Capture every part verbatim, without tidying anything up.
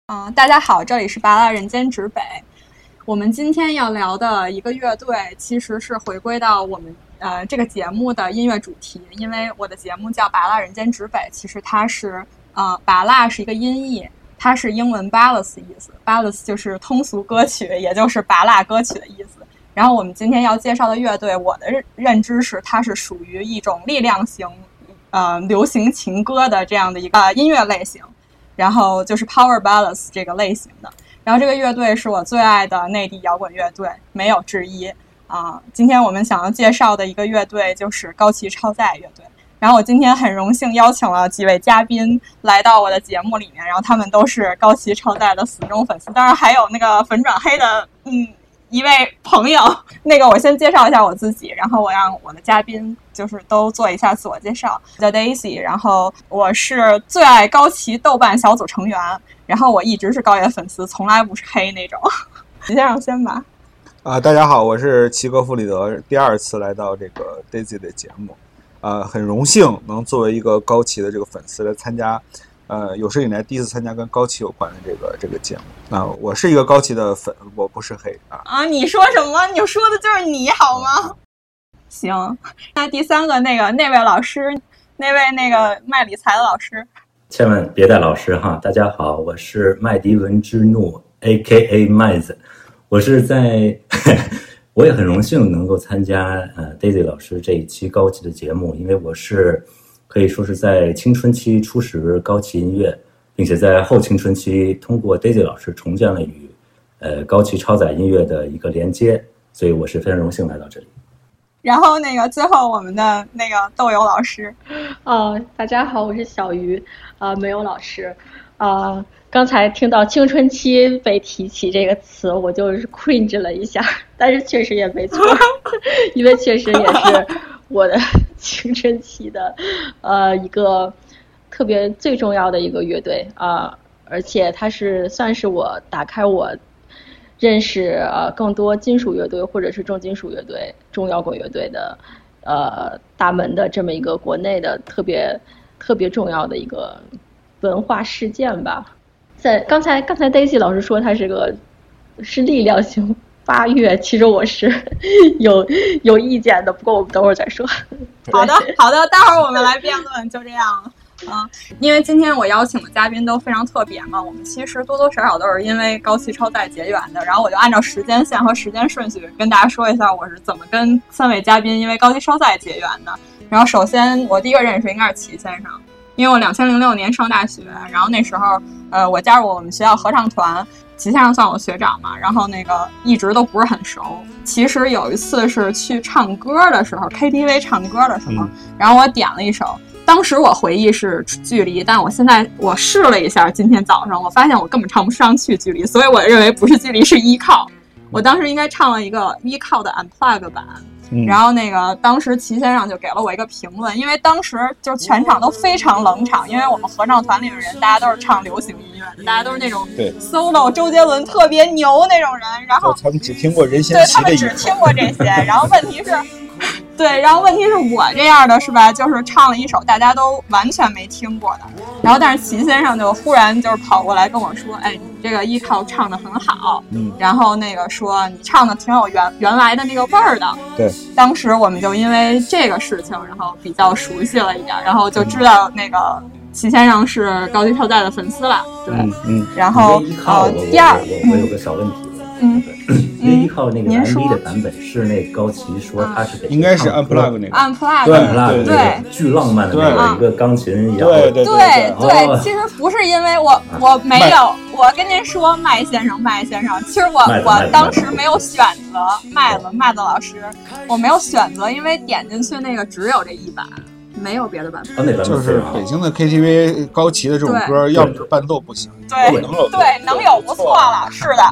嗯、呃，大家好，这里是拔蜡人间指北。我们今天要聊的一个乐队，其实是回归到我们呃这个节目的音乐主题，因为我的节目叫拔蜡人间指北，其实它是呃拔蜡是一个音译，它是英文 ballads 意思 ，ballads 就是通俗歌曲，也就是拔蜡歌曲的意思。然后我们今天要介绍的乐队，我的认知是它是属于一种力量型呃流行情歌的这样的一个音乐类型。然后就是 Power Ballads 这个类型的，然后这个乐队是我最爱的内地摇滚乐队，没有之一啊、呃。今天我们想要介绍的一个乐队就是高崎超载乐队。然后我今天很荣幸邀请了几位嘉宾来到我的节目里面，然后他们都是高崎超载的死忠粉丝，当然还有那个粉转黑的嗯一位朋友。那个我先介绍一下我自己，然后我让我的嘉宾就是都做一下自我介绍。我叫 Daisy， 然后我是最爱高崎豆瓣小组成员，然后我一直是高爷粉丝，从来不是黑那种。你先让先吧。 啊，大家好，我是齐格弗里德，第二次来到这个 Daisy 的节目，呃，很荣幸能作为一个高崎的这个粉丝来参加，呃，有史以来第一次参加跟高崎有关的这个这个节目。那、呃、我是一个高崎的粉，我不是黑啊。 啊，你说什么？你说的就是你好吗？行，那第三个那个那位老师，那位那个卖理财的老师， 千万别带老师哈！大家好，我是麦迪文之怒 A K A 麦子，我是在我也很荣幸能够参加呃 Daisy 老师这一期高崎的节目，因为我是可以说是在青春期初识高崎音乐，并且在后青春期通过 Daisy 老师重建了与呃高崎超载音乐的一个连接，所以我是非常荣幸来到这里。 然后那个最后我们的那个豆油老师， 呃，大家好，我是小鱼，呃，没有老师，呃，刚才听到青春期被提起这个词，我就是 cringe 了一下，但是确实也没错，因为确实也是我的青春期的，呃，一个特别最重要的一个乐队啊、呃，而且它是算是我打开我认识呃更多金属乐队或者是重金属乐队、重摇滚乐队的呃大门的这么一个国内的特别特别重要的一个文化事件吧。在刚才刚才 Daisy 老师说它是个是力量型发乐，其实我是有有意见的，不过我们等会儿再说。 好的好的，待会儿我们来辩论，就这样了。嗯，因为今天我邀请的嘉宾都非常特别嘛，我们其实多多少少都是因为高崎超载结缘的，然后我就按照时间线和时间顺序跟大家说一下我是怎么跟三位嘉宾因为高崎超载结缘的。然后首先我第一个认识应该是齐先生，因为我两千零六年上大学，然后那时候呃我加入我们学校合唱团，齐先生算我学长嘛，然后那个一直都不是很熟。其实有一次是去唱歌的时候 K T V 唱歌的时候、嗯、然后我点了一首，当时我回忆是距离，但我现在我试了一下，今天早上我发现我根本唱不上去距离，所以我认为不是距离是依靠。我当时应该唱了一个依靠的 unplug 版、嗯、然后那个当时齐先生就给了我一个评论，因为当时就全场都非常冷场，因为我们合唱团里的人大家都是唱流行音乐，大家都是那种 solo 周杰伦特别牛那种人，然后他们只听过任贤齐的， 对，他们只听过这些，然后问题是对，然后问题是我这样的是吧，就是唱了一首大家都完全没听过的，然后但是齐先生就忽然就是跑过来跟我说，哎，你这个依靠唱得很好，嗯，然后那个说你唱的挺有原原来的那个味儿的， 对， 当时我们就因为这个事情然后比较熟悉了一点，然后就知道那个齐先生是高崎超载的粉丝了，对， 嗯嗯， 然后呃第二我我有个小问题， 嗯， 因为依靠那个 M V 的版本是那高崎说他是给应该是 unplug 那个 unplug 对 unplug 对巨浪漫的那个一个钢琴一样， 对对对对，其实不是因为我我没有，我跟您说麦先生麦先生，其实我我当时没有选择麦子麦子老师，我没有选择，因为点进去那个只有这一版。没有别的版本， 哦、 就是北京的 K T V 高崎的这种歌，要不是伴奏不行， 对， 能有对能有不错了，是的。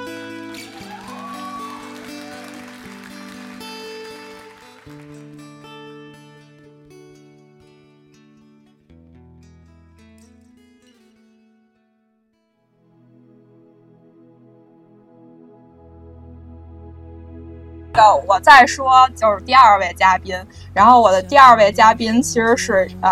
我再说就是第二位嘉宾，然后我的第二位嘉宾其实是呃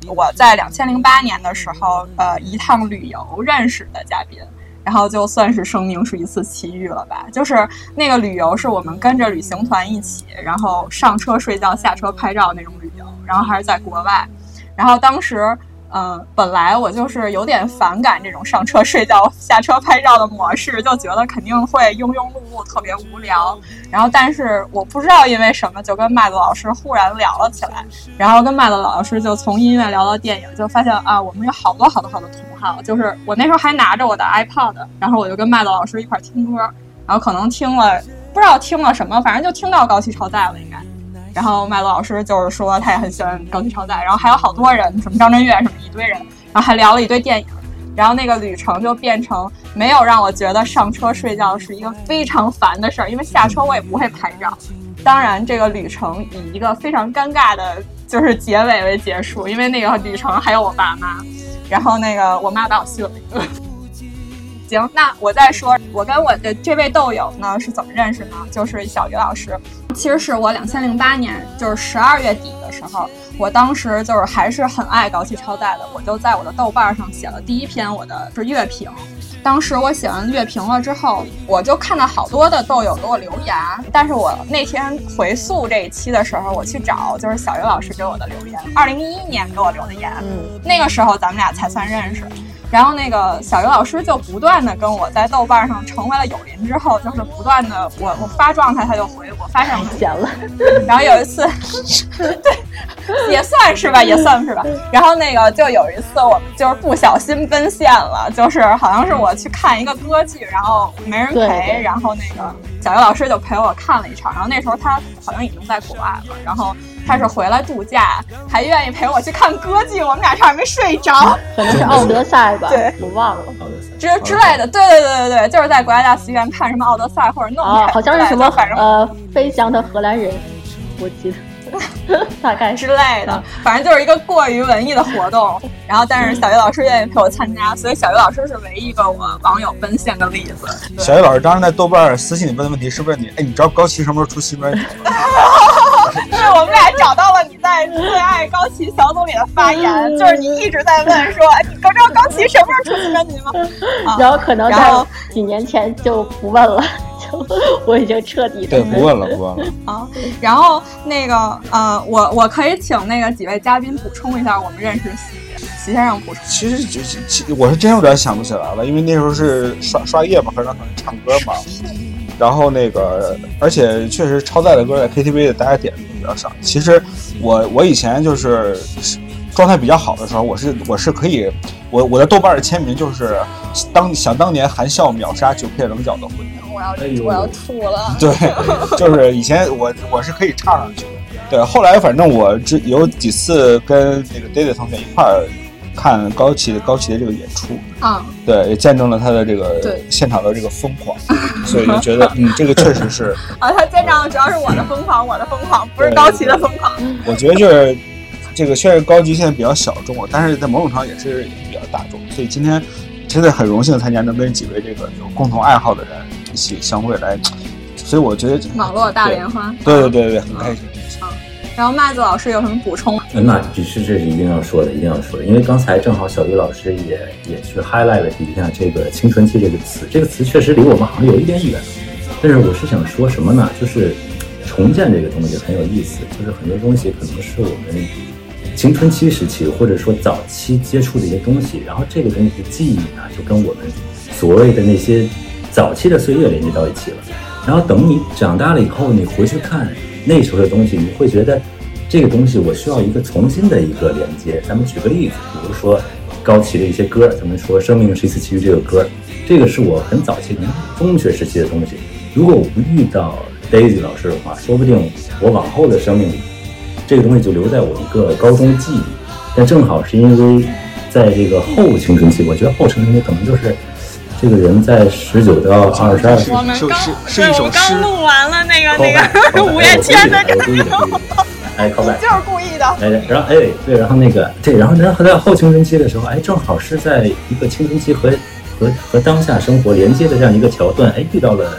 我在两千零八年的时候，呃，一趟旅游认识的嘉宾。然后就算是生命是一次奇遇了吧，就是那个旅游是我们跟着旅行团一起，然后上车睡觉下车拍照那种旅游，然后还是在国外。然后当时嗯、呃，本来我就是有点反感这种上车睡觉下车拍照的模式，就觉得肯定会庸庸碌碌特别无聊。然后但是我不知道因为什么就跟麦子老师忽然聊了起来，然后跟麦子老师就从音乐聊到电影，就发现啊我们有好多好多好多同好，就是我那时候还拿着我的 iPod， 然后我就跟麦子老师一块听歌，然后可能听了不知道听了什么，反正就听到高崎超载了应该。然后麦子老师就是说他也很喜欢高崎超载，然后还有好多人，什么张震岳什么一堆人，然后还聊了一堆电影。然后那个旅程就变成没有让我觉得上车睡觉是一个非常烦的事儿，因为下车我也不会拍照。当然这个旅程以一个非常尴尬的就是结尾为结束，因为那个旅程还有我爸妈，然后那个我妈把我训了一顿。行，那我再说我跟我的这位豆友呢是怎么认识呢，就是小鱼老师。其实是我两千零八年就是十二月底的时候，我当时就是还是很爱高崎超载的，我就在我的豆瓣上写了第一篇我的是乐评。当时我写完乐评了之后，我就看到好多的豆友给我留言，但是我那天回溯这一期的时候，我去找就是小鱼老师给我的留言，二零一一年给我留的言，嗯，那个时候咱们俩才算认识。然后那个小鱼老师就不断的跟我在豆瓣上成为了友邻，之后就是不断的我我发状态他就回我，发现我闲了。 然后有一次对也算是吧也算是吧然后那个就有一次我们就是不小心奔现了，就是好像是我去看一个歌剧，然后没人陪，然后那个小鱼老师就陪我看了一场，然后那时候他好像已经在国外了，然后他是回来度假，还愿意陪我去看歌剧，我们俩差点没睡着， 可能是奥德赛吧， 对， 我忘了， 之之类的，对对对对对，就是在国家大戏院看什么奥德赛或者弄啊，好像是什么反正呃飞翔的荷兰人，我记得。大概之类的，反正就是一个过于文艺的活动。然后，但是小鱼老师愿意陪我参加，所以小鱼老师是唯一一个我网友奔现的例子。 小鱼老师当时在豆瓣私信里问的问题是问你，哎，你知道高崎什么时候出新专辑吗？ 是我们俩找到了你在最爱高崎小组里的发言，就是你一直在问说，你知道高崎什么时候出新专辑吗？ 啊、然后可能在几年前就不问了。我已经彻底对不问了，不问了啊。然后那个呃，我我可以请那个几位嘉宾补充一下我们认识的细节。齐先生补充。 其实其我是真有点想不起来了，因为那时候是刷刷夜嘛，和让他们唱歌嘛。然后那个，而且确实超载的歌在 K T V 的大家点的比较少。其实我我以前就是状态比较好的时候，我是我是可以，我我的豆瓣的签名就是当想当年含笑秒杀九片棱角的回忆。 我要、哎、我要吐了。 对，就是以前我我是可以唱上去的。对，后来反正我只有几次跟那个 David 同学一块儿看高崎高崎的这个演出啊， 对，也见证了他的这个现场的这个疯狂，所以就觉得嗯，这个确实是啊，他见证的主要是我的疯狂，我的疯狂不是高崎的疯狂。 我觉得就是这个虽然高崎现在比较小众，但是在某种程度也是比较大众，所以今天真的很荣幸参加，能跟几位这个有共同爱好的人一起相会来，所以我觉得网络大联欢， 对对对对，很开心。 嗯，然后麦子老师有什么补充？ 那只是这是一定要说的，一定要说的，因为刚才正好小鱼老师也也去 highlight 了一下这个青春期这个词，这个词确实离我们好像有一点远，但是我是想说什么呢？就是重建这个东西很有意思，就是很多东西可能是我们青春期时期或者说早期接触的一些东西，然后这个东西的记忆呢，就跟我们所谓的那些早期的岁月连接到一起了。然后等你长大了以后，你回去看那时候的东西，你会觉得这个东西我需要一个重新的一个连接。咱们举个例子，比如说高崎的一些歌，咱们说《生命是一次奇遇》这个歌，这个是我很早期中学时期的东西。如果我不遇到 Daisy 老师的话，说不定我往后的生命里，这个东西就留在我一个高中记忆。但正好是因为在这个后青春期，我觉得后青春期可能就是这个人在十九到二十二岁， 我们刚是一首诗， 刚录完了那个那个五月天的这个， 哎，靠北， 就是故意的。 哎，然后哎，对，然后那个对，然后然后在后青春期的时候，哎，正好是在一个青春期和和和当下生活连接的这样一个桥段，哎，遇到了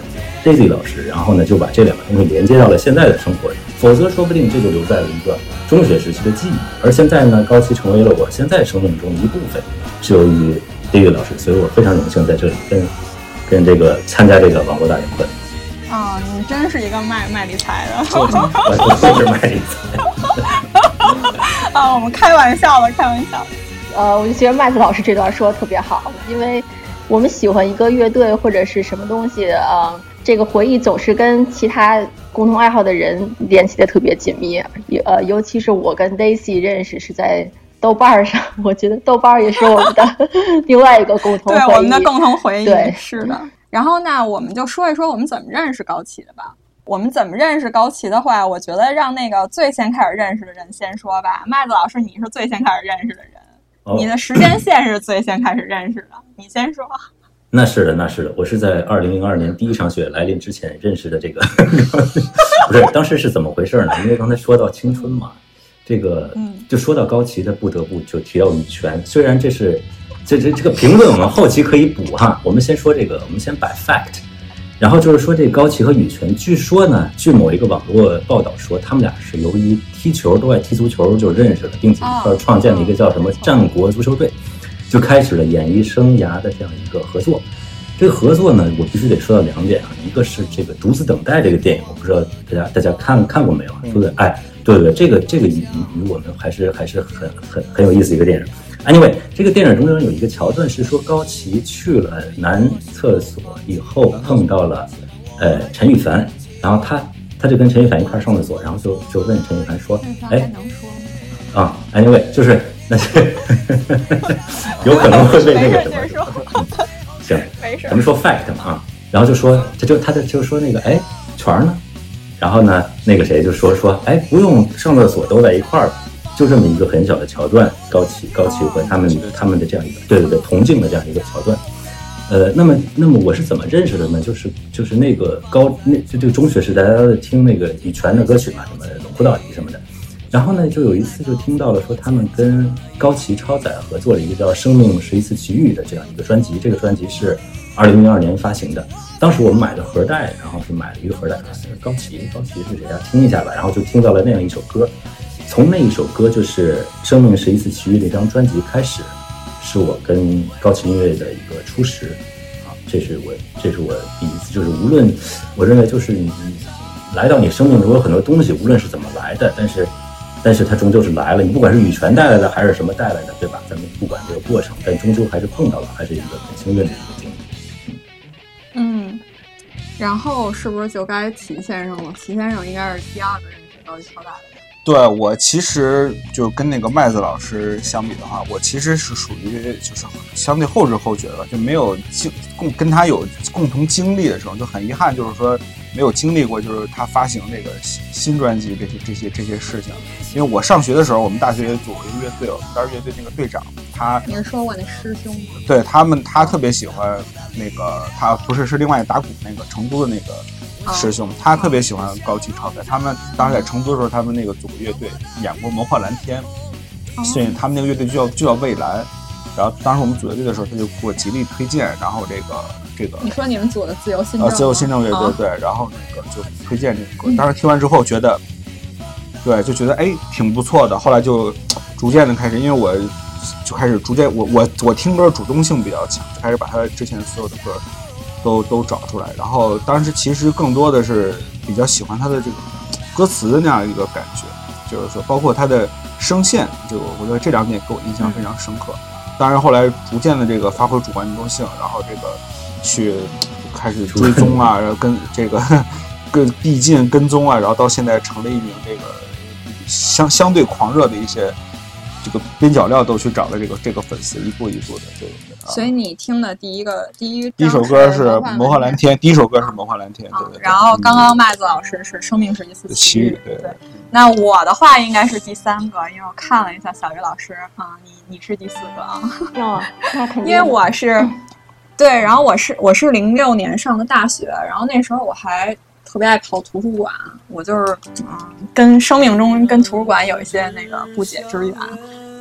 Daisy 老师，然后呢就把这两个东西连接到了现在的生活里，否则说不定这就留在了一个中学时期的记忆。而现在呢，高崎成为了我现在生命中一部分，是由于 Daisy 老师，所以我非常荣幸在这里跟跟这个参加这个网络大联欢。 啊、哦，你真是一个卖卖理财的， 我就是卖理财。 啊，我们开玩笑的，开玩笑的。 呃，我就觉得麦子老师这段说的特别好，因为我们喜欢一个乐队或者是什么东西，呃，这个回忆总是跟其他共同爱好的人联系的特别紧密。呃，尤其是我跟 Daisy 认识是在豆瓣上，我觉得豆瓣也是我们的另外一个共同回忆。 对，我们的共同回忆。 对， 是的。然后呢，我们就说一说我们怎么认识高崎的吧。我们怎么认识高崎的话，我觉得让那个最先开始认识的人先说吧。麦子老师，你是最先开始认识的人。Oh. 你的时间线是最先开始认识的，你先说。 那是的，那是的，我是在二零零二年第一场雪来临之前认识的这个，不是，当时是怎么回事呢？因为刚才说到青春嘛，这个就说到高崎的，不得不就提到羽泉。虽然这是这这这个评论我们后期可以补哈，我们先说这个，我们先摆 fact。然后就是说，这高崎和羽泉，据说呢，据某一个网络报道说，他们俩是由于踢球都爱踢足球就认识了，并且一块创建了一个叫什么战国足球队，就开始了演艺生涯的这样一个合作。这个合作呢，我必须得说到两点啊，一个是这个《独自等待》这个电影，我不知道大家大家看看过没有啊？对不对？哎，对对，这个这个与与我们还是还是很很很有意思一个电影。Anyway， 这个电影中间有一个桥段是说高崎去了男厕所以后碰到了呃陈羽凡，然后他他就跟陈羽凡一块上厕所，然后就就问陈羽凡说：“哎，啊 ，Anyway， 就是那些有可能会被那个什么，行，咱们说 fact 嘛啊，然后就说他就他就就说那个哎全呢，然后呢那个谁就说说哎不用上厕所都在一块儿。”就这么一个很小的桥段，高崎高崎和他们、哦、他们的这样一个对对对同境的这样一个桥段，呃，那么那么我是怎么认识的呢？就是就是那个高那就这个中学时代，大家都听那个羽泉的歌曲嘛，什么龙虎岛什么的，然后呢就有一次就听到了说他们跟高崎超载合作了一个叫《生命是一次奇遇》的这样一个专辑，这个专辑是二零零二年发行的。当时我们买的盒带，然后是买了一个盒带，高崎高崎是谁啊？听一下吧，然后就听到了那样一首歌。从那一首歌就是《生命是一次奇遇》那张专辑开始，是我跟高崎音乐的一个初识啊，这是我这是我第一次，就是无论我认为就是你你来到你生命中有很多东西，无论是怎么来的，但是但是它终究是来了，你不管是羽泉带来的还是什么带来的，对吧？咱们不管这个过程，但终究还是碰到了，还是一个很幸运的一个经历。 嗯，然后是不是就该齐先生了？齐先生应该是第二个认识高崎超载的。 对，我其实就跟那个麦子老师相比的话，我其实是属于就是相对后知后觉的，就没有经共跟他有共同经历的时候，就很遗憾，就是说没有经历过，就是他发行这个新专辑这些这些这些事情。因为我上学的时候，我们大学组一个乐队，我们当时乐队那个队长，他你是说我那师兄吗？ 对他们，他特别喜欢那个，他不是是另外打鼓那个成都的那个。师兄他特别喜欢高崎超载，他们当时在成都的时候，他们那个组乐队演过《魔幻蓝天》，所以他们那个乐队就叫就叫蔚蓝。然后当时我们组乐队的时候，他就给我极力推荐，然后这个这个你说你们组的自由新政， 呃，自由新政乐队对，然后那个就推荐这个歌。当时听完之后觉得，对，就觉得哎挺不错的。后来就逐渐的开始，因为我就开始逐渐我我我听歌主动性比较强，就开始把他之前所有的歌。都都找出来，然后当时其实更多的是比较喜欢他的这个歌词的那样一个感觉，就是说包括他的声线，就我觉得这两点给我印象非常深刻。当然后来逐渐的这个发挥主观能动性，然后这个去开始追踪啊，然后跟这个跟递进跟踪啊，然后到现在成了一名这个相相对狂热的一些这个边角料都去找了这个这个粉丝，一步一步的对对对。 所以你听的第一个第一第一首歌是《魔幻蓝天》，第一首歌是《魔幻蓝天》，对对对。 然后刚刚麦子老师是《生命是一次奇遇》， 对对。 那我的话应该是第三个，因为我看了一下小鱼老师啊，你你是第四个啊。 哦，那肯定。 因为我是，对，然后我是我是零六年上的大学，然后那时候我还特别爱跑图书馆，我就是嗯，跟生命中跟图书馆有一些那个不解之缘。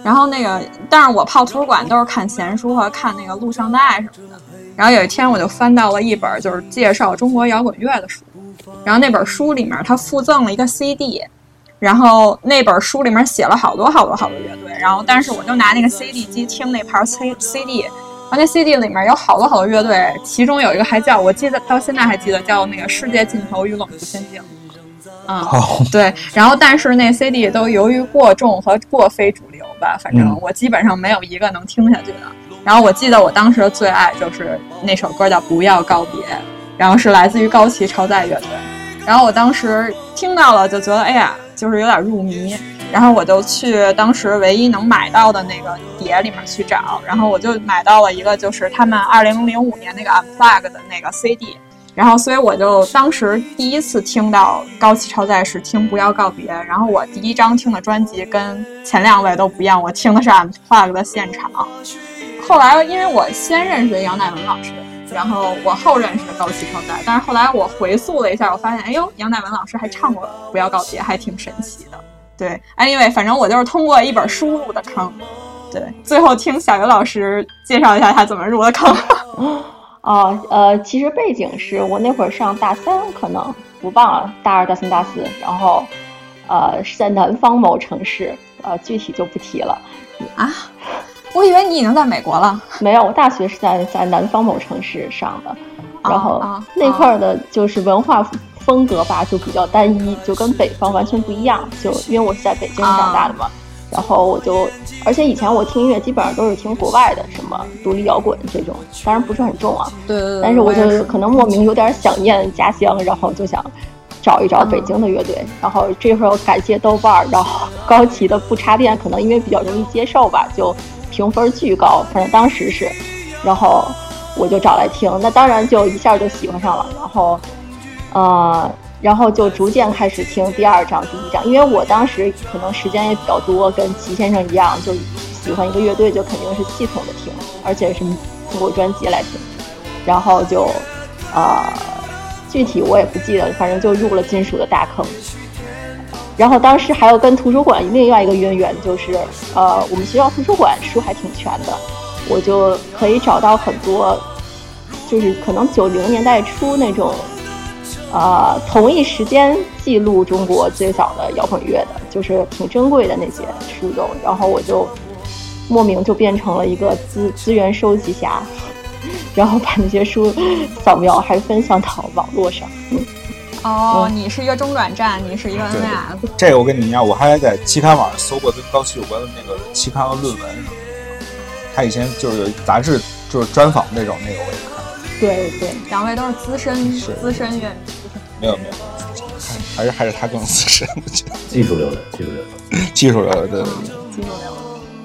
然后那个，但是我泡图书馆都是看闲书和看那个录像带什么的。然后有一天我就翻到了一本就是介绍中国摇滚乐的书，然后那本书里面它附赠了一个 C D， 然后那本书里面写了好多好多好多乐队，然后但是我就拿那个 C D 机听那盘 C D， 然后那 C D 里面有好多好多乐队，其中有一个还叫我记得到现在还记得叫那个世界尽头与冷酷仙境。嗯，对，然后但是那 C D 都由于过重和过非主流吧，反正我基本上没有一个能听下去的。然后我记得我当时的最爱就是那首歌叫《不要告别》，然后是来自于高崎超载乐队。然后我当时听到了就觉得哎呀，就是有点入迷，然后我就去当时唯一能买到的那个碟里面去找，然后我就买到了一个就是他们二零零五年那个 Unplugged 的那个 C D。然后所以我就当时第一次听到高崎超载是听《不要告别》，然后我第一张听的专辑跟前两位都不一样，我听的是 Unplugged 的现场。后来因为我先认识杨乃文老师，然后我后认识的高崎超载，但是后来我回溯了一下，我发现哎呦，杨乃文老师还唱过《不要告别》，还挺神奇的。对 anyway 反正我就是通过一本书入的坑。对，最后听小游老师介绍一下他怎么入的坑。 哦，呃，其实背景是我那会儿上大三，可能不忘了大二、大三、大四，然后，呃，是在南方某城市，呃，具体就不提了。 啊，我以为你已经在美国了。 没有，我大学是在在南方某城市上的，然后、哦哦、那块儿的就是文化风格吧，就比较单一，就跟北方完全不一样。就因为我是在北京长大的嘛。哦，然后我就，而且以前我听音乐基本上都是听国外的，什么独立摇滚这种，当然不是很重啊。 对对对。 但是我就可能莫名有点想念家乡，然后就想找一找北京的乐队。嗯、然后这会儿感谢豆瓣，然后高崎的不插电，可能因为比较容易接受吧，就评分巨高，反正当时是。然后我就找来听，那当然就一下就喜欢上了。然后，呃。然后就逐渐开始听第二章、第一章，因为我当时可能时间也比较多，跟齐先生一样，就喜欢一个乐队就肯定是系统的听，而且是通过专辑来听。然后就，呃，具体我也不记得，反正就入了金属的大坑。然后当时还有跟图书馆另外一个渊源，就是呃，我们学校图书馆书还挺全的，我就可以找到很多，就是可能九零年代初那种。呃，同一时间记录中国最早的摇滚乐的，就是挺珍贵的那些书有，然后我就莫名就变成了一个资资源收集侠，然后把那些书扫描还分享到网络上。嗯， 哦，嗯、你是一个中转站，你是一个 N V S。 这个我跟你一样，我还在期刊网上搜过跟高崎有关的那个期刊和论文什么的。他以前就是杂志，就是专访那种，那个我也看。 对对， 两位都是资深资深乐迷。 没有没有，还是还是他更资深，我觉得。 技术流的，技术流的， 技术流的，对对对， 技术流的。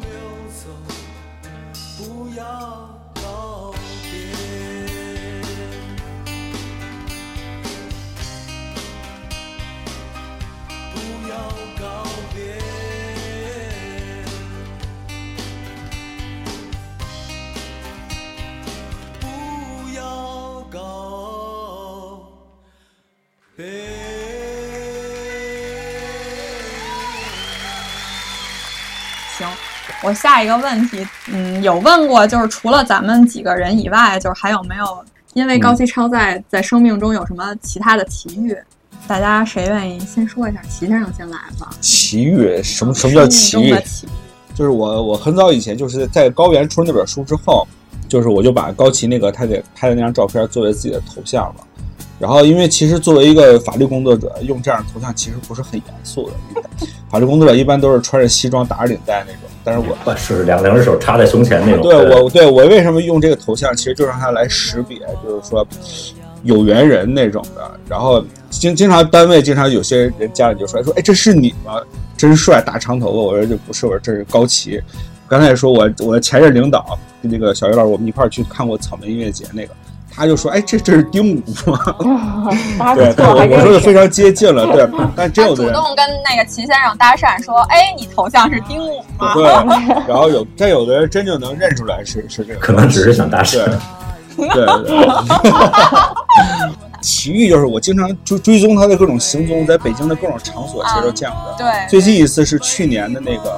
行，我下一个问题，嗯，有问过，就是除了咱们几个人以外，就是还有没有因为高崎超载在生命中有什么其他的奇遇？嗯、大家谁愿意先说一下？齐先生先来吧。 奇遇？什么什么叫奇遇？就是我我很早以前就是在高原出了那本书之后，就是我就把高崎那个他给拍的那张照片作为自己的头像了。然后，因为其实作为一个法律工作者，用这样的头像其实不是很严肃的。法律工作者一般都是穿着西装、打着领带那种，但是我是两两只手插在胸前那种。 对，我对我为什么用这个头像，其实就让他来识别，就是说有缘人那种的。然后经经常单位经常有些人家里就说说，哎，这是你吗？真帅，大长头发。我说这不是，我说这是高崎。刚才说我我的前任领导跟那个小鱼老师，我们一块儿去看过草莓音乐节那个。他就说：“哎，这这是丁武吗？”对，我我说的非常接近了，对。但真有的人主动跟那个齐先生搭讪说：“哎，你头像是丁武吗？” 对。然后有，但有的人真就能认出来是是这个， 可能只是想搭讪。 对对对。奇遇就是我经常追追踪他的各种行踪，在北京的各种场所其实都见过的。 对。 最近一次是去年的那个。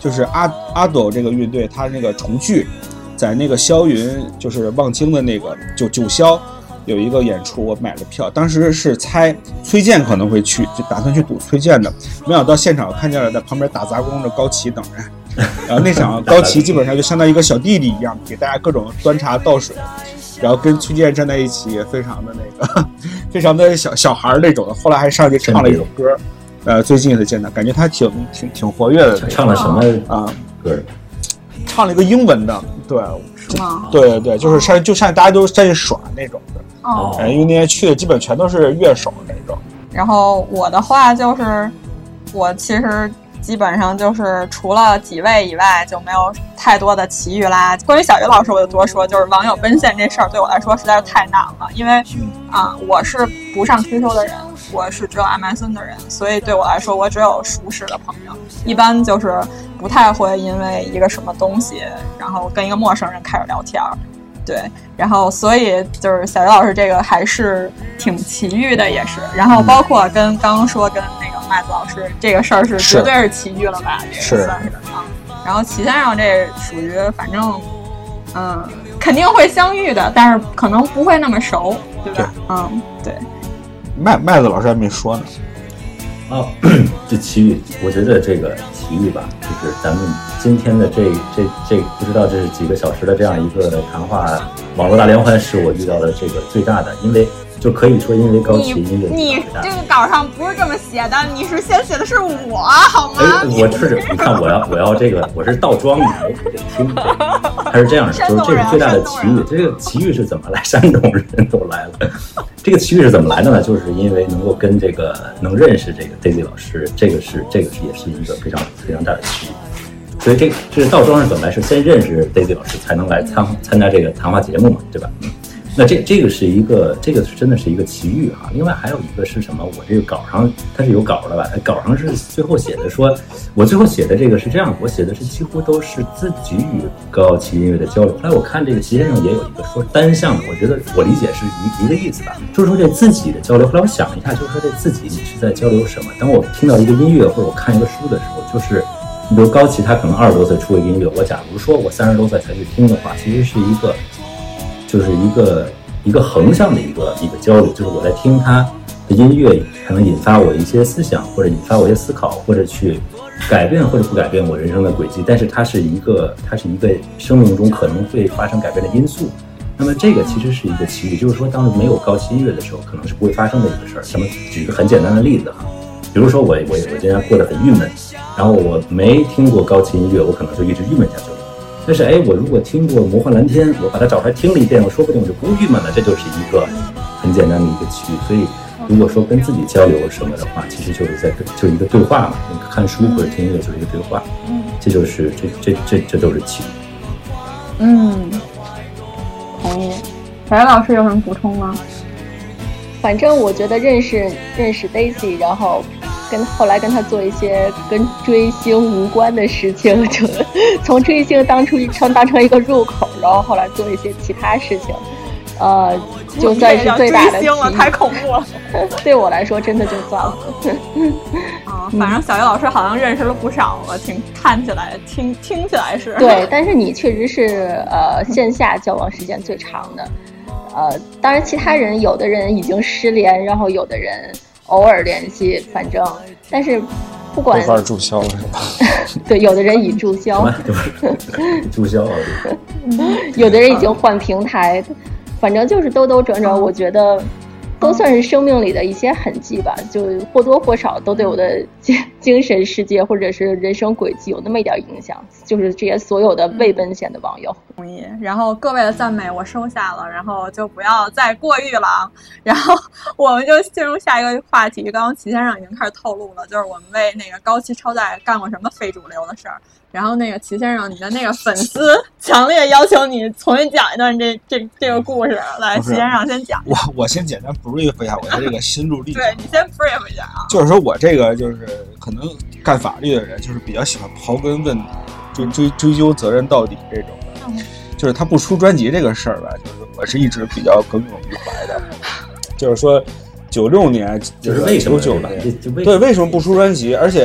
就是阿阿斗这个乐队，他那个重聚，在那个霄云就是望京的那个九九霄有一个演出，我买了票，当时是猜崔健可能会去，就打算去赌崔健的，没想到现场看见了在旁边打杂工的高旗等人。然后那场高旗基本上就相当于一个小弟弟一样，给大家各种端茶倒水，然后跟崔健站在一起，非常的那个，非常的小小孩那种的。后来还上去唱了一首歌，呃，最近一次见他，感觉他挺挺挺活跃的。 唱了什么啊歌？ 唱了一个英文的，对， 是吗？ 对对对，就是上就上大家都上去耍那种的。 哦、 呃，因为那些去的基本全都是乐手那种。 然后我的话就是，我其实。基本上就是除了几位以外就没有太多的奇遇啦。关于小鱼老师我就多说，就是网友奔现这事儿对我来说实在是太难了，因为啊、呃，我是不上 Q Q 的人，我是只有 M S N 的人，所以对我来说我只有熟识的朋友，一般就是不太会因为一个什么东西然后跟一个陌生人开始聊天。对，然后所以就是小鱼老师这个还是挺奇遇的，也是。然后包括跟刚刚说跟那个麦子老师这个事儿是绝对是奇遇了吧？这个算是啊。然后齐先生这属于反正嗯肯定会相遇的，但是可能不会那么熟，对吧？对嗯，对。 麦麦子老师还没说呢。 哦，这奇遇，我觉得这个奇遇吧，就是咱们今天的这这这不知道这是几个小时的这样一个谈话，网络大联欢是我遇到的这个最大的，因为就可以说因为高旗音乐。 你这个稿上不是这么写的，你是先写的是我好吗？ 哎，我是你看我要我要这个我是倒装的，我得听。它是这样的，就是这是最大的奇遇。这个奇遇是怎么来？山东人都来了。这个奇遇是怎么来的呢？就是因为能够跟这个能认识这个 Daisy 老师，这个是这个是也是一个非常非常大的奇遇。所以这个这个倒装是怎么来？是先认识 Daisy 老师才能来参参加这个谈话节目嘛，对吧？嗯。那这这个是一个，这个是真的是一个奇遇哈。另外还有一个是什么？我这个稿上它是有稿的吧？稿上是最后写的说，我最后写的这个是这样，我写的是几乎都是自己与高旗音乐的交流。后来我看这个齐先生也有一个说单向的，我觉得我理解是一一个意思吧，就是说这自己的交流。后来我想一下，就是说这自己你是在交流什么？当我听到一个音乐或者我看一个书的时候，就是你比如高旗他可能二十多岁出个音乐，我假如说我三十多岁才去听的话，其实是一个。就是一个一个横向的一个一个交流，就是我在听他的音乐，可能引发我一些思想，或者引发我一些思考，或者去改变或者不改变我人生的轨迹。但是它是一个，它是一个生命中可能会发生改变的因素。那么这个其实是一个奇遇，就是说当没有高旗音乐的时候，可能是不会发生的一个事儿。咱们举一个很简单的例子哈，比如说我我我今天过得很郁闷，然后我没听过高旗音乐，我可能就一直郁闷下去了。但是哎，我如果听过《魔幻蓝天》，我把它找出来听了一遍，我说不定我就不郁闷了。这就是一个很简单的一个奇遇。所以，如果说跟自己交流什么的话，其实就是在就一个对话嘛。你看书或者听音乐就是一个对话，这就是这这这这都是奇遇。 嗯，同意。小叶老师有什么补充吗？ 反正我觉得认识认识 Daisy， 然后。跟后来跟他做一些跟追星无关的事情，就从追星当出成当成一个入口，然后后来做一些其他事情，呃，就算是最大的追星了，太恐怖了。 对我来说，真的就算了。 啊，反正小叶老师好像认识了不少了，听看起来听听起来是。 对，但是你确实是呃线下交往时间最长的，呃，当然其他人有的人已经失联，然后有的人。偶尔联系，反正，但是不管没法注销了是吧？ 对，有的人已注销， 注销了。 有的人已经换平台，反正就是兜兜转转，我觉得都算是生命里的一些痕迹吧，就或多或少都对我的精神世界或者是人生轨迹有那么一点影响。就是这些所有的未奔现的网友， 同意。然后各位的赞美我收下了，然后就不要再过誉了。然后我们就进入下一个话题。刚刚齐先生已经开始透露了，就是我们为那个高旗超载干过什么非主流的事儿。然后那个齐先生，你的那个粉丝强烈要求你重新讲一段这这这个故事。来，齐先生先讲。 我我先简单 brief 一下我的这个心路历程。 对，你先 brief 一下啊。 就是说我这个就是可能干法律的人，就是比较喜欢刨根问底。追追追究责任到底这种的，就是他不出专辑这个事儿吧，就是我是一直比较耿耿于怀的。就是说，九六年就是为什么九九年，对，为什么不出专辑？而且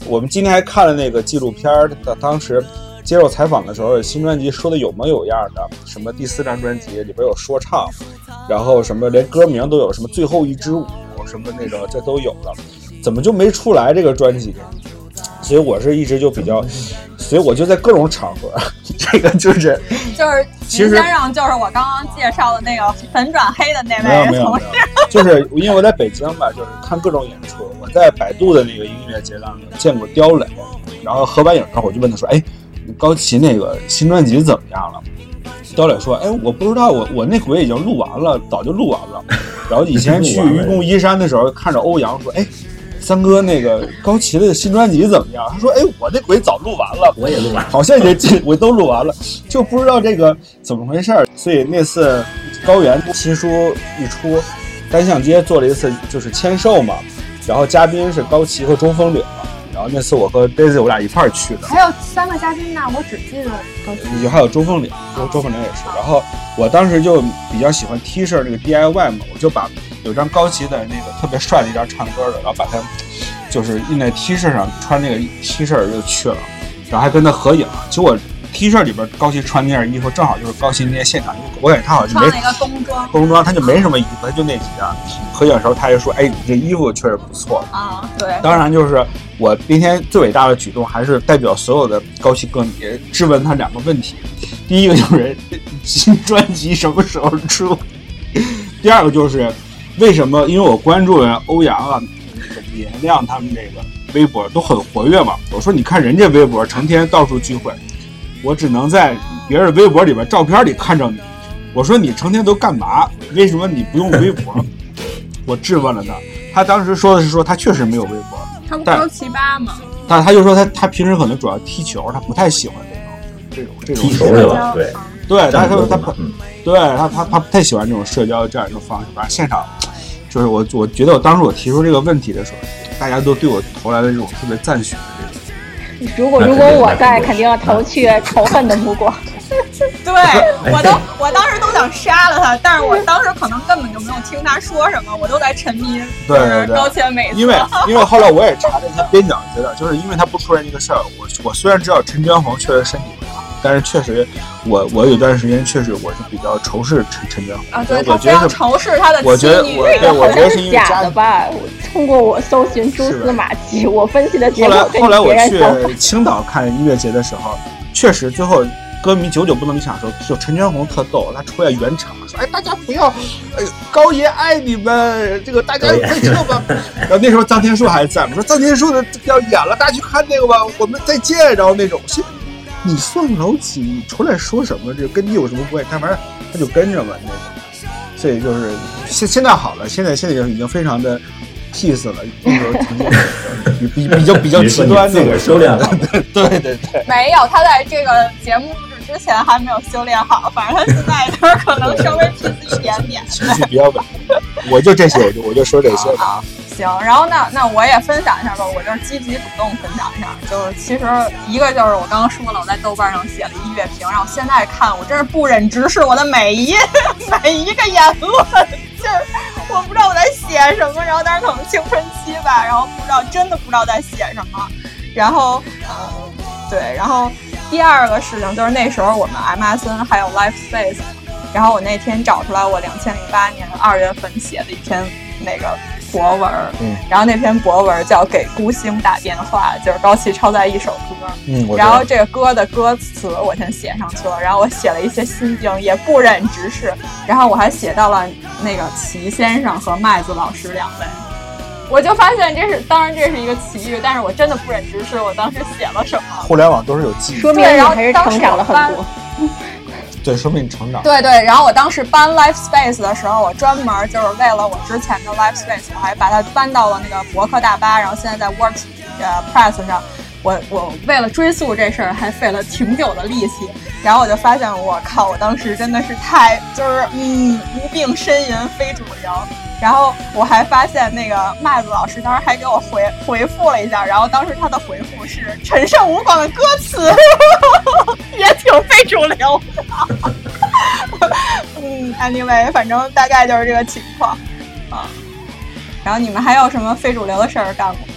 我们今天还看了那个纪录片，他当时接受采访的时候，新专辑说的有模有样的，什么第四张专辑里边有说唱，然后什么连歌名都有，什么最后一支舞，什么那个这都有了，怎么就没出来这个专辑？所以我是一直就比较，所以我就在各种场合，这个就是就是徐先生，就是我刚刚介绍的那个粉转黑的那位同事， 就是因为我在北京吧，就是看各种演出，我在百度的那个音乐节上见过刁磊，然后合完影之后我就问他说，哎，高旗那个新专辑怎么样了？刁磊说，哎，我不知道，我我那回已经录完了，早就录完了。然后以前去愚公移山的时候，看着欧阳说，哎。三哥，那个高旗的新专辑怎么样？他说：“哎，我那回早录完了， 我也录完， 好像也我都录完了，就不知道这个怎么回事。”所以那次高原新书一出，单向街做了一次就是签售嘛，然后嘉宾是高旗和周风岭嘛。然后那次我和 Daisy 我俩一块儿去的， 还有三个嘉宾呢，我只记得高旗， 就还有周风岭，周周风岭也是。然后我当时就比较喜欢 T 恤那个 D I Y 嘛，我就把有张高旗的那个特别帅的一张唱歌的，然后把它就是印在 T 恤上，穿那个 T 恤就去了，然后还跟他合影。结果 T 恤里边高旗穿那件衣服正好就是高旗那天现场，我感觉他好像就没穿了一个工装， 工装他就没什么衣服，他就那几件。合影的时候他就说：“哎，你这衣服确实不错啊。”对， 当然就是我那天最伟大的举动，还是代表所有的高旗歌迷质问他两个问题。第一个就是新专辑什么时候出？第二个就是为什么？因为我关注了欧阳啊、李延亮他们这个微博都很活跃嘛。我说你看人家微博成天到处聚会，我只能在别人微博里边照片里看着你。我说你成天都干嘛？为什么你不用微博？我质问了他，他当时说的是说他确实没有微博， 他不高旗八吗？ 但他就说他他平时可能主要踢球，他不太喜欢这种这种这种踢球对吧？对对，他说他不，对他他他不太喜欢这种社交这样一种方式。反正现场就是我我觉得我当时我提出这个问题的时候，大家都对我投来了这种特别赞许的这种。 如果如果我在，肯定要投去仇恨的目光。 对，我都我当时都想杀了他，但是我当时可能根本就没有听他说什么，我都在沉迷就是高旗的美色。 因为因为后来我也查了一下边角资料，就是因为他不出来这个事儿，我我虽然知道陈娟红确实身体不好，但是确实我我有段时间确实我是比较仇视陈陈娟红啊，对，他非常仇视他的妻女。 我觉得我对我觉得是因为假的吧？通过我搜寻蛛丝马迹，我分析的结果跟后来后来我去青岛看音乐节的时候，确实最后。歌迷久久不能离场的时候，就陈娟红特逗，他出来圆场说：“哎，大家不要，哎，高爷爱你们，这个大家快撤吧。”然后那时候臧天朔还在，我说臧天朔的要演了，大家去看那个吧，我们再见。然后那种，你算老几？你出来说什么？这跟你有什么关系？他反正他就跟着嘛那种。所以就是现现在好了，现在现在已经非常的 peace 了，那时候曾经比比比较比较极端那个修炼了， 对对对对， 没有，他在这个节目。之前还没有修炼好，反正他现在就是可能稍微 peace 一点点， 情绪比较稳。我就这些，我就我就说这些吧。行，然后那那我也分享一下吧，我就是积极主动分享一下。就是其实一个就是我刚刚说了，我在豆瓣上写了一乐评，然后现在看我真是不忍直视我的每一每一个言论，就是我不知道我在写什么，然后但是可能青春期吧，然后不知道真的不知道在写什么，然后嗯、呃、对，然后。第二个事情就是那时候我们 M S N 还有 Live Space， 然后我那天找出来我两千零八年二月份写的一篇那个博文，嗯，然后那篇博文叫《给孤星打电话》，就是高旗超载一首歌， 嗯， 然后这个歌的歌词我先写上去了，然后我写了一些心境，也不忍直视，然后我还写到了那个齐先生和麦子老师两位。我就发现这是，当然这是一个奇遇，但是我真的不忍直视我当时写了什么。 互联网都是有记忆， 说明你还是成长了很多。 对，说明你成长。 对对，然后我当时搬 Live Space 的时候，我专门就是为了我之前的 Live Space， 我还把它搬到了那个博客大巴，然后现在在 Works 呃 Press 上。我我为了追溯这事儿还费了挺久的力气，然后我就发现我靠，我当时真的是太就是嗯无病呻吟非主流。然后我还发现那个麦子老师当时还给我回回复了一下，然后当时他的回复是陈胜吴广的歌词也挺非主流的。嗯 anyway 反正大概就是这个情况啊。然后你们还有什么非主流的事儿干过？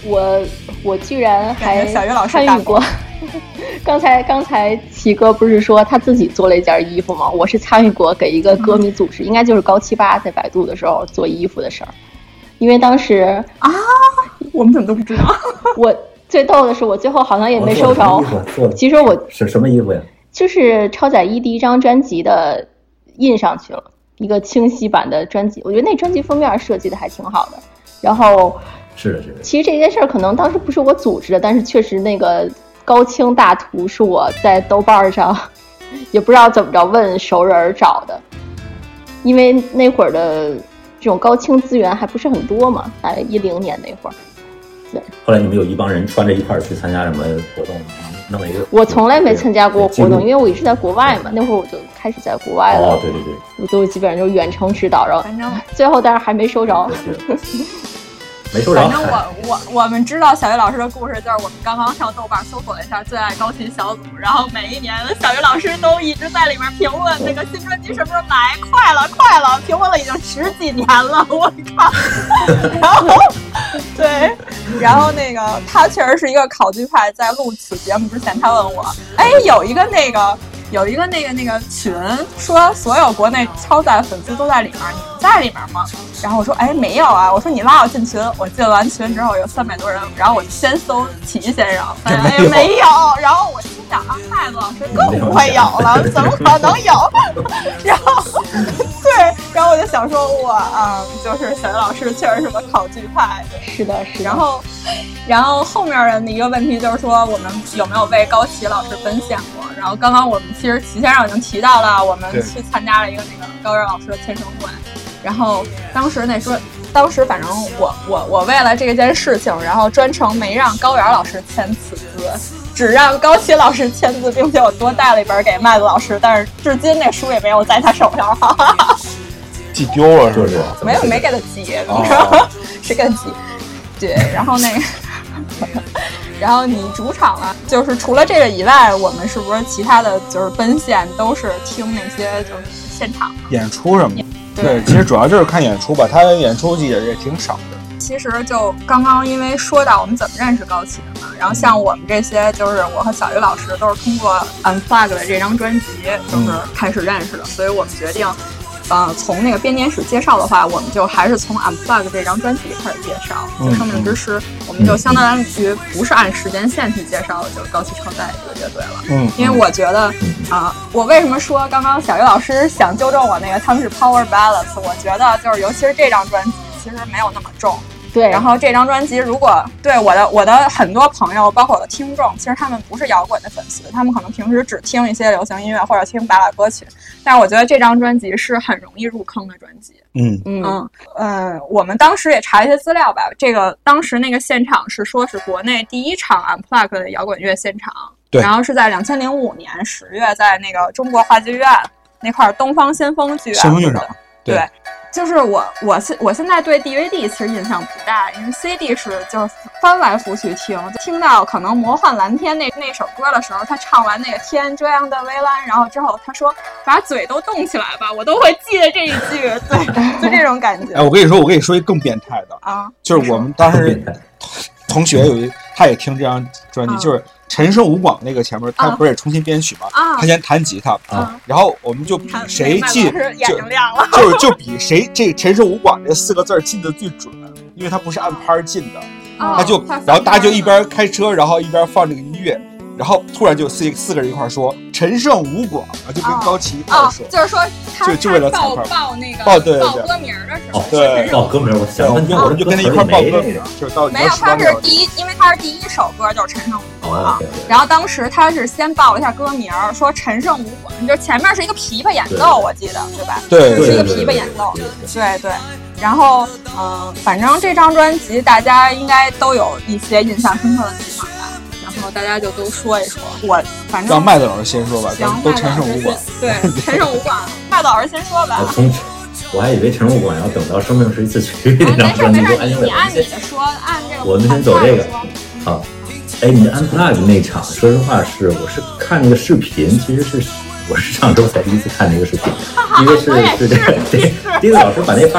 我我居然还小鱼老师参与过。刚才刚才齐哥不是说他自己做了一件衣服吗？我是参与过给一个歌迷组织，嗯、应该就是高七八在百度的时候做衣服的事儿。因为当时啊，我们怎么都不知道。 我最逗的是，我最后好像也没收着。其实我是什么衣服呀？ 就是超载一第一张专辑的印上去了一个清晰版的专辑，我觉得那专辑封面设计的还挺好的。然后是的，是的。 其实这件事儿可能当时不是我组织的，但是确实那个高清大图是我在豆瓣上也不知道怎么着问熟人找的，因为那会儿的这种高清资源还不是很多嘛，大概一零年那会儿。对。 后来你们有一帮人穿着一块儿去参加什么活动吗？弄一个？ 我从来没参加过活动，因为我一直在国外嘛。那会儿我就开始在国外了。 哦，对对对。 我就基本上就远程指导，然后最后但是还没收着。 没收着。 反正我我我们知道小鱼老师的故事，就是我们刚刚上豆瓣搜索了一下最爱高琴小组，然后每一年的小鱼老师都一直在里面评论这个新专辑什么时候来，快了快了，评论了已经十几年了，我靠。然后对，然后那个他确实是一个考据派，在录此节目之前，他问我，哎，有一个那个。有一个那个那个群说所有国内超载粉丝都在里面，你们在里面吗？然后我说哎没有啊，我说你拉我进群，我进完群之后有三百多人，然后我就先搜齐先生，发现哎没有，然后我心想啊麦子老师更不会有了，怎么可能有？然后对，然后我就想说我啊、嗯，就是小鱼老师确实是个考据派， 是的是的。 然后然后后面的一个问题就是说我们有没有为高旗老师奔现过？然后刚刚我们其实齐先生已经提到了，我们去参加了一个那个高原老师的签售会，然后当时那说，当时反正我我我为了这件事情，然后专程没让高原老师签此字，只让高旗老师签字，并且我多带了一本给麦子老师，但是至今那书也没有在他手上。 寄丢了是不是？ 没有没给他寄，你说谁给他寄？对，然后那个。然后你主场了，就是除了这个以外，我们是不是其他的就是奔现都是听那些就是现场演出什么的？对，其实主要就是看演出吧，他演出也也挺少的。 其实就刚刚因为说到我们怎么认识高旗的嘛，然后像我们这些就是我和小鱼老师都是通过 Unplugged 的这张专辑就是开始认识的，嗯、所以我们决定。呃，从那个编年史介绍的话，我们就还是从 Unplugged 这张专辑开始介绍。就生命之诗，嗯、我们就相当于不是按时间线去介绍，就是高旗超载这个乐队了。嗯，因为我觉得啊、呃，我为什么说刚刚小鱼老师想纠正我那个他们是 Power Ballads？ 我觉得就是尤其是这张专辑，其实没有那么重。 对， 然后这张专辑，如果对我的我的很多朋友，包括我的听众，其实他们不是摇滚的粉丝，他们可能平时只听一些流行音乐或者听巴拉歌曲，但是我觉得这张专辑是很容易入坑的专辑。 嗯嗯嗯呃，我们当时也查一些资料吧，这个当时那个现场是说是国内第一场 Unplugged 的摇滚乐现场， 对， 然后是在两千零五年十月在那个中国话剧院那块东方先锋剧院， 先锋剧场， 对。对就是我我现我现在对 D V D 其实印象不大，因为 C D 是就是翻来覆去听，听到可能魔幻蓝天那那首歌的时候，他唱完那个天这样的蔚蓝，然后之后他说把嘴都动起来吧，我都会记得这一句，对，就这种感觉。 哎，我跟你说，我跟你说一个更变态的啊， 就是我们当时同学有一他也听这张专辑，啊、就是。陈胜吴广那个前面，他不是也重新编曲吗？啊、他先弹吉他，啊、然后我们就比谁记就就就比谁这陈胜吴广这四个字记得最准，因为他不是按拍进的， 哦、 他就然后大家就一边开车，然后一边放这个音乐，然后突然就四四个人一块说陈胜吴广，就跟高旗一块说， 哦、就是说他就就为了报报那个报对报歌名的时候， 对报歌名，我想半天， 我们就跟他一块报歌名，就是到没有，他是第一，因为他是第一首歌就是陈胜吴广，然后当时他是先报了一下歌名，说陈胜吴广，就前面是一个琵琶演奏，我记得对吧？ 对， 是一个琵琶演奏，对对。然后嗯、呃，反正这张专辑大家应该都有一些印象深刻的地方吧。然后大家就都说一说，我反正让麦子老师先说吧，咱都陈胜吴广， 对，陈胜吴广，麦子老师先说吧。 我还以为陈胜吴广要等到《生命是一次曲》 那张专辑， 没事，你按你的说，按这个。 我们先走这个。好，哎，你的 Unplugged 那场，说实话是我是看那个视频，其实是我是上周才第一次看那个视频，因为是是这个对，丁子老师把那发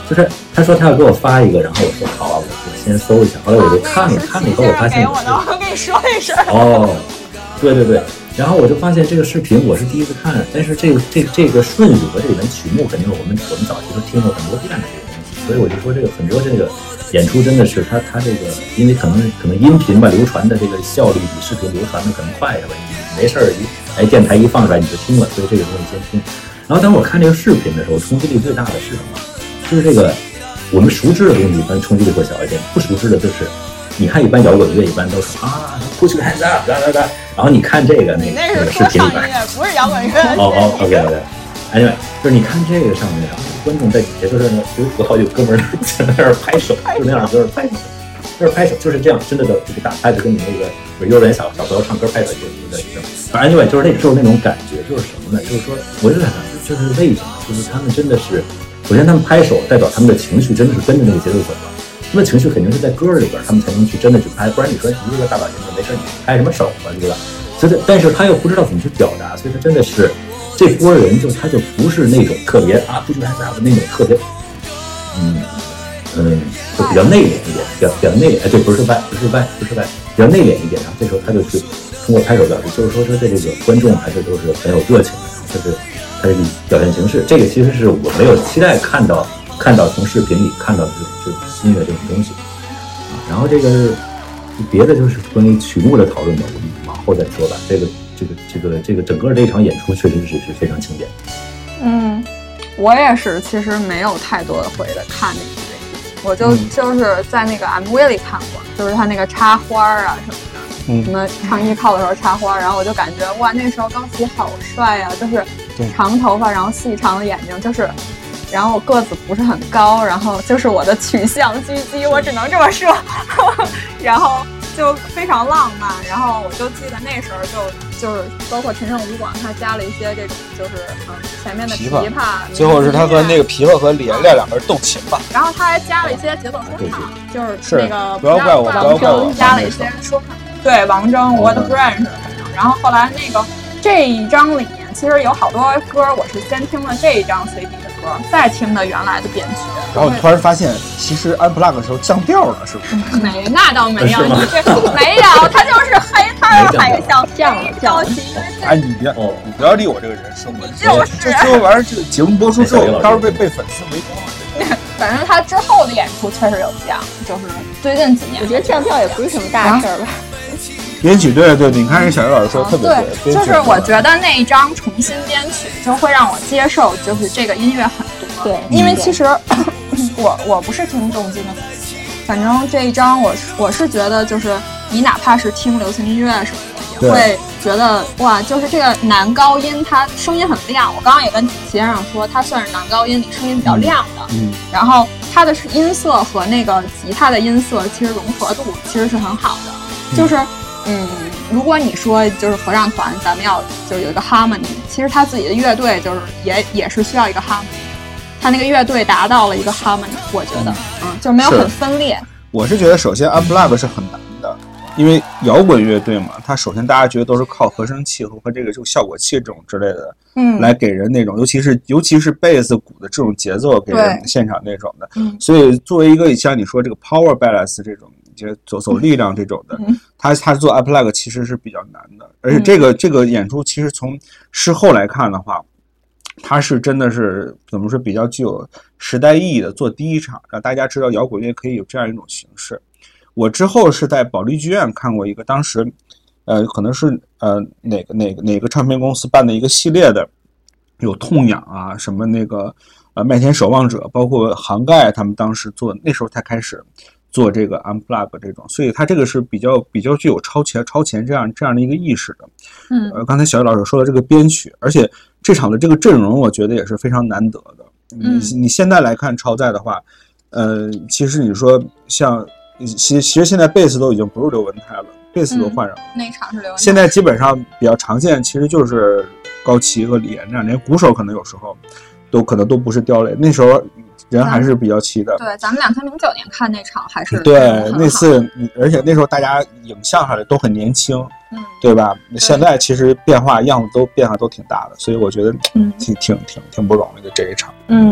就是他说他要给我发一个，然后我说好啊，我我先搜一下。后来我就看了，看了以后我发现我的，我跟你说一声。 哦，对对对，然后我就发现这个视频我是第一次看，但是这个这这个顺序和这里面曲目肯定我们我们早期都听过很多遍的这个东西，所以我就说这个很多这个演出真的是他他这个，因为可能可能音频吧流传的这个效率比视频流传的可能快是吧？你没事儿一哎电台一放出来你就听了，所以这个东西先听。然后当我看这个视频的时候，冲击力最大的是什么？就是这个我们熟知的东西一般冲击力会小一点，不熟知的就是你看一般摇滚乐一般都是啊 push your hands up 哒哒哒，然后你看这个那个那个视频里边不是摇滚乐哦哦 OK OK anyway 就是你看这个上面，然后观众在底下就是有有好几个哥们儿在那儿拍手，就那样就是拍手，就是拍手，就是这样，真的的这个打拍的跟你那个不是幼儿园小小朋友唱歌拍手有点像。反正 anyway 就是那个时候那种感觉就是什么呢？就是说我就在想，就是为什么？就是他们真的是，首先他们拍手代表他们的情绪真的是跟着那个节奏走了。他们情绪肯定是在歌里边，他们才能去真的去拍，不然你说一个大老爷们没事你拍什么手啊，对吧？所以，但是他又不知道怎么去表达，所以他真的是这波人就他就不是那种特别啊不就还咋的那种特别，嗯嗯，就比较内敛一点，比较比较内敛，哎，对，不是歪，不是歪，不是歪，比较内敛一点。然后这时候他就去通过拍手表示，就是说他对这个观众还是都是很有热情的，这是他这个表现形式。这个其实是我没有期待看到。看到从视频里看到的这种这种音乐这种东西，然后这个别的就是关于曲目的讨论吧，我们往后再说吧。这个这个这个这个整个这场演出确实是是非常经典。 嗯，我也是，其实没有太多的回的看那个 V， 我就、嗯、就是在那个 M V 里看过，就是他那个插花啊什么的，嗯，什么唱依靠的时候插花，然后我就感觉哇，那时候高旗好帅啊，就是长头发，然后细长的眼睛，就是。然后我个子不是很高，然后就是我的取向狙击，我只能这么说。然后就非常浪漫，然后我就记得那时候就就是包括陈胜武馆，他加了一些这种就是嗯前面的琵琶， 最后是他和那个琵琶和李延亮两个人斗琴吧。 然后他还加了一些节奏说唱，就是那个不要怪我，不要怪我， 加了一些说唱，对王铮我的不认识。然后后来那个这一章里面其实有好多歌，我是先听了这一张 C D 的。再听的原来的编曲， 然后突然发现，其实 unplug 的时候降调了，是不是？ 没，那倒没有，你这没有，他就是黑，他是海象降了降级。 哎，你别，你不要立我这个人设，我就是这这玩意儿，这个节目播出之后，到时候被被粉丝围攻。 反正他之后的演出确实有降，就是最近几年， 我觉得降调也不是什么大事儿吧。 编曲对对，你看人小鱼老师说特别对，就是我觉得那一张重新编曲就会让我接受，就是这个音乐很多。 对， 因为其实我我不是听重金的粉丝，反正这一张我我是觉得就是你哪怕是听流行音乐什么的，也会觉得哇，就是这个男高音它声音很亮。我刚刚也跟齐先生说，它算是男高音里声音比较亮的， 嗯， 然后它的音色和那个吉他的音色其实融合度其实是很好的，就是。嗯，如果你说就是合唱团，咱们要就是有一个 harmony， 其实他自己的乐队就是也也是需要一个 harmony， 他那个乐队达到了一个 harmony， 我觉得，嗯，就没有很分裂。 我是觉得，首先 unplug 是很难的，因为摇滚乐队嘛，它首先大家觉得都是靠合成器和这个就效果器这种之类的， 嗯， 来给人那种，尤其是尤其是贝斯鼓的这种节奏给人现场那种的， 嗯， 所以作为一个像你说这个 power balance 这种。走走力量这种的， 嗯、 他他做 unplug 其实是比较难的，而且这个、嗯、这个演出其实从事后来看的话，它是真的是怎么说比较具有时代意义的，做第一场让大家知道摇滚乐可以有这样一种形式。我之后是在保利剧院看过一个，当时呃可能是呃哪个哪个哪个唱片公司办的一个系列的，有痛痒啊什么那个呃麦田守望者，包括杭盖他们当时做，那时候才开始。做这个 unplug 这种，所以它这个是比较比较具有超前超前这样这样的一个意识的。 嗯， 呃，刚才小雨老师说的这个编曲，而且这场的这个阵容，我觉得也是非常难得的。 嗯， 你你现在来看超载的话，呃，其实你说像，其其实现在贝斯都已经不是刘文泰了，贝斯都换上了。 嗯、那场是刘文泰。 现在基本上比较常见，其实就是高旗和李岩这样，连鼓手可能有时候都可能都不是刁磊。那时候。人还是比较齐的。 对，咱们两千零九年看那场还是对那次，而且那时候大家影像上来都很年轻， 嗯， 对吧？现在其实变化样子都变化都挺大的，所以我觉得挺挺挺挺不容易的这一场。 嗯，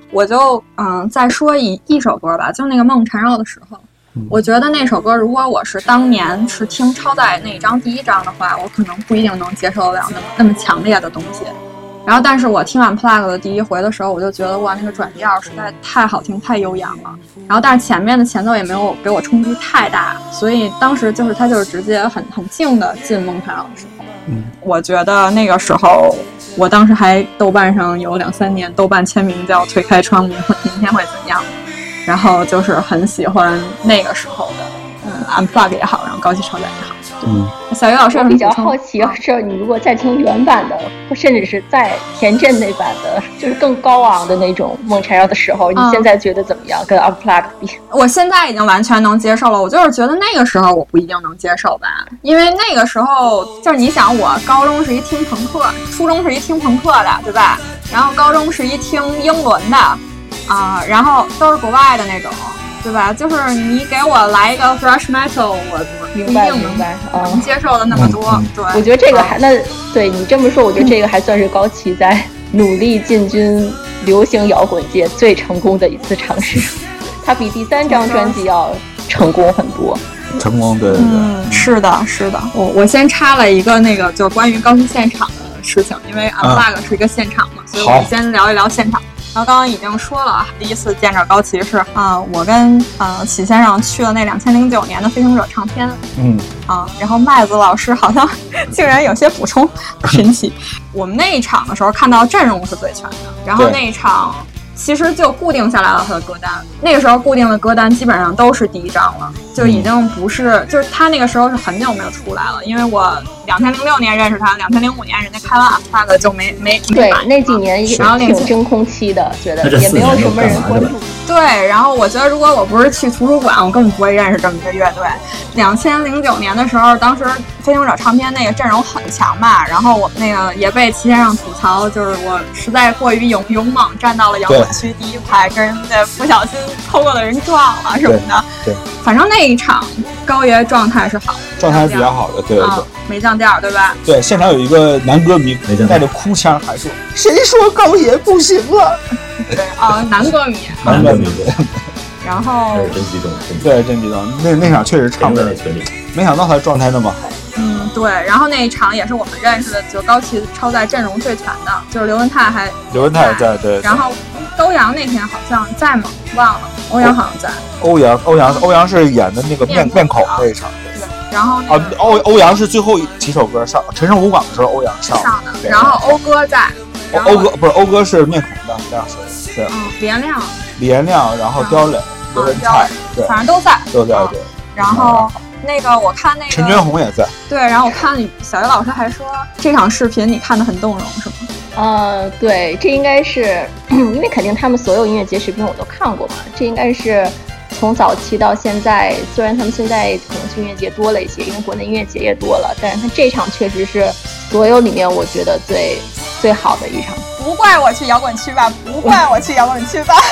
我就嗯再说一一首歌吧，就那个梦缠绕的时候。我觉得那首歌，如果我是当年是听超载那一张第一张的话，我可能不一定能接受得了那么那么强烈的东西。然后，但是我听完 Plug 的第一回的时候，我就觉得哇，那个转调实在太好听、太悠扬了。然后，但是前面的前奏也没有给我冲击太大，所以当时就是它就是直接很很静的进梦缠绕的时候。嗯，我觉得那个时候，我当时还豆瓣上有两三年豆瓣签名叫"推开窗，明明天会怎样"，然后就是很喜欢那个时候的，嗯 ，Unplug 也好，然后高级超载也好。 嗯， 小鱼老师我比较好奇，是你如果再听原版的，或甚至是在田震那版的，就是更高昂的那种梦缠绕的时候，你现在觉得怎么样？嗯、跟 Unplug 比？ 我现在已经完全能接受了，我就是觉得那个时候我不一定能接受吧，因为那个时候就是你想，我高中是一听朋克，初中是一听朋克的，对吧？然后高中是一听英伦的，啊、呃，然后都是国外的那种。对吧？就是你给我来一个 thrash metal， 我我不一定能能接受的那么多。嗯、对， 我觉得这个还那对你这么说，我觉得这个还算是高旗在努力进军流行摇滚界最成功的一次尝试。它比第三张专辑要成功很多。 成功对对对， 嗯，是的，是的。我我先插了一个那个就是关于高级现场的事情，因为 Unplug 是一个现场嘛，嗯、所以我们先聊一聊现场。然后刚刚已经说了，第一次见着高旗是啊、呃，我跟呃启先生去了那两千零九年的飞行者唱片， 嗯啊，然后麦子老师好像竟然有些补充，神奇。我们那一场的时候看到阵容是最全的，然后那一场其实就固定下来了他的歌单，那个时候固定的歌单基本上都是第一张了，就已经不是，就是他那个时候是很久没有出来了，因为我两千零六年认识他，两千零五年人家开完 Unplug 就没没对那几年然后挺真空期的，觉得也没有什么人关注。 对，然后我觉得如果我不是去图书馆，我根本不会认识这么一个乐队。两千零九年的时候，当时飞行者唱片那个阵容很强嘛，然后我那个也被齐先生吐槽，就是我实在过于勇勇猛，站到了摇滚区第一排，跟人家不小心偷过的人撞了什么的。 对， 反正那一场高爷状态是好的， 状态是比较好的，对对对、啊， 没降调，对吧？ 对，现场有一个男歌迷带着哭腔还说：“谁说高爷不行了？” 对啊，男歌迷， 男歌迷对。 然后真激动， 对，真激动。那那场确实唱的，没想到他状态那么好。 嗯，对。然后那一场也是我们认识的，就高旗超载阵容最全的，就是刘文泰还刘文泰也在，对。 然后欧阳那天好像在吗？忘了，欧阳好像在。 欧阳，欧阳，欧阳是演的那个面面孔那一场。 对。然后啊， 欧欧阳是最后几首歌上，陈胜吴广的时候，欧阳上上的。然后欧哥在。 欧哥不是欧哥是面孔的，这样说对。 嗯，李延亮。 李延亮，然后刁磊。刘文泰，对， 反正都在， 都在对。 然后那个我看那个陈娟红也在， 对。然后我看小鱼老师还说这场视频你看得很动容，是吗？ 呃，对，这应该是因为肯定他们所有音乐节视频我都看过嘛，这应该是从早期到现在，虽然他们现在可能去音乐节多了一些，因为国内音乐节也多了，但是他这场确实是所有里面我觉得最最好的一场。 不怪我去摇滚区吧，不怪我去摇滚区吧。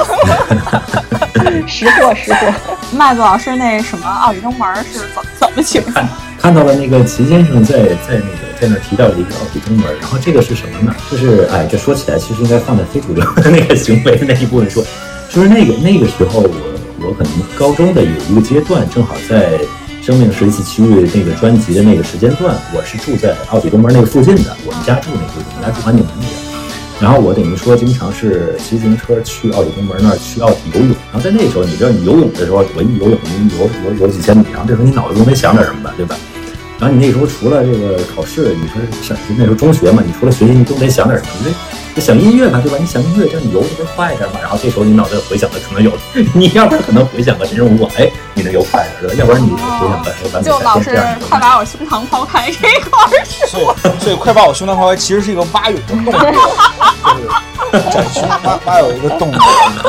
识货识货。 麦子老师那什么奥体中门是怎怎么情况？ 看到了那个齐先生在在那个在那提到了一个奥体中门，然后这个是什么呢？就是哎，这说起来其实应该放在非主流的那个行为的那一部分说，就是那个那个时候我我可能高中的有一个阶段，正好在生命十四区域那个专辑的那个时间段，我是住在奥体中门那个附近的，我们家住那个，我们家住环景门那个。然后我等于说经常是骑自行车去奥体中门那儿去奥体游泳，然后在那时候你知道你游泳的时候，我一游泳你游游游几千米，然后这时候你脑子中得想点什么吧，对吧？然后你那时候除了这个考试，你说那时候中学嘛，你除了学习你都得想点什么，因为就想音乐嘛，对吧？你想音乐，这样你游的不是快一点嘛？然后这时候你脑袋回想的可能有，你要不然可能回想个陈胜吴广，哎，你能游快点，对吧？要不然你回想个哎，完美就老是快把我胸膛抛开这一块儿是。 所以，所以快把我胸膛抛开其实是一个蛙泳的动作，就是展胸蛙蛙有一个动作。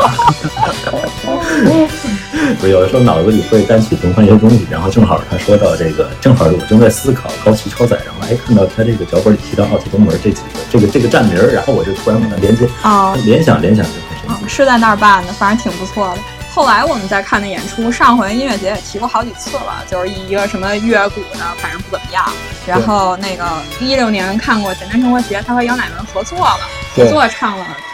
我有的时候脑子里会单曲循环一些东西，然后正好他说到这个，正好我正在思考高旗超载，然后哎看到他这个脚本里提到奥体中门这几个这个这个站名，然后我就突然把它连接啊、哦，联想联想就很神奇、 嗯，是在那儿办的，反正挺不错的。后来我们在看的演出，上回音乐节也提过好几次了，就是一个什么乐鼓的，反正不怎么样。然后那个一六年看过简单生活节，他和杨乃文合作了，合作唱了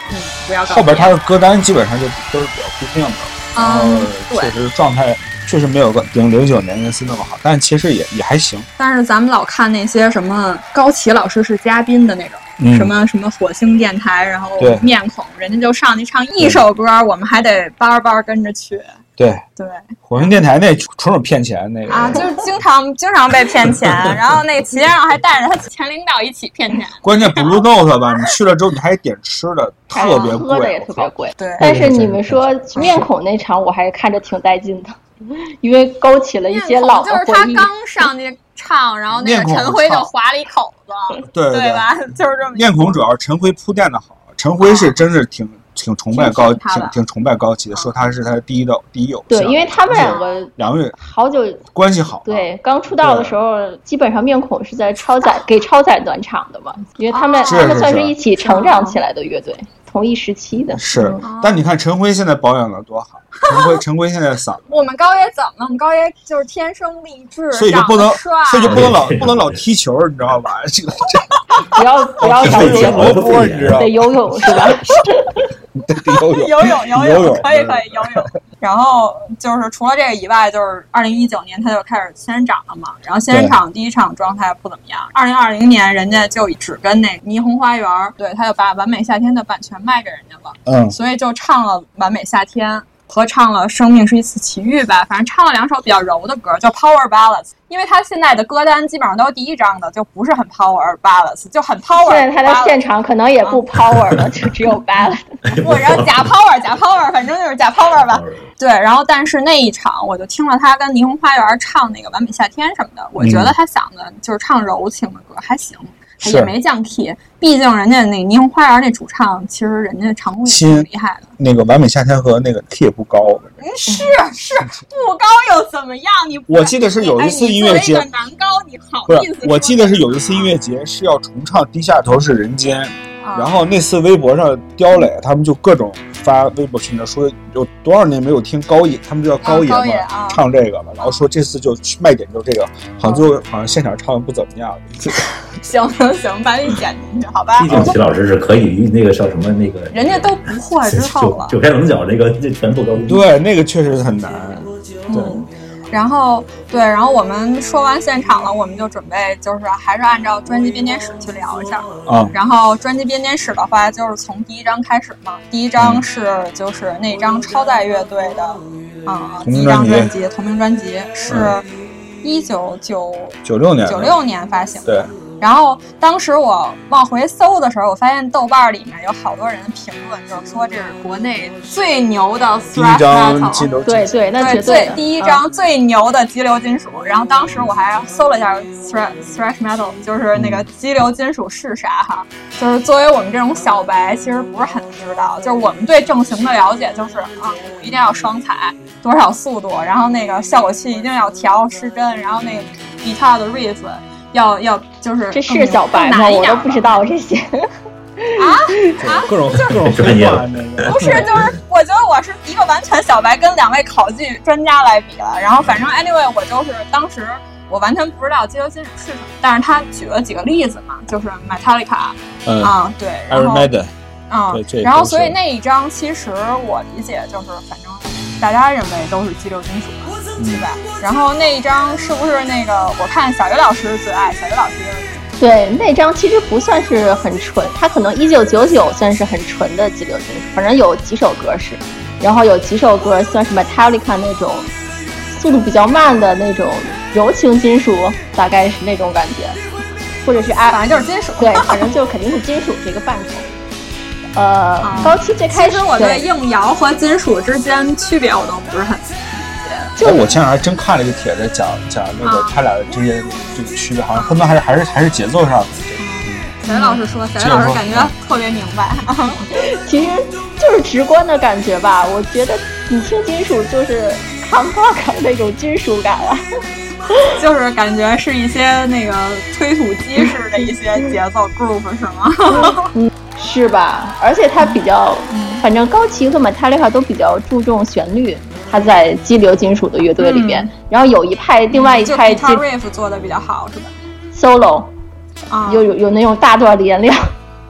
嗯，不要搞。 后边他的歌单基本上就都是比较固定的，然后确实状态确实没有个零零九年那次那么好，但其实也也还行。 但是咱们老看那些什么高旗老师是嘉宾的那种。嗯、什么什么火星电台，然后面孔，人家就上去唱一首歌，我们还得叭叭跟着去。 对对， 火星电台那纯属骗钱那个啊，就是经常经常被骗钱，然后那齐先生还带着他前领导一起骗钱。 关键 Blue Note 吧，你去了之后你还得点吃的，特别贵， 喝的也特别贵。 对， 但是你们说面孔那场，我还看着挺带劲的，因为勾起了一些老的回忆。 就是他刚上去唱，然后那个陈辉就划了一口子， 对对吧？就是这么。 面孔主要是陈辉铺垫的好，陈辉是真是挺。挺崇拜高，挺挺崇拜高旗的，说他是他第一的第一偶像。对，因为他们两个两个人好久关系好。 对，刚出道的时候，基本上面孔是在超载给超载暖场的嘛，因为他们他们算是一起成长起来的乐队，同一时期的。 是，但你看陈辉现在保养的多好，陈辉陈辉现在嗓子。 我们高爷怎么了？我们高爷就是天生丽质， 所以就不能，所以就不能老不能老踢球，你知道吧？这个不要不要想萝卜，你知道？ 得游泳是吧？ 游泳游泳游泳可以可以游泳。然后就是除了这个以外，就是二零一九年他就开始仙人掌了嘛。然后仙人掌第一场状态不怎么样。二零二零年人家就只跟那霓虹花园，对，他就把完美夏天的版权卖给人家了。 嗯， 所以就唱了完美夏天。合唱了《生命是一次奇遇》吧，反正唱了两首比较柔的歌，叫 Power Ballads。因为他现在的歌单基本上都是第一张的，就不是很 Power Ballads， 就很 Power。 现在他的现场可能也不 Power 了，就只有 Ballad。 不，然后假 Power， 假 Power， 反正就是假 Power 吧。对，然后但是那一场我就听了他跟霓虹花园唱那个《完美夏天》什么的，我觉得他嗓子就是唱柔情的歌还行。也没降 key， 毕竟人家那个霓虹花园那主唱，其实人家唱功也挺厉害的。 那个完美夏天和那个 key 也不高， 嗯，是是不高又怎么样？你我记得是有一次音乐节， 哎、男高你好意思？ 我记得是有一次音乐节是要重唱《低下头是人间》，啊、然后那次微博上刁磊他们就各种发微博群的说有多少年没有听高野，他们就叫高野嘛、啊啊、唱这个了，然后说这次就卖点就这个，好像就、啊、好像现场唱的不怎么样。 行行行，把你剪进去，好吧？ 毕竟齐老师是可以那个叫什么那个， 人家都不惑之后了， 九开棱角那个那全部都对，那个确实很难。对、 嗯，然后对，然后我们说完现场了，我们就准备就是还是按照专辑编年史去聊一下啊。 然后专辑编年史的话，就是从第一章开始嘛。第一章是就是那张超载乐队的啊、嗯、第一张专辑，同名专辑是一九九九六年九六年发行的。对。 然后当时我往回搜的时候，我发现豆瓣里面有好多人的评论，就是说这是国内最牛的 thrash metal， 对对，那对最第一张最牛的激流金属。嗯、然后当时我还搜了一下 thrash thrash metal， 就是那个激流金属是啥哈？就是作为我们这种小白，其实不是很知道。就是我们对正形的了解就是啊，一定要双踩，多少速度，然后那个效果器一定要调失真，然后那个 guitar 的 riff。要要就是这是小白吗？我都不知道这些啊啊！ 各种各种专业不是，就是我觉得我是一个完全小白，跟两位考据专家来比了。然后反正 anyway， 我就是当时我完全不知道激流金属是什么，但是他举了几个例子嘛，就是 Metallica， 嗯啊对，然后 Iron Maiden， 啊，然后所以那一张其实我理解就是反正大家认为都是激流金属。对吧？然后那一张是不是那个？我看小鱼老师最爱，小鱼老师对那张其实不算是很纯，它可能一九九九算是很纯的激流金属，反正有几首歌是，然后有几首歌算是 Metallica 那种速度比较慢的那种柔情金属，大概是那种感觉，或者是啊， 反正就是金属， 对，反正就肯定是金属这个范畴。呃，嗯、高期最开始我对硬摇和金属之间区别我都不是很。 就我前两天还真看了一个帖子，讲讲那个他俩之间这个区别，好像更多还是还是还是节奏上的。 小云老师说，小云老师感觉特别明白。 其实就是直观的感觉吧。我觉得你听金属就是康巴卡那种金属感啊， 就是感觉是一些那个推土机式的一些节奏 groove 是吗？ 嗯，是吧？而且它比较，反正高旗和 Metallica 都比较注重旋律。他在激流金属的乐队里边、嗯，然后有一派，另外一派 guitar riff 做的比较好，是吧 ？solo， 啊，有有有那种大段连亮，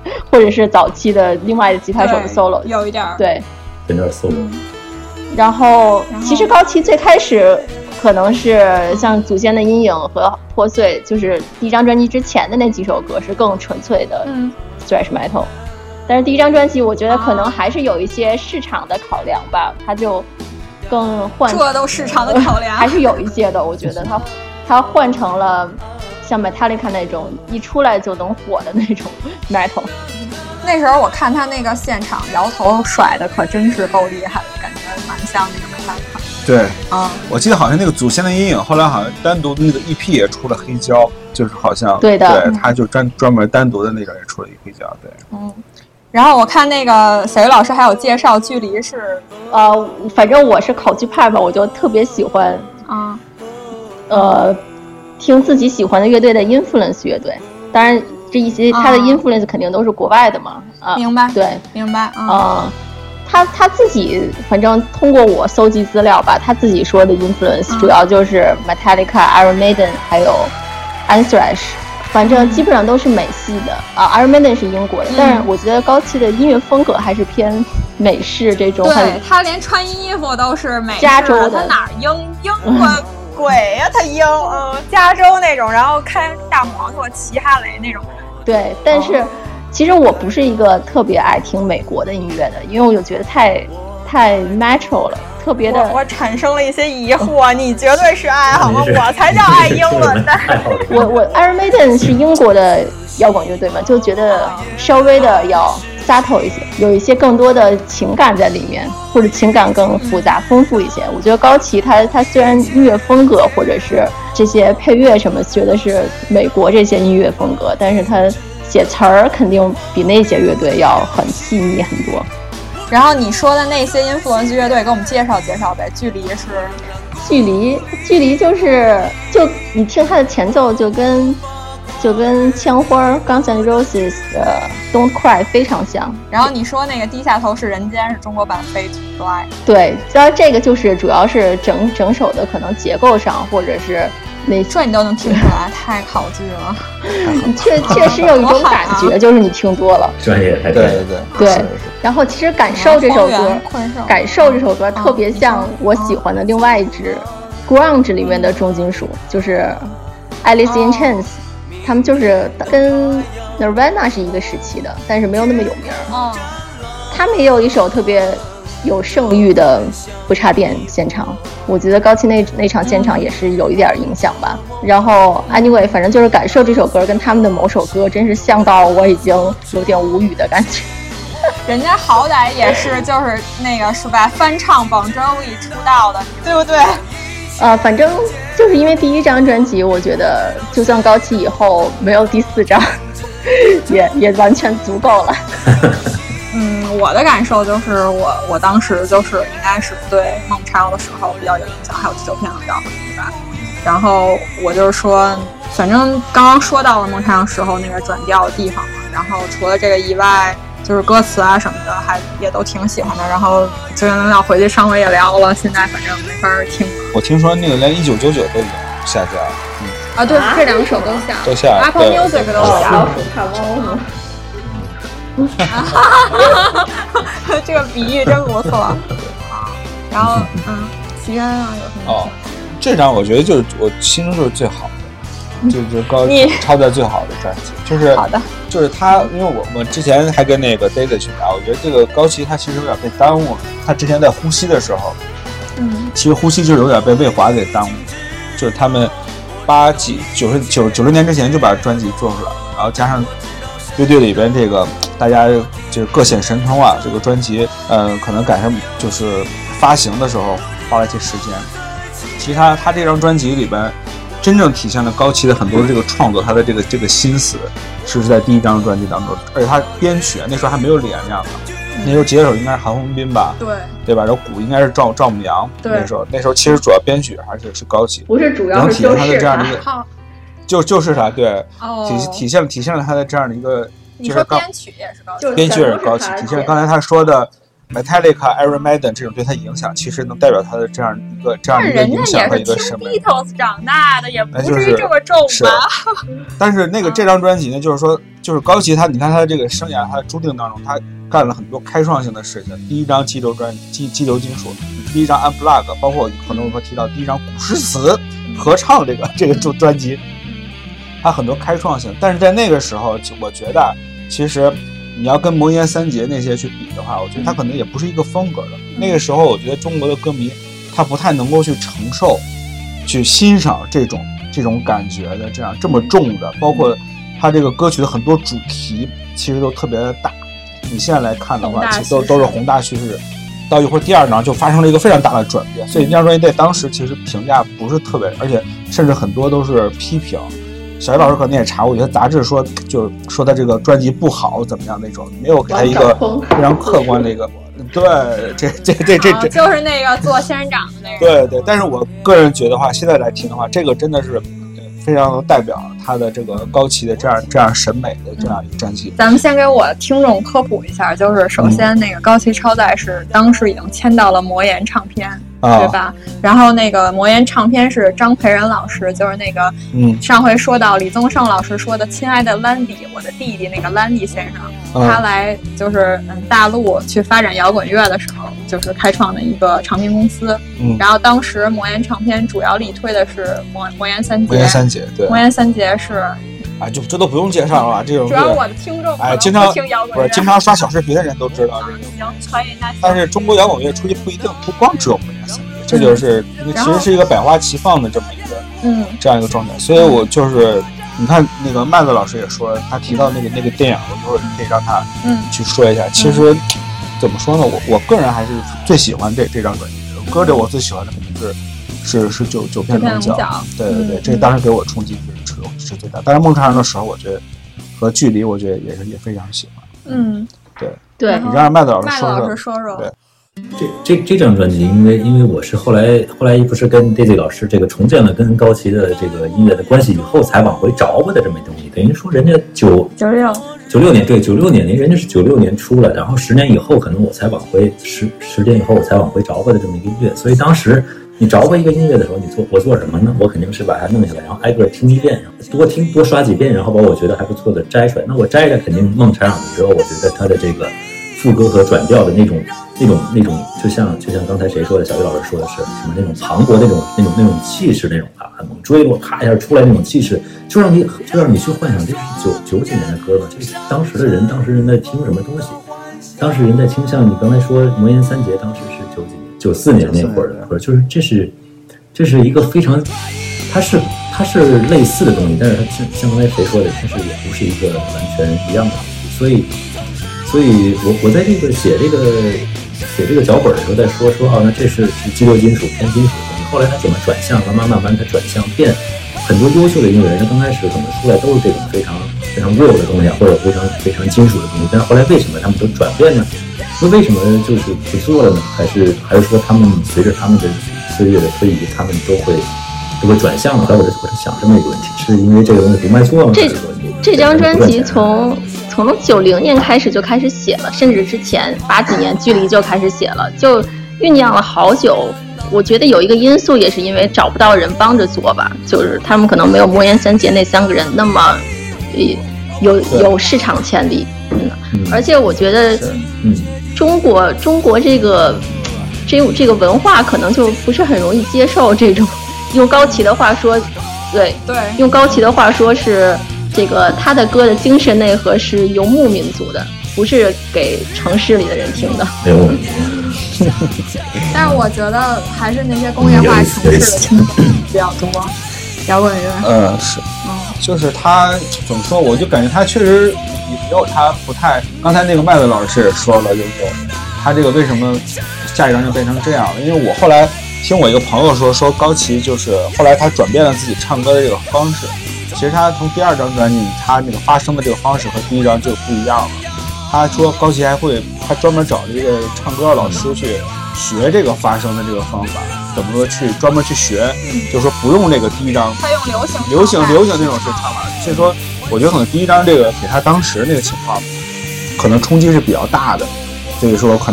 或者是早期的另外的吉他手的 solo， 有一点对， 有点 solo。 然后其实高崎最开始可能是像《祖先的阴影》和《破碎》，就是第一张专辑之前的那几首歌是更纯粹的 thrash metal，但是第一张专辑我觉得可能还是有一些市场的考量吧，它就更换这都市场的考量还是有一些的，我觉得它它换成了像 Metallica 那种一出来就能火的那种 metal。 那时候我看他那个现场摇头甩的可真是够厉害的，感觉蛮像那个 Metallica。 对啊、嗯， 我记得好像那个祖先的阴影后来好像单独的那个 E P 也出了黑胶，就是好像对的， 对，他就专专门单独的那个也出了一黑胶，对。 嗯，然后我看那个小鱼老师还有介绍，距离是呃，反正我是考据派吧，我就特别喜欢啊、 嗯，呃，听自己喜欢的乐队的 influence 乐队，当然这一些他的 influence 肯定都是国外的嘛，啊， 明白， 对， 明白， 啊、呃，他他自己反正通过我搜集资料吧，他自己说的 influence 主要就是 Metallica、Iron Maiden 还有 Anthrax。反正基本上都是美系的啊 ，Iron Maiden 是英国的，嗯、但是我觉得高崎的音乐风格还是偏美式这种。 对，他连穿衣服都是美式加州的， 他哪儿英英国鬼呀、啊？他英嗯，加州那种，然后开大摩托骑哈雷那种。 对，但是、哦、其实我不是一个特别爱听美国的音乐的，因为我就觉得太太 metro 了。特别的， 我, 我产生了一些疑惑，你绝对是爱好吗？我才叫爱英文的。 我我 Iron Maiden 是英国的摇滚乐队嘛，就觉得稍微的要 subtle 一些，有一些更多的情感在里面，或者情感更复杂、丰富一些。我觉得高崎他他虽然音乐风格或者是这些配乐什么，觉得是美国这些音乐风格，但是他写词儿肯定比那些乐队要很细腻很多。 然后你说的那些 influence 乐队给我们介绍介绍呗。距离是距离距离就是就你听它的前奏就跟就跟枪花 Guns N' Roses 的 Don't Cry 非常像。 然后你说那个低下头是人间是中国版 Fade to Black。 对，主要这个就是主要是整整首的可能结构上或者是那这你都能听出来，太考据了。 确确实有一种感觉，就是你听多了， 专业太对对对。对，然后其实感受这首歌，感受这首歌特别像我喜欢的另外一支 grunge 里面的重金属，就是 Alice in Chains， 他们就是跟 Nirvana 是一个时期的，但是没有那么有名。 哦， 他们也有一首特别有盛誉的不插电现场，我觉得高崎那那场现场也是有一点影响吧。然后 anyway 反正就是感受这首歌跟他们的某首歌真是像到我已经有点无语的感觉。 人家好歹也是就是那个是吧，翻唱 Bon Jovi 出道的，对不对？ 呃，反正就是因为第一张专辑，我觉得就算高崎以后没有第四张，也也完全足够了。 嗯，我的感受就是我我当时就是应该是对孟超的时候比较有影响，还有九片和摇滚对吧？然后我就是说，反正刚刚说到了孟超的时候那个转调的地方嘛，然后除了这个以外，就是歌词啊什么的还也都挺喜欢的。然后九点零秒回去上回也聊了，现在反正没法听了。 我听说那个连一九九九都已经下架了。嗯啊，对，这两首都下， 都下 ，Apple Music 都下。 老鼠怕猫吗？ 这个比喻真不错啊！然后，嗯，齐安啊，有什么？ 哦，这张我觉得就是我心中就是最好的，就就高超载最好的专辑，就是好的， 就是他，因为我们之前还跟那个 Daisy 去聊，我觉得这个高崎他其实有点被耽误了。他之前在呼吸的时候， 嗯， 其实呼吸就是有点被魏华给耽误，就是他们八几九十九九十年之前就把专辑做出来，然后加上乐队里边这个大家就是各显神通啊，这个专辑嗯、呃、可能赶上就是发行的时候花了一些时间。其实他他这张专辑里边真正体现了高崎的很多的这个创作，他的这个这个心思是在第一张专辑当中，而且他编曲那时候还没有李延亮呢，那时候吉他手应该是韩红斌吧， 对对吧？然后鼓应该是赵赵牧阳，那时候那时候其实主要编曲还是是高崎， 不是主要是就是他的这样的一个，就就是他对， 哦、 体体现体现了他的这样的一个， 你说编曲也是高崎， 编曲也是高崎，体现了刚才他说的 Metallica、Iron Maiden 这种对他影响，其实能代表他的这样一个这样一个影响和一个审美。 人家也是听 Beatles 长大的，也不至于这么重吧？ 但是那个这张专辑呢，就是说，就是高崎他，你看他的这个生涯，他的注定当中，他干了很多开创性的事情。第一张激流专激激流金属，第一张 Unplug， 包括可能我们提到第一张古诗词合唱这个这个专辑，他很多开创性。但是在那个时候，我觉得其实。你要跟魔岩三杰那些去比的话，我觉得他可能也不是一个风格的。那个时候，我觉得中国的歌迷他不太能够去承受、去欣赏这种这种感觉的，这样这么重的，包括他这个歌曲的很多主题其实都特别的大。你现在来看的话，其实都都是宏大叙事。到一会儿第二张就发生了一个非常大的转变，所以那张专辑在当时其实评价不是特别，而且甚至很多都是批评。小鱼老师可能也查过，有些杂志说就说他这个专辑不好怎么样那种，没有给他一个非常客观的一个。对，这这这这这就是那个做仙人掌的那个。 对对，但是我个人觉得话，现在来听的话，这个真的是非常代表他的这个高崎的这样这样审美的这样一个专辑。 咱们先给我听众科普一下，就是首先那个高崎超载是当时已经签到了魔岩唱片。对吧？然后那个魔岩唱片是张培仁老师，就是那个，嗯，上回说到李宗盛老师说的“亲爱的兰迪，我的弟弟”那个兰迪先生，嗯、他来就是嗯大陆去发展摇滚乐的时候，就是开创的一个唱片公司。嗯，然后当时魔岩唱片主要力推的是魔魔岩三杰， 魔岩三杰，对， 魔岩三杰是。 啊，就这都不用介绍了，这种主要我的听众哎，经常听摇滚乐，不是经常刷小视频的人都知道这个。 行，可以那。 但是中国摇滚乐出去不一定不光只有魔岩三杰。这就是其实是一个百花齐放的这么一个，嗯，这样一个状态。所以我就是，你看那个麦子老师也说，他提到那个那个电影，我一会儿可以让他嗯去说一下。其实怎么说呢，我我个人还是最喜欢这这张专辑。歌里我最喜欢的肯定是是是九九片龙角，对对对，这当时给我冲击是是最大。但是孟尝人的时候，我觉得和距离，我觉得也是也非常喜欢。嗯，对对， 你让麦子老师说说，麦子老师说说， 对。 这这这张专辑，因为因为我是后来后来不是跟 Daisy 老师这个重建了跟高崎的这个音乐的关系以后，才往回找我的这么东西。等于说人家九九六九六年对九六年，人家是九六年出了，然后十年以后可能我才往回十十年以后我才往回找我的这么一个音乐。所以当时你找我一个音乐的时候，你做我做什么呢？我肯定是把它弄下来，然后挨个听一遍，多听多刷几遍，然后把我觉得还不错的摘出来。那我摘着肯定孟尝嚷的时候，我觉得他的这个副歌和转调的那种。那种那种就像就像刚才谁说的，小鱼老师说的是什么那种磅礴那种那种那种气势，那种啊猛追落啪一下出来那种气势，就让你就让你去幻想这是九九几年的歌吧，这当时的人当时人在听什么东西？当时人在听像你刚才说魔岩三杰，当时是九几年九四年那会儿的，或者就是这是这是一个非常，它是它是类似的东西，但是它像像刚才谁说的，它是也不是一个完全一样的东西，所以所以我我在这个写这个。写这个脚本的时候再说说啊，那这是是激流金属偏金属的东西，后来它怎么转向，慢慢慢慢它转向变很多优秀的音乐人，他刚开始可能出来都是这种非常非常 real 的东西，或者非常非常金属的东西，但是后来为什么他们都转变呢？说为什么就是不做了呢？还是还是说他们随着他们的岁月的推移，他们都会都会转向了？后来我就我就想这么一个问题，是因为这个东西不卖座吗？ 这这张专辑从从九零年开始就开始写了，甚至之前八几年距离就开始写了，就酝酿了好久。我觉得有一个因素也是因为找不到人帮着做吧，就是他们可能没有魔岩三杰那三个人那么有有市场潜力。嗯，而且我觉得中国中国这个这这个文化可能就不是很容易接受这种，用高崎的话说，对对， 用高崎的话说是这个他的歌的精神内核是游牧民族的，不是给城市里的人听的。 没有。 但是我觉得还是那些工业化城市的听比较多，摇滚乐。 嗯，是，嗯，就是他怎么说，我就感觉他确实也有他不太。刚才那个麦子老师也说了，就是他这个为什么下一张就变成这样了？因为我后来听我一个朋友说，说高崎就是后来他转变了自己唱歌的这个方式。其实他从第二张专辑，他那个发声的这个方式和第一张就不一样了。他说高崎还会，他专门找了一个唱歌老师去学这个发声的这个方法，怎么说去专门去学，嗯、就是说不用这个第一张， 他用流行流行流行这种是唱法。所以说，我觉得可能第一张这个给他当时那个情况，可能冲击是比较大的。所以说，可能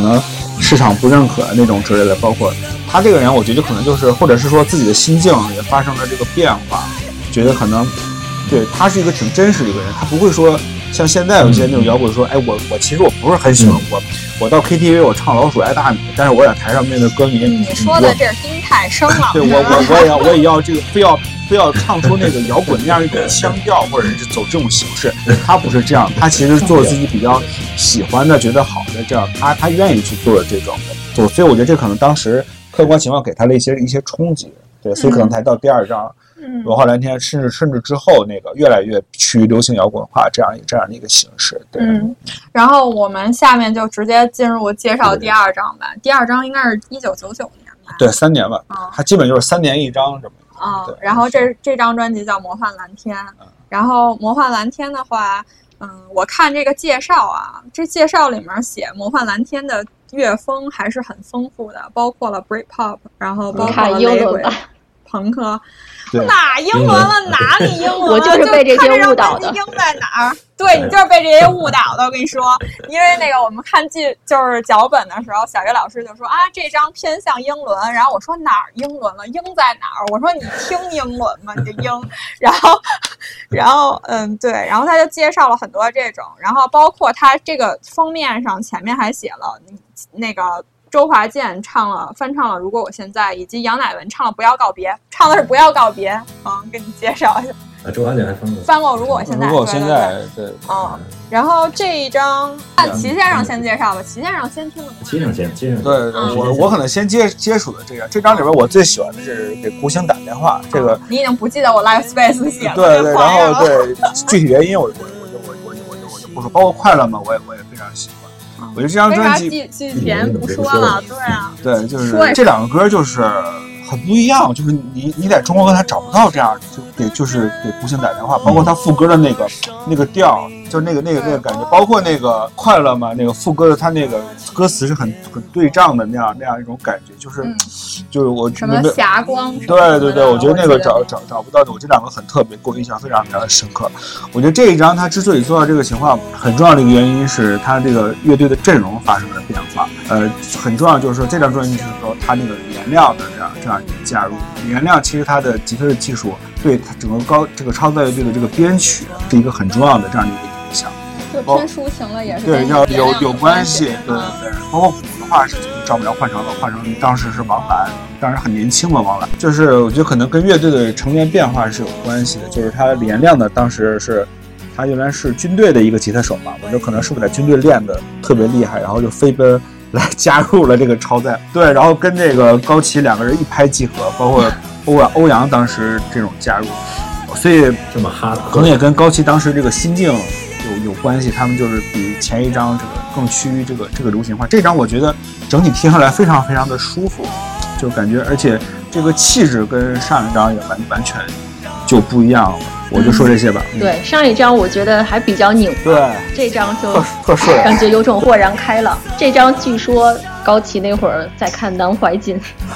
市场不认可那种之类的。包括他这个人，我觉得可能就是，或者是说自己的心境也发生了这个变化，觉得可能对他是一个挺真实的一个人，他不会说像现在有一些那种摇滚说，哎，我我其实我不是很喜欢我，我到 K T V 我唱老鼠爱大米，但是我在台上面对歌迷， 你说的这是丁太升了， 对我我我也要我也要这个非要非要唱出那个摇滚那样一种腔调，或者是走这种形式，他不是这样，他其实做自己比较喜欢的、觉得好的这样，他他愿意去做的这种做，所以我觉得这可能当时客观情况给他了一些一些冲击，对，所以可能才到第二章。嗯，文化蓝天，甚至甚至之后那个越来越趋于流行摇滚化这样这样的一个形式。对， 嗯，然后我们下面就直接进入介绍第二章吧。第二章应该是一九九九年吧？ 对，三年吧。 啊、嗯， 它基本就是三年一章这么。 啊、嗯，然后这这张专辑叫《魔幻蓝天》，嗯、然后《魔幻蓝天》的话，嗯，我看这个介绍啊，这介绍里面写《魔幻蓝天》的乐风还是很丰富的，包括了 Britpop， 然后包括了雷鬼、朋克。哪英文了？哪里英文了？ 我就是被这些误导的。 英在哪儿？对，你就是被这些误导的。我跟你说，因为那个我们看剧就是脚本的时候，小岳老师就说啊，这张偏向英伦。然后我说哪儿英伦了？英在哪儿？我说你听英文嘛，你就英。然后，然后嗯对，然后他就介绍了很多这种，然后包括他这个封面上前面还写了那个。周华健唱了翻唱了《如果我现在》，以及杨乃文唱了《不要告别》，唱的是《不要告别》啊，给你介绍一下。 啊，周华健还翻过。 翻过《如果我现在》。 如果我现在，对。 对嗯，然后这一张，按齐先生先介绍吧。齐先生先听的。 齐先生先，齐先生。 对，对我我可能先接接触的这个，这张里边我最喜欢的是给孤星打电话。这个你已经不记得我 Live Space 写了。 对对，然后对具体原因我我我就我我就我就我就不说，包括快乐嘛，我也我也非常喜欢。我觉得这张专辑具具体原因不说了，对啊， 对，就是这两个歌就是很不一样，就是你你在中国歌坛找不到这样，就给就是给孤星打电话，包括他副歌的那个那个调，就是那个那个那个感觉，包括那个快乐嘛，那个副歌的他那个歌词是很很对仗的那样那样一种感觉，就是、嗯、就是我什么霞光， 对对对，我觉得那个找找找不到的，我这两个很特别，给我印象非常非常的深刻。我觉得这一张他之所以做到这个情况，很重要的一个原因是他这个乐队的阵容发生了变化，呃，很重要就是说这张专辑就是说他那个李延亮的这样这样一个加入，李延亮其实他的吉他的技术对他整个高这个超载乐队的这个编曲是一个很重要的这样的一个影响。 就偏抒情了也是对，要有有关系，对对对。包括鼓的话是从赵苗换成了换成当时是王蓝，当时很年轻嘛，王蓝就是我觉得可能跟乐队的成员变化是有关系的，就是他李延亮的当时是他原来是军队的一个吉他手嘛，我觉得可能是不是在军队练的特别厉害，然后就飞奔来加入了这个超载，对，然后跟这个高旗两个人一拍即合，包括欧阳欧阳当时这种加入，所以这么哈， 可能也跟高旗当时这个心境有有关系，他们就是比前一张这个更趋于这个这个流行化。这张我觉得整体听下来非常非常的舒服，就感觉而且这个气质跟上一张也完完全就不一样了。我就说这些吧。 嗯、对，上一张我觉得还比较拧， 对， 这张就特特顺， 感觉有种豁然开朗。这张据说高旗那会儿在看《南怀瑾》，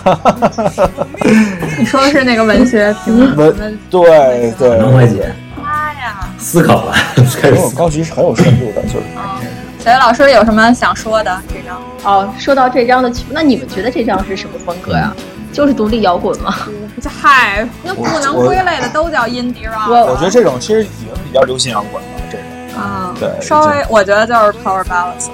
你说的是那个文学评文？对对， 南怀瑾。 妈呀！ 思考了，开始高旗是很有深度的，就是。 小岳老师有什么想说的？这张哦，说到这张的曲，那你们觉得这张是什么风格呀？就是独立摇滚吗？ 嗨，那不能归类的都叫 indie rock。 我我觉得这种其实已经比较流行摇滚了，这种啊， 对， 稍微我觉得就是 power balance，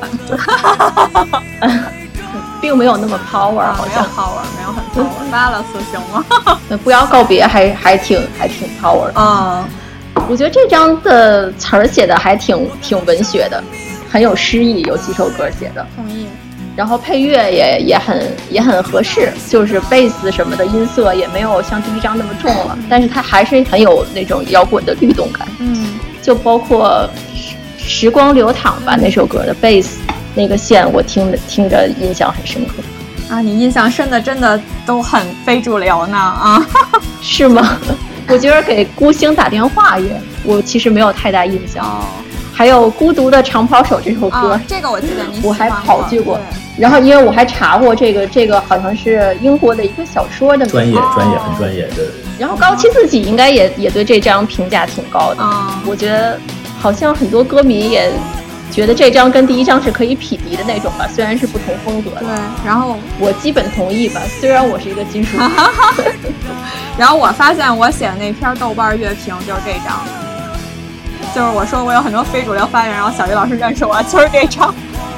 并没有那么 power， 好像 power 没有很 power balance 行吗？ 不要告别还还挺还挺 power 的啊。 我觉得这张的词儿写的还挺挺文学的，很有诗意，有几首歌写的。 同意。 然后配乐也也很也很合适，就是贝斯什么的音色也没有像第一张那么重了，但是它还是很有那种摇滚的律动感。 嗯， 就包括时光流淌吧那首歌的贝斯那个线，我听着听着印象很深刻。 啊，你印象深的真的都很非主流呢啊？ 是吗？我觉得给孤星打电话也，我其实没有太大印象。 哦， 还有《孤独的长跑手》这首歌， 啊、这个我记得你我还跑去过。然后因为我还查过这个，这个好像是英国的一个小说的专业专业很专业的。 然后高旗自己应该也也对这张评价挺高的。 啊、 我觉得好像很多歌迷也觉得这张跟第一张是可以匹敌的那种吧，虽然是不同风格的。 对，然后我基本同意吧，虽然我是一个金属然后我发现我写的那篇豆瓣乐评就是这张，就是我说我有很多非主流发言，然后小鱼老师认识我，就是这张。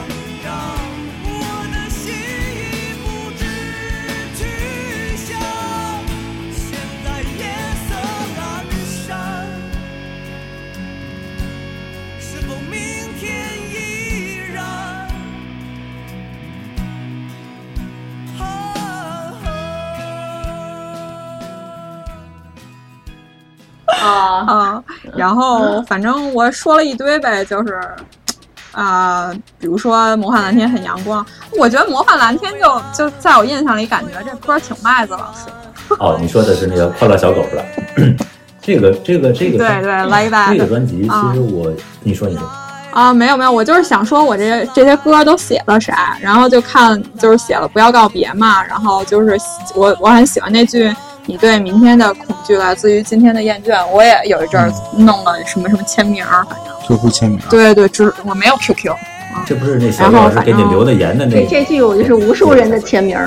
啊， 嗯，然后反正我说了一堆呗，就是啊、呃，比如说魔幻蓝天很阳光，我觉得魔幻蓝天就就在我印象里感觉这歌挺麦子老师的。 哦，你说的是那个快乐小狗是吧？这个这个这个对对来吧， 这个专辑其实我、嗯、你说你说啊，没有没有，我就是想说我这些这些歌都写了啥，然后就看就是写了不要告别嘛，然后就是我我很喜欢那句。你对明天的恐惧来自于今天的厌倦，我也有一阵儿弄了什么什么签名，反正 Q Q 签名。 对对，只我没有 Q Q。 这不是那小老师给你留的言的那个？ 对，这句我就是无数人的签名。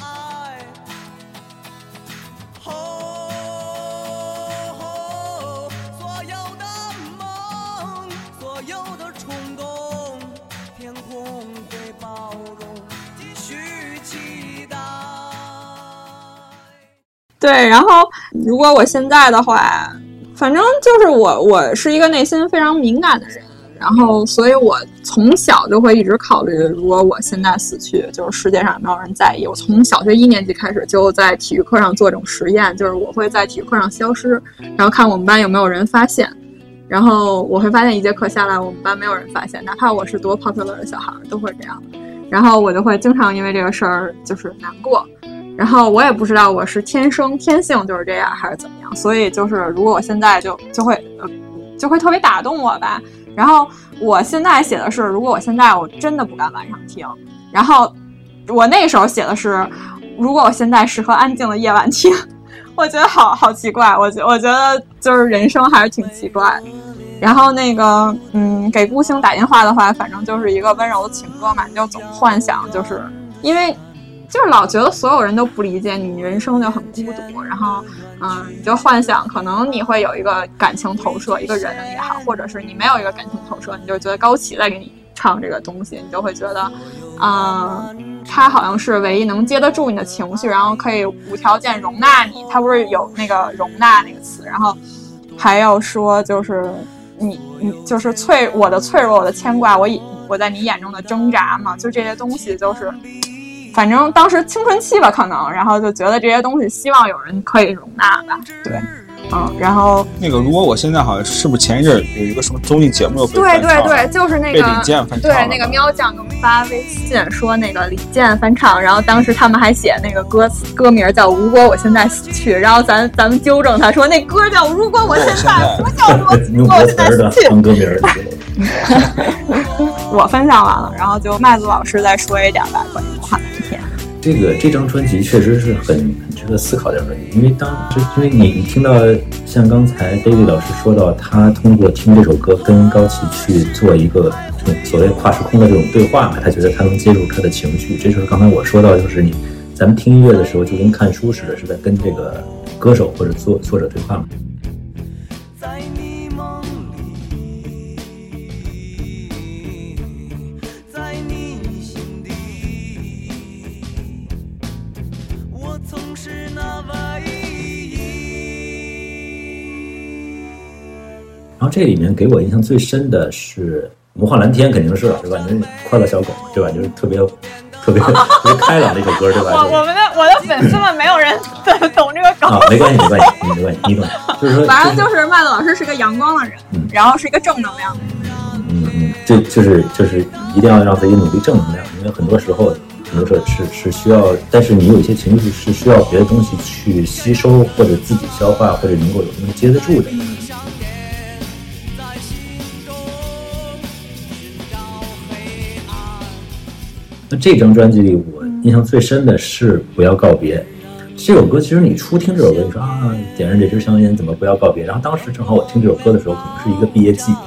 对，然后如果我现在的话，反正就是我我是一个内心非常敏感的人，然后所以我从小就会一直考虑，如果我现在死去，就是世界上有没有人在意。我从小学一年级开始就在体育课上做这种实验，就是我会在体育课上消失，然后看我们班有没有人发现，然后我会发现一节课下来我们班没有人发现，哪怕我是多 popular 的小孩都会这样，然后我就会经常因为这个事儿就是难过。然后我也不知道我是天生天性就是这样还是怎么样，所以就是如果我现在就就会呃就会特别打动我吧。然后我现在写的是，如果我现在我真的不敢晚上听，然后我那时候写的是，如果我现在适合安静的夜晚听，我觉得好好奇怪，我觉我觉得就是人生还是挺奇怪的。然后那个嗯，给孤星打电话的话，反正就是一个温柔的情歌嘛，你就总幻想，就是因为。就是老觉得所有人都不理解你，人生就很孤独，然后，嗯，你就幻想可能你会有一个感情投射，一个人也好，或者是你没有一个感情投射，你就觉得高旗在给你唱这个东西，你就会觉得，嗯，他好像是唯一能接得住你的情绪，然后可以无条件容纳你，他不是有那个容纳那个词，然后还有说就是你你就是脆我的脆弱，我的牵挂，我以我在你眼中的挣扎嘛，就这些东西就是。反正当时青春期吧，可能，然后就觉得这些东西希望有人可以容纳吧。对，嗯，然后那个，如果我现在好像是不是前一阵有一个什么综艺节目又被对对对，就是那个被李健翻唱， 对，那个喵酱给我们发微信说那个李健翻唱，然后当时他们还写那个歌词歌名叫《如果我现在死去》，然后咱咱们纠正他说那歌叫《如果我现在》，不叫《如果我现在死去》。 唱歌名。 我分享完了，然后就麦子老师再说一点吧，关于魔幻蓝天。 这个这张专辑确实是很很值得思考的专辑，因为当因为你你听到像刚才 David 老师说到，他通过听这首歌跟高旗去做一个所谓跨时空的这种对话嘛，他觉得他能接住他的情绪。这就是刚才我说到，就是你咱们听音乐的时候就跟看书似的，是在跟这个歌手或者作作者对话嘛。然后这里面给我印象最深的是魔幻蓝天，肯定是了，对吧？你是快乐小狗，对吧？就是特别特别特别开朗的一首歌，对吧？ 我我们的我的粉丝们没有人懂这个梗啊，没关系没关系，没关系，你懂。就是说， 反正就是麦子老师是个阳光的人，嗯，然后是一个正能量的人， 嗯嗯，就就是就是一定要让自己努力正能量，因为很多时候很多时候是是需要，但是你有一些情绪是需要别的东西去吸收或者自己消化，或者能够有东西接得住的。那这张专辑里，我印象最深的是《不要告别》这首歌。其实你初听这首歌，你说啊，点燃这支香烟，怎么不要告别？然后当时正好我听这首歌的时候，可能是一个毕业季，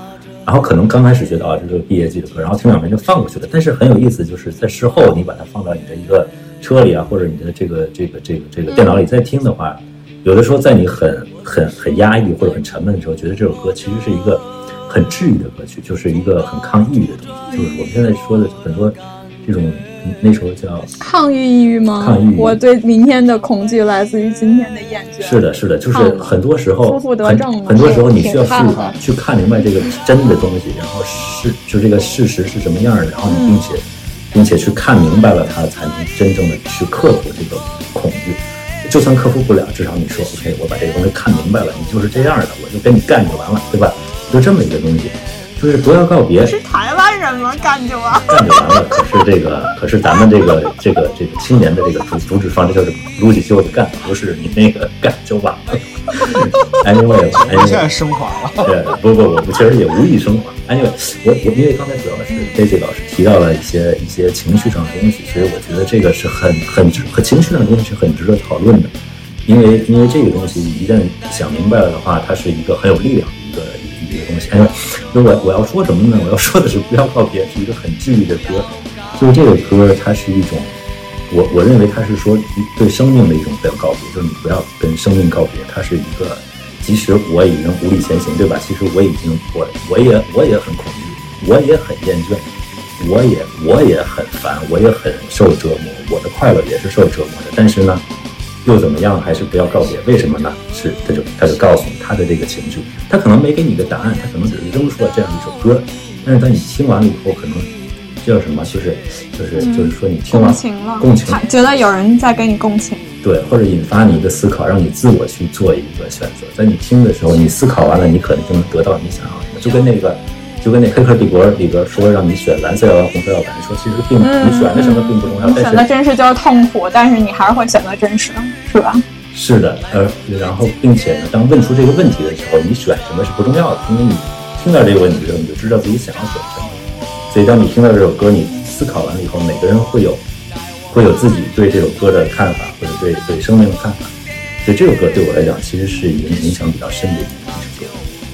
然后可能刚开始觉得啊，这是毕业季的歌，然后听两遍就放过去了。但是很有意思，就是在事后你把它放到你的一个车里啊，或者你的这个这个这个这个电脑里再听的话，有的时候在你很很很压抑或者很沉闷的时候，觉得这首歌其实是一个很治愈的歌曲，就是一个很抗抑郁的东西。就是我们现在说的很多这种。那时候叫抗抑抑郁吗？ 抗抑郁。 我对明天的恐惧来自于今天的厌倦。 是的，是的，就是很多时候， 负负得正很，很多时候你需要去去看明白这个真的东西，然后是就这个事实是什么样的，然后你并且、嗯、并且去看明白了它，才能真正的去克服这个恐惧。就算克服不了，至少你说 OK， 我把这个东西看明白了，你就是这样的，我就跟你干就完了，对吧？就这么一个东西。就是不要告别， 是台湾人吗？干就完， 干就完了。可是这个，可是咱们这个这个这个青年的这个主主旨方，这就是撸起袖子干，不是你那个干就完了。Anyway， anyway 现在升华了。 对，不不不，我其实也无意升华。Anyway， 我我因为刚才主要是 Daisy 老师提到了一些一些情绪上的东西，所以我觉得这个是很很很情绪上的东西是很值得讨论的，因为因为这个东西一旦想明白了的话，它是一个很有力量的一个。一个东西，那我我要说什么呢？我要说的是不要告别，是一个很治愈的歌。就是这个歌，它是一种，我我认为它是说对生命的一种不要告别，就是你不要跟生命告别。它是一个，即使我已经无力前行，对吧？其实我已经我我也我也很恐惧，我也很厌倦，我也我也很烦，我也很受折磨，我的快乐也是受折磨的。但是呢，又怎么样？还是不要告别？为什么呢？是他就他就告诉你他的这个情绪，他可能没给你一个答案，他可能只是扔出了这样一首歌，但是当你听完了以后，可能叫什么？就是就是就是说你听完共情了， 共情， 觉得有人在跟你共情， 对，或者引发你一个思考，让你自我去做一个选择。在你听的时候，你思考完了，你可能就能得到你想要的。就跟那个。就跟那《黑客帝国》里边说，让你选蓝色药丸、红色药丸，说其实并你选的什么并不重要，但是选择真实就是痛苦，但是你还是会选择真实，是吧？ 是的，呃，然后并且呢，当问出这个问题的时候，你选什么是不重要的，因为你听到这个问题的时候，你就知道自己想要选什么。所以当你听到这首歌，你思考完了以后，每个人会有会有自己对这首歌的看法，或者对对生命的看法。所以这首歌对我来讲，其实是影影响比较深的一首歌。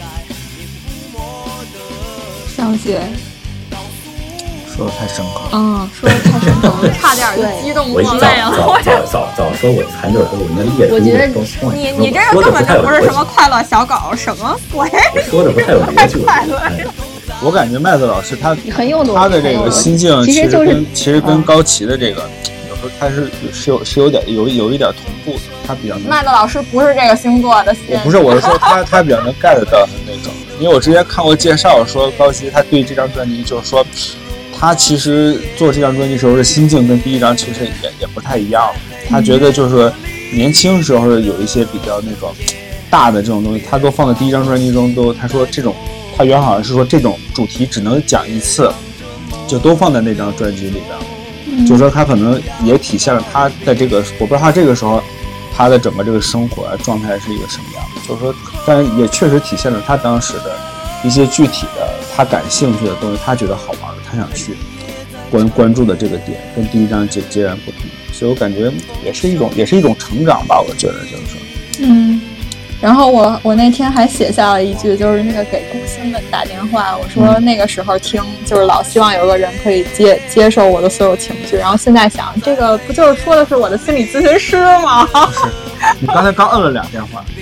了解， 说的太深刻了。 嗯，说的太深刻了，差点就激动落泪了。 早早早早说我谈这首歌，我应该列出一个都point。 你你这个根本就不是什么快乐小狗，什么鬼？ 说的不太有逻辑。 快乐。 我感觉麦子老师他很有他的这个心境，其实跟其实跟高旗的这个有时候他是是有是有点有有一点同步的。他比较麦子老师不是这个星座的， 我不是，我是说他他比较能 get 到那种。因为我之前看过介绍说高旗他对这张专辑就是说他其实做这张专辑时候的心境跟第一张其实也也不太一样，他觉得就是说年轻时候有一些比较那种大的这种东西他都放在第一张专辑中，都他说这种他原好像是说这种主题只能讲一次，就都放在那张专辑里边，嗯、就是说他可能也体现了他在这个我不知道他这个时候他的整个这个生活状态是一个什么样的，就是说但也确实体现了他当时的一些具体的他感兴趣的东西，他觉得好玩的，他想去关关注的这个点跟第一张截截然不同，所以我感觉也是一种也是一种成长吧，我觉得就是说嗯。然后我我那天还写下了一句，就是那个给顾欣们打电话，我说那个时候听就是老希望有个人可以接接受我的所有情绪，然后现在想这个不就是说的是我的心理咨询师吗？ 是你刚才刚摁了俩电话，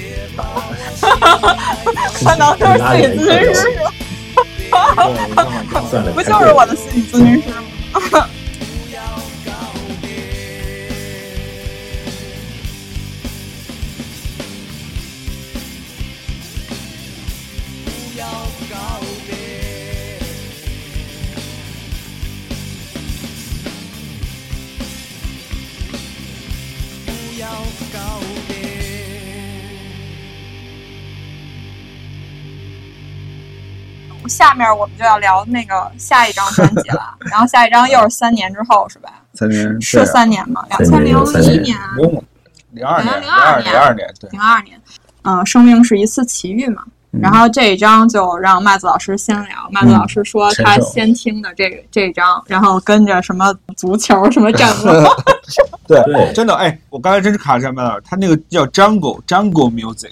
看到是心理咨询师不就是我的心理咨询师吗？下面我们就要聊那个下一张专辑了，然后下一张又是三年之后是吧？ 三年是三年吗？两千零一年、 零二年、 零二年、零二年，对， 零二年。嗯，生命是一次奇遇嘛。嗯、然后这一张就让麦子老师先聊。麦子老师说他先听的这个、嗯、这一张，然后跟着什么足球、什么战斗。 对，真的哎，我刚才真是卡着麦老师，他那个叫 Jungle Jungle Music。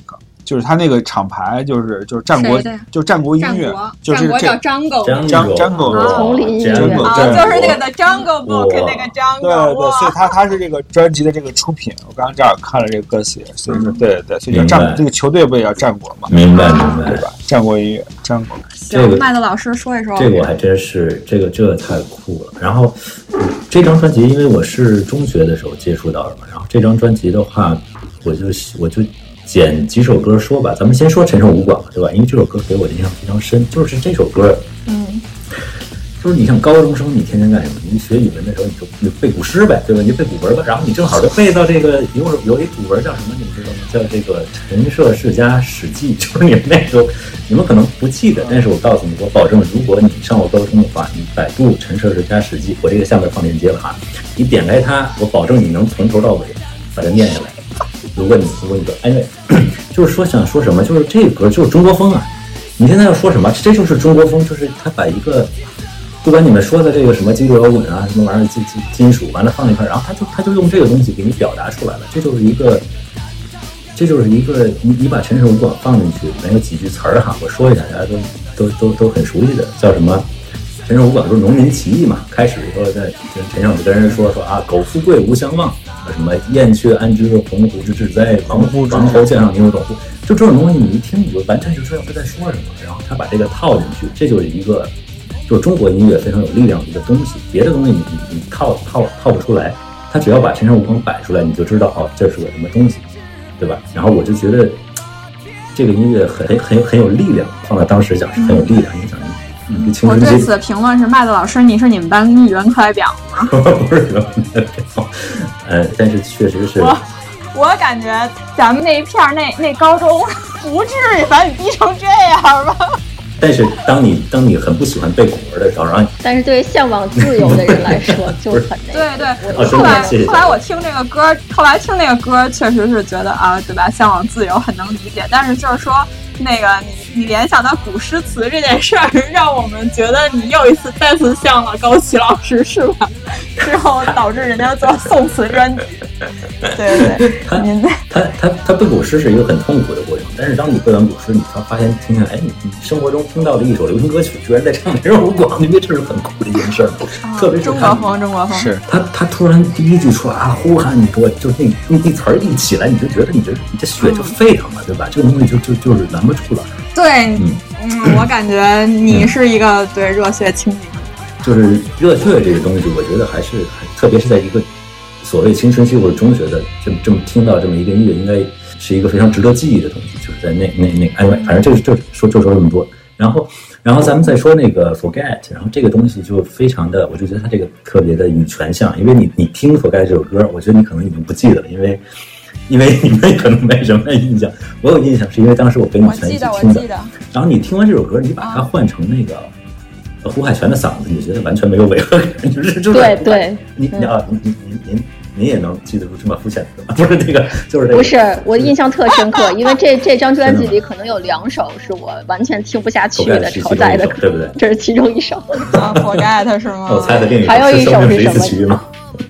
就是他那个厂牌就是就是战国就战国音乐，就是战国叫 Jungle Jungle 丛林音乐啊，就是那个 The Jungle Book 那个 Jungle， 对对，所以他他是这个专辑的这个出品，我刚刚正好看了这个歌词，所以说对对，所以叫战这个球队不也叫战国嘛？ 明白明白， 对吧？战国音乐 Jungle。 这个麦子老师说一说， 这个我还真是这个这个太酷了。然后这张专辑，因为我是中学的时候接触到的嘛，然后这张专辑的话，我就我就捡几首歌说吧。咱们先说陈胜吴广，对吧？因为这首歌给我的印象非常深，就是这首歌， 嗯， 就是你像高中生，你天天干什么？你学语文的时候，你就你背古诗呗，对吧？你背古文吧，然后你正好就背到这个有有一古文叫什么？你们知道吗？叫这个陈涉世家史记，就是你们那时候。你们可能不记得，但是我告诉你，我保证，如果你上过高中的话，你百度陈涉世家史记，我这个下面放链接了哈，你点开它，我保证你能从头到尾把它念下来。如果你如果你说，哎对，就是说想说什么，就是这个歌就是中国风啊。你现在要说什么，这就是中国风，就是他把一个，不管你们说的这个什么激流摇滚啊，什么玩意儿金金金属，完了放一块，然后他就他就用这个东西给你表达出来了，这就是一个。这就是一个你你把陈胜吴广放进去，里面有几句词儿哈，我说一下，大家都都都都很熟悉的，叫什么？陈胜吴广就是农民起义嘛，开始以后在陈胜就跟人说说啊，苟富贵无相忘，什么燕雀安知鸿鹄之志哉，王王侯将相宁有种乎？就这种东西，你一听你就完全就知道他在说什么。然后他把这个套进去，这就是一个就是中国音乐非常有力量的一个东西，别的东西你你你套套套不出来，他只要把陈胜吴广摆出来，你就知道哦，这是个什么东西。对吧？然后我就觉得这个音乐很很很有力量，放在当时讲是很有力量。你想，你青春期。 我对此的评论是：麦子老师，你是你们班语文课代表吗？ 不是语文课代表，呃，但是确实是。 我我感觉咱们那一片那那高中不至于把你逼成这样吧？ 但是当你当你很不喜欢背古文的时候，然后但是对于向往自由的人来说就很那个。 对对， 哦、 后来后来我听这个歌，后来听那个歌，确实是觉得啊，对吧？向往自由很能理解，但是就是说，那个你你联想到古诗词这件事儿，让我们觉得你又一次再次像了高旗老师，是吧？之后导致人家做宋词专辑。对对对， 他他他他背古诗是一个很痛苦的过程，但是当你背完古诗，你才发现听下，哎，你你生活中听到的一首流行歌曲，居然在唱陈胜吴广，因为这是很酷的一件事儿， 啊、 特别是中国风，中国风。 是他他突然第一句出来啊，呼喊你多，就那那那词儿一起来，你就觉得你这你这血就沸腾了，对吧？这个东西就就就是拦不住了。 对，嗯，嗯我感觉你是一个、嗯、对热血青年。 就是热血这个东西，我觉得还是特别是在一个所谓青春期或者中学的这么这么听到这么一个音乐，应该是一个非常值得记忆的东西。就是在那那那哎，反正这个就说就说这么多。然后然后咱们再说那个 Forget， 然后这个东西就非常的，我就觉得它这个特别的与权像，因为你你听 Forget 这首歌，我觉得你可能已经不记得了，因为因为你们可能没什么印象。我有印象，是因为当时我跟你全一起听的。然后你听完这首歌，你把它换成那个。胡海泉的嗓子，你觉得完全没有违和感，就是就是对对， 你你啊，您您您您您也能记得住这么肤浅的吗？不是那个，就是这个。 不是，我印象特深刻，因为这这张专辑里可能有两首是我完全听不下去的超载的歌， 对不对？ 这是其中一首。 啊 ，Forget 是吗？ 我猜的另一首。 还有一首是什么？ 曲吗？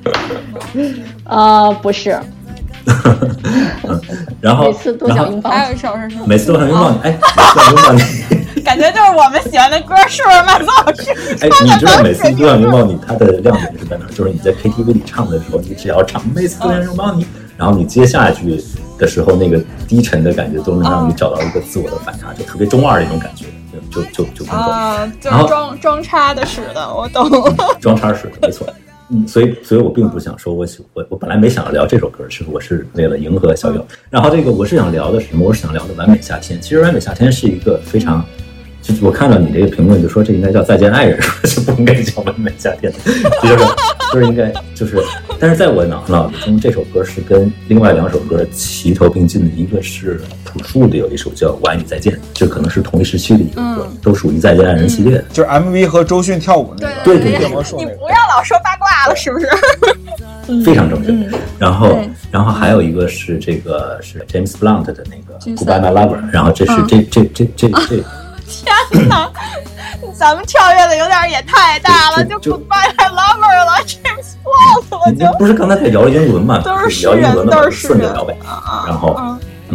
啊，不是。 然后每次都想拥抱。 还有一首是什么？ 每次都想拥抱你，哎，每次都想拥抱你。 感觉就是我们喜欢的歌，是不是麦子老师？ 哎，你知道每次都想拥抱你，它的亮点是在哪？就是你在 K T V 里唱的时候，你只要唱每次都想拥抱你，然后你接下句的时候，那个低沉的感觉都能让你找到一个自我的反差，就特别中二的一种感觉，就就就就更重。 啊，就是装装叉的使的，我懂。 装叉使的，没错。嗯，所以，所以我并不想说我，我我本来没想要聊这首歌，是我是为了迎合小友。然后这个我是想聊的是什么？我是想聊的《完美夏天》。其实《完美夏天》是一个非常，就是我看到你这个评论就说这应该叫《再见爱人》，就不应该叫《完美夏天》，就是就是应该就是，但是在我脑脑子中，这首歌是跟另外两首歌齐头并进的，一个是朴树的有一首叫《我爱你再见》，这可能是同一时期的一个歌，嗯、都属于《再见爱人》系列的， 就是 M V 和周迅跳舞那个， 对对对对， 你不要老说八卦了，是不是？ 非常正确。嗯、然后，然后还有一个是这个是 James Blunt 的那个 Goodbye My Lover， 然后这是这这这这这。 天哪，咱们跳跃的有点也太大了，就 Goodbye My Lover 了 ，James Blunt 了就。 不是刚才在聊英文嘛？ 都是聊英文嘛， 都是顺着聊呗。然后，嗯，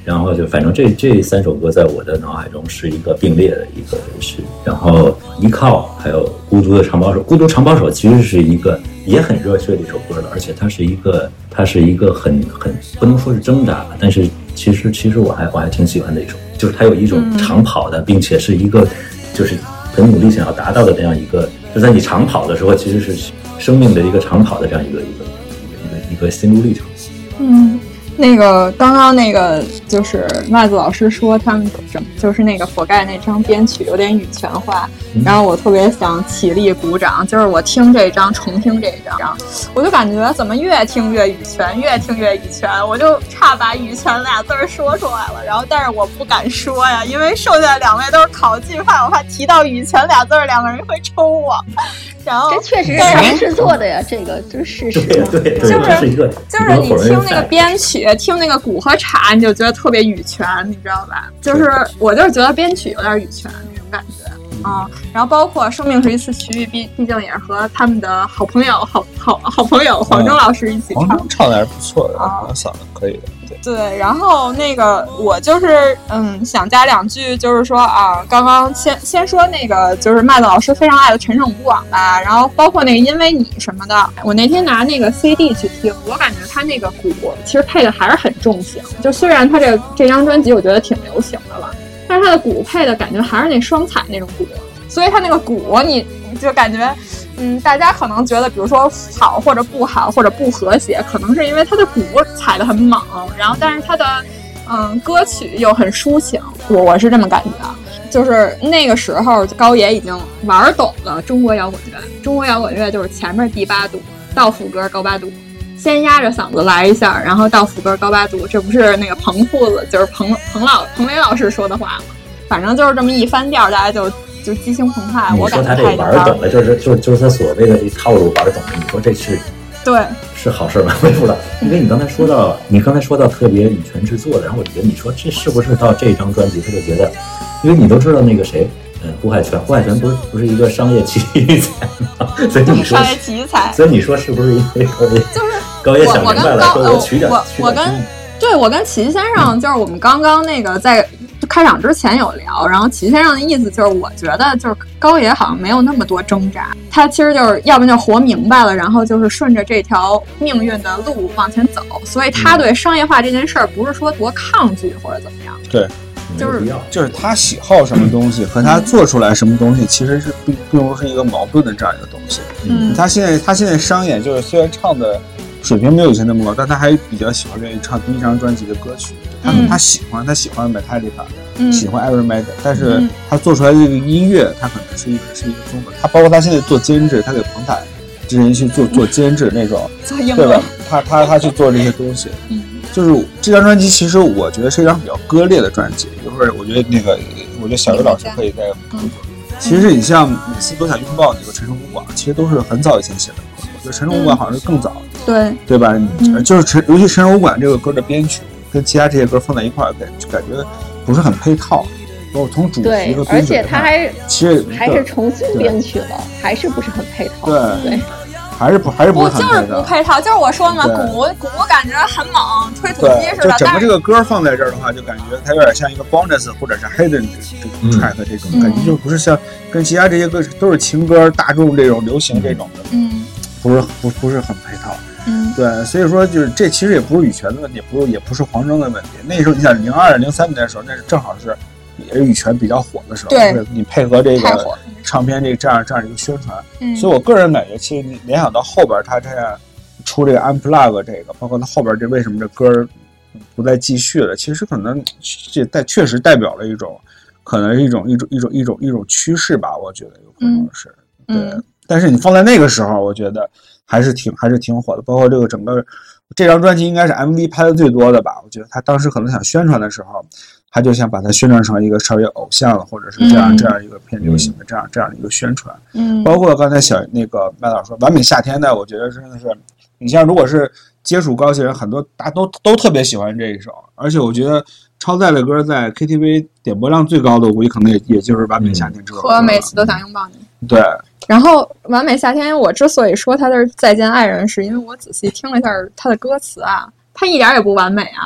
然后就反正这这三首歌在我的脑海中是一个并列的一个是，然后依靠还有孤独的长跑手，孤独长跑手其实是一个也很热血的一首歌了，而且它是一个它是一个很很不能说是挣扎，但是其实其实我还我还挺喜欢的一首，就是它有一种长跑的，并且是一个就是很努力想要达到的这样一个，就在你长跑的时候其实是生命的一个长跑的这样一个一个一个一个心路历程。 嗯。那个刚刚那个就是麦子老师说他们什么，就是那个佛盖那张编曲有点语权化，然后我特别想起立鼓掌，就是我听这张重听这张，我就感觉怎么越听越语权，越听越语权，我就差把语权俩字说出来了，然后但是我不敢说呀，因为剩下两位都是考据派，我怕提到语权俩字两个人会抽我。然后这确实是他们制作的呀，这个就是事实。 对对对， 就是一个就是你听那个编曲，听那个鼓和镲，你就觉得特别羽泉，你知道吧？就是我就是觉得编曲有点羽泉那种感觉啊、嗯。然后包括《生命是一次奇遇》，毕毕竟也是和他们的好朋友、好好好朋友黄征老师一起唱， 黄征唱的还是不错的，啊，嗓子可以的。 对，然后那个我就是嗯想加两句，就是说啊，刚刚先先说那个就是麦子老师非常爱的陈胜吴广吧，然后包括那个因为你什么的，我那天拿那个 C D 去听，我感觉他那个鼓其实配的还是很重型，就虽然他这个这张专辑我觉得挺流行的了，但是他的鼓配的感觉还是那双踩那种鼓，所以他那个鼓你就感觉。嗯，大家可能觉得，比如说好或者不好或者不和谐，可能是因为他的鼓踩得很猛，然后但是他的嗯歌曲又很抒情，我我是这么感觉啊。就是那个时候高野已经玩懂了中国摇滚乐，中国摇滚乐就是前面第八度到副歌高八度，先压着嗓子来一下，然后到副歌高八度，这不是那个彭裤子就是彭彭老彭磊老师说的话吗？反正就是这么一翻调，大家就。就激情澎湃，我感觉他这玩懂了，就是就是就是他所谓的这套路玩懂了。你说这是对是好事吗？我也不知道，因为你刚才说到你刚才说到特别羽泉制作的，然后我觉得你说这是不是到这张专辑他就觉得，因为你都知道那个谁，嗯，胡海泉，胡海泉不是不是一个商业奇才吗？所以你说商业奇才， 所以你说是不是因为高野就是高野想明白了，说我取点我我跟对我跟齐先生就是我们刚刚那个在。开场之前有聊，然后齐先生的意思就是，我觉得就是高野好像没有那么多挣扎，他其实就是要不然就活明白了，然后就是顺着这条命运的路往前走，所以他对商业化这件事儿不是说多抗拒或者怎么样。 对， 就是就是他喜好什么东西和他做出来什么东西，其实是并并不是一个矛盾的这样一个东西。 嗯， 他现在他现在商演就是虽然唱的水平没有以前那么高，但他还比较喜欢愿意唱第一张专辑的歌曲。他、嗯、他喜欢他喜欢 Metallica、嗯、喜欢 Iron Maiden， 但是他做出来的这个音乐，他可能是一个是一个综合。他包括他现在做监制，他给彭坦之前去做做监制那种，对吧？他他他去做这些东西， 嗯， 就是这张专辑其实我觉得是一张比较割裂的专辑。一会儿我觉得那个，我觉得小刘老师可以再补充。其实你像每次都想拥抱你和陈胜吴广，其实都是很早以前写的歌。我觉得陈胜吴广好像是更早， 对对吧？嗯、就是陈，尤其陈胜吴广这个歌的编曲。跟其他这些歌放在一块儿，感感觉不是很配套。包括从主题和编曲， 而且他还其实还是重新编曲了，还是不是很配套？ 对对， 还是不还是不是很配套。就是不配套，就是我说嘛，鼓鼓感觉很猛，推土机似的。 就整个这个歌放在这儿的话，就感觉它有点像一个 bonus 或者是 hidden 这种 track 这种、嗯、感觉，就不是像跟其他这些歌都是情歌、大众这种流行这种的， 嗯， 不是不不是很配套。 嗯， 对，所以说就是这其实也不是羽泉的问题，不是也不是黄征的问题。那时候你想零二零三年的时候，那是正好是也是羽泉比较火的时候， 对， 你配合这个唱片这这样这样一个宣传， 嗯， 所以我个人感觉，其实联想到后边他这样出这个 Unplug 这个，包括他后边这为什么这歌不再继续了，其实可能这代确实代表了一种可能是一种一种一种一种一种趋势吧，我觉得有可能是， 嗯、 对。但是你放在那个时候，我觉得还是挺还是挺火的。包括这个整个这张专辑应该是 M V 拍的最多的吧？我觉得他当时可能想宣传的时候，他就想把它宣传成一个稍微偶像了，或者是这样、嗯、这样一个偏流行的这样这样的一个宣传。 嗯， 包括刚才小那个麦老师说《完美夏天》呢，我觉得真的是，你像如果是接触高些人，很多大家都都特别喜欢这一首，而且我觉得超载的歌在 K T V 点播量最高的，我估计可能也也就是《完美夏天》这首歌。 和每次都想拥抱你。 对。 然后《完美夏天》，我之所以说他的再见爱人，是因为我仔细听了一下他的歌词啊，他一点也不完美啊，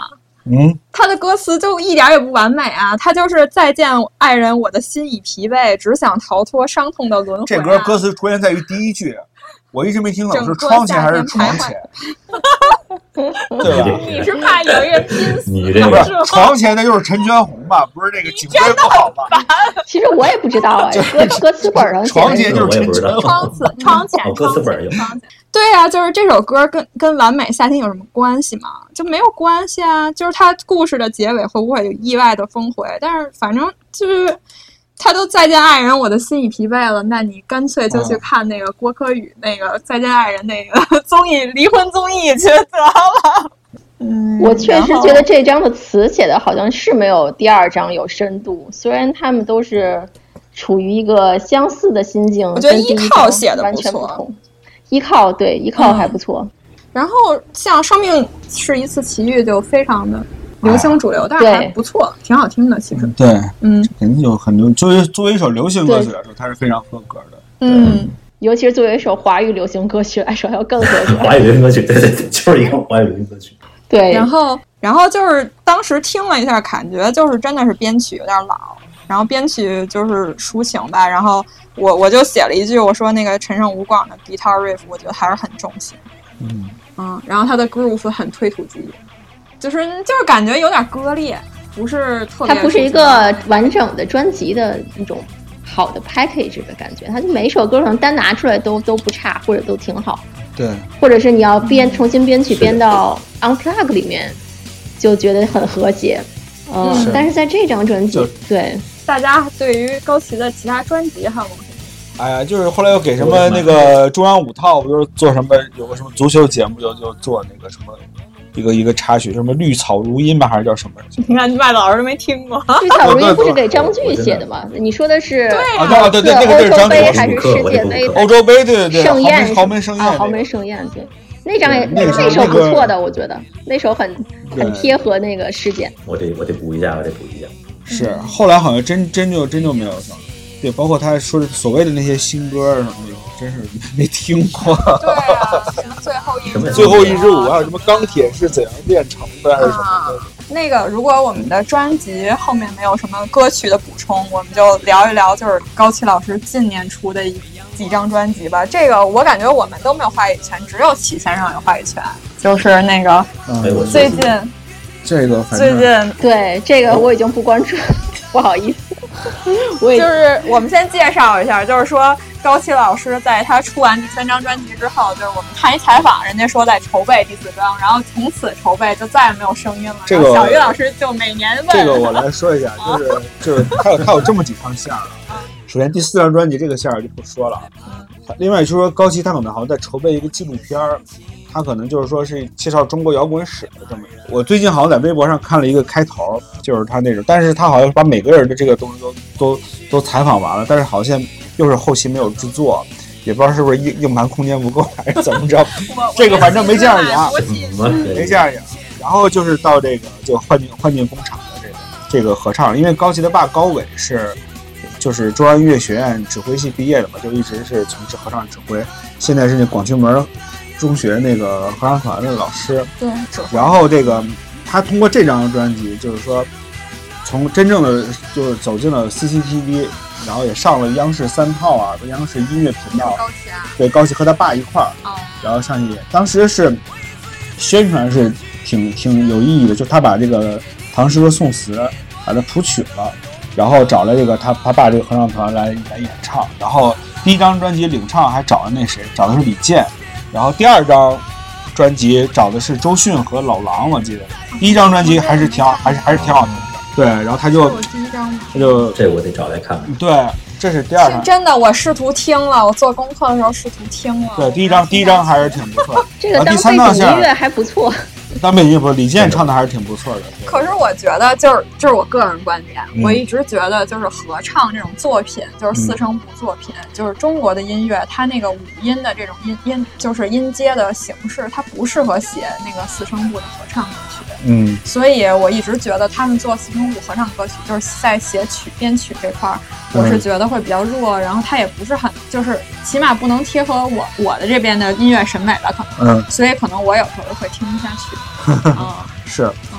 嗯， 他的歌词就一点也不完美啊，他就是再见爱人，我的心已疲惫，只想逃脱伤痛的轮回、啊。 这歌歌词出现在于第一句，我一直没听懂是窗前还是床前。对吧？ 你是怕有一个拼死？ 你这个床前的就是陈全红吧？不是那个警队不好吧？ 其实我也不知道哎，歌歌词本上床前就是陈全红， 窗前窗前哦，歌词本有。 对啊，就是这首歌跟跟完美夏天有什么关系吗？就没有关系啊。就是它故事的结尾会不会有意外的峰回？但是反正就是他都再见爱人，我的心已疲惫了。那你干脆就去看那个郭柯宇那个再见爱人那个综艺离婚综艺去得了。嗯， 我确实觉得这章的词写的好像是没有第二章有深度，虽然他们都是处于一个相似的心境， 我觉得依靠写的完全不同。依靠对依靠还不错、嗯， 然后像生命是一次奇遇就非常的流行主流，但是还不错，挺好听的。其实对， 嗯， 肯定有很多。作为作为一首流行歌曲来说，它是非常合格的。 嗯， 尤其是作为一首华语流行歌曲来说，要更合格。 华语流行歌曲，对对对，就是一个华语流行歌曲。 对， 然后然后就是当时听了一下，感觉就是真的是编曲有点老。然后编曲就是抒情吧，然后我我就写了一句，我说那个陈胜吴广的 guitar riff， 我觉得还是很重型， 嗯嗯，然后他的 groove 很推土机，就是就是感觉有点割裂，不是特别。 它不是一个完整的专辑的一种好的 package 的感觉，它就每一首歌可能单拿出来都都不差，或者都挺好。 对， 或者是你要编重新编曲编到 unplug 里面，就觉得很和谐。嗯，是但是在这张专辑，对。 大家对于高旗的其他专辑还有吗？ 哎呀，就是后来又给什么那个中央五套，不就是做什么有个什么足球节目，就就做那个什么一个一个插曲，什么绿草如茵吧，还是叫什么？ 你看麦老师都没听过。 绿草如茵不是给张巨写的吗？你说的是对啊，对对，那个是欧洲杯还是世界杯？ 欧洲杯，对对对， 盛宴， 豪门盛宴， 豪门盛宴，对。那张也那那首不错的，我觉得那首很很贴合那个事件。 我得我得补一下，我得补一下。 是，后来好像真真就真就没有了。对，包括他说的所谓的那些新歌什么的，真是没听过。 对啊，什么最后一最后一支舞，还有什么钢铁是怎样炼成的，还是什么的。 啊、那个，如果我们的专辑后面没有什么歌曲的补充，我们就聊一聊，就是高旗老师近年出的几张专辑吧。这个我感觉我们都没有话语权，只有齐先生有话语权。就是那个、 嗯、 最近。 这个最近对这个我已经不关注了，不好意思。 我也就是我们先介绍一下，就是说高旗老师在他出完第三张专辑之后，就是我们看一采访，人家说在筹备第四张，然后从此筹备就再也没有声音了。 这个小鱼老师就每年问这个我来说一下，就是就是他有他有这么几条线儿。首先第四张专辑这个线儿就不说了，另外就是说高旗他可能好像在筹备一个纪录片儿。他可能就是说是介绍中国摇滚史的这么一个。我最近好像在微博上看了一个开头，就是他那种，但是他好像把每个人的这个东西都都都采访完了，但是好像又是后期没有制作，也不知道是不是硬硬盘空间不够还是怎么着。这个反正没这样演，没这样演。然后就是到这个就幻境幻境工厂的这个这个合唱，因为高旗的爸高伟是就是中央音乐学院指挥系毕业的嘛，就一直是从事合唱指挥，现在是那广渠门中学那个合唱团的老师。 对， 然后这个他通过这张专辑，就是说从真正的就是走进了 C C T V， 然后也上了央视三套啊，央视音乐频道。 高旗啊， 对，高旗和他爸一块儿， 哦， 然后上去，当时是宣传是挺挺有意义的，就他把这个唐诗和宋词把它谱曲了，然后找了这个他他爸这个合唱团来来演唱。然后第一张专辑领唱还找了那谁，找的是李健。然后第二张专辑找的是周迅和老狼，我记得。第一张专辑还是挺好，还是还是挺好听的。对，然后他就第一张他就这我得找来看。 对，这是第二张。 真的，我试图听了，我做功课的时候试图听了。 对，第一张第一张还是挺不错。 这个当背景音乐还不错。 当背景音乐，李健唱的还是挺不错的。 可是我觉得，就是就是我个人观点， 嗯、 我一直觉得就是合唱这种作品，就是四声部作品，嗯、就是中国的音乐，它那个五音的这种音音，就是音阶的形式，它不适合写那个四声部的合唱歌曲。 嗯， 所以我一直觉得他们做四声部合唱歌曲，就是在写曲编曲这块儿，我是觉得会比较弱，然后它也不是很，就是起码不能贴合我我的这边的音乐审美吧，可能。 嗯。 所以可能我有时候会听不下去。 嗯，是。 嗯。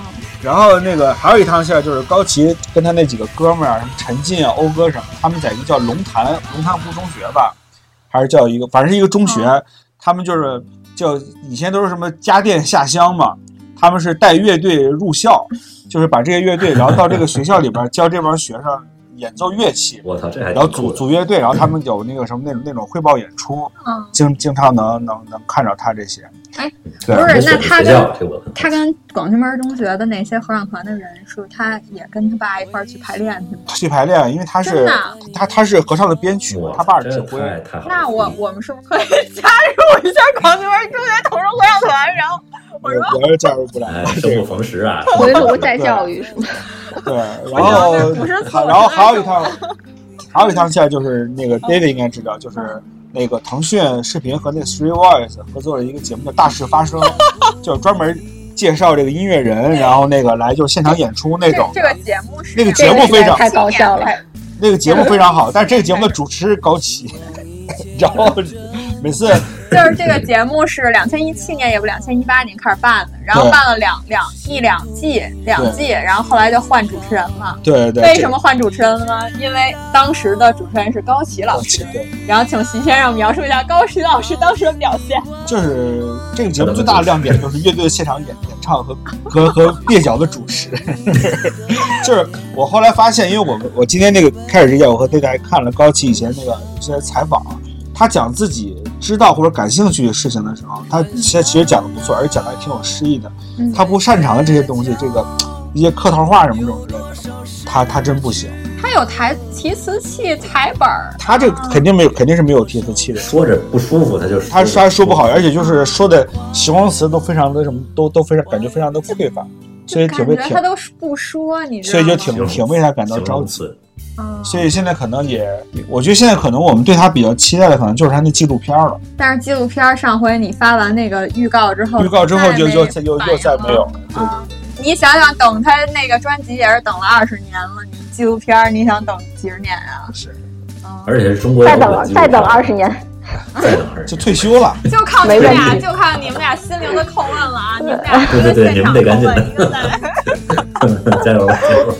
然后那个还有一趟线就是高旗跟他那几个哥们儿，什么陈进啊、欧哥什么，他们在一个叫龙潭龙潭湖中学吧，还是叫一个，反正是一个中学，嗯、他们就是叫以前都是什么家电下乡嘛，他们是带乐队入校，就是把这些乐队，然后到这个学校里边教这帮学生演奏乐器， 我操，这还然后组组乐队，然后他们有那个什么那种那种汇报演出，嗯，经经常能能能看着他这些。 哎，不是，那他跟他跟广渠门中学的那些合唱团的人，是不是他也跟他爸一块儿去排练去吗？ 去排练，因为他是他他是合唱的编曲，他爸是指挥。 那我我们是不是可以加入一下广渠门中学童声合唱团？然后我说我是加入不了， 生不逢时啊， 回炉再教育是吗？ 对，然后然后还有一趟，还有一趟线就是那个 David 应该知道，就是那个腾讯视频和那个 Three Voice 合作了一个节目叫《大事发生》，就是专门介绍这个音乐人，然后那个来就现场演出那种。 这个节目是那个节目非常太搞笑了， 那个节目非常好，但是这个节目的主持是高旗，然后每次就是这个节目是两千一七年也不两千一八年开始办的，然后办了两两一两季两季，然后后来就换主持人了。 对对。 为什么换主持人了呢？因为当时的主持人是高旗老师。 对。 然后请席先生描述一下高旗老师当时的表现。 就是这个节目最大的亮点就是乐队的现场演演唱和和和蹩脚的主持。就是我后来发现，因为我我今天那个开始之前，我和对大家看了高旗以前那个一些采访。他讲自己知道或者感兴趣的事情的时候，他其实其实讲的不错，而且讲的还挺有诗意的。他不擅长的这些东西，这个一些客套话什么这种之类的，他他真不行。 他有台提词器、台本儿， 他这肯定没有，肯定是没有提词器的。 说着不舒服，他就他他说不好，而且就是说的形容词都非常的什么，都都非常感觉非常的匮乏，所以挺为挺他都不说，你知道所以就挺挺为他感到着急。所以现在可能也，我觉得现在可能我们对他比较期待的，可能就是他那纪录片了。 但是纪录片上回你发完那个预告之后， 预告之后就就又又再没有了。 啊，你想想，等他那个专辑也是等了二十年了，你纪录片你想等几十年啊？ 是， 而且是中国再等再等二十年， 再等二十年就退休了。 就靠你们俩，就靠你们俩心灵的叩问了啊！你们俩对对对，你们得赶紧的，加油加油！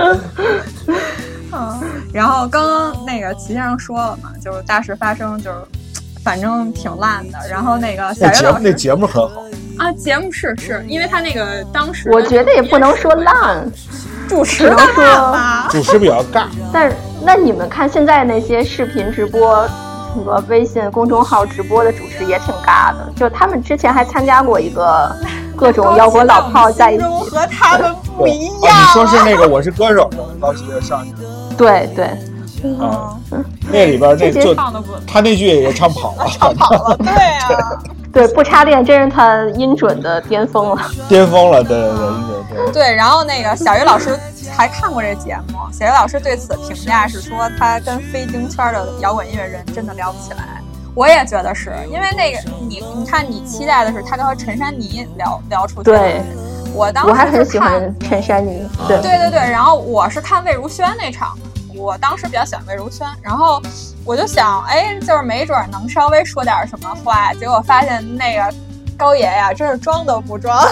嗯，然后刚刚那个齐先生说了嘛，就是大事发生，就是反正挺烂的。然后那个小月老师那节目很好啊，节目是是因为他那个当时我觉得也不能说烂， 主持的烂吧， 主持比较尬。 但是那你们看现在那些视频直播，什么微信公众号直播的主持也挺尬的，就他们之前还参加过一个各种摇滚老炮在一起， 和他们不一样。 哦、你说是那个我是歌手的高旗的上去。 对对， 啊、嗯，那里边那就他那句也唱跑了， 唱跑了，对啊， 对，不插电真是他音准的巅峰了， 巅峰了，对对对，音准对。 对，然后那个小鱼老师还看过这节目，小鱼老师对此评价是说，他跟非京圈的摇滚音乐人真的聊不起来。我也觉得是因为那个你，你看你期待的是他跟陈珊妮聊聊出去， 对。 我当时我还很喜欢陈珊妮，对对对对，然后我是看魏如萱那场，我当时比较喜欢魏如萱，然后我就想，哎，就是没准能稍微说点什么话，结果发现那个高爷呀，真是装都不装，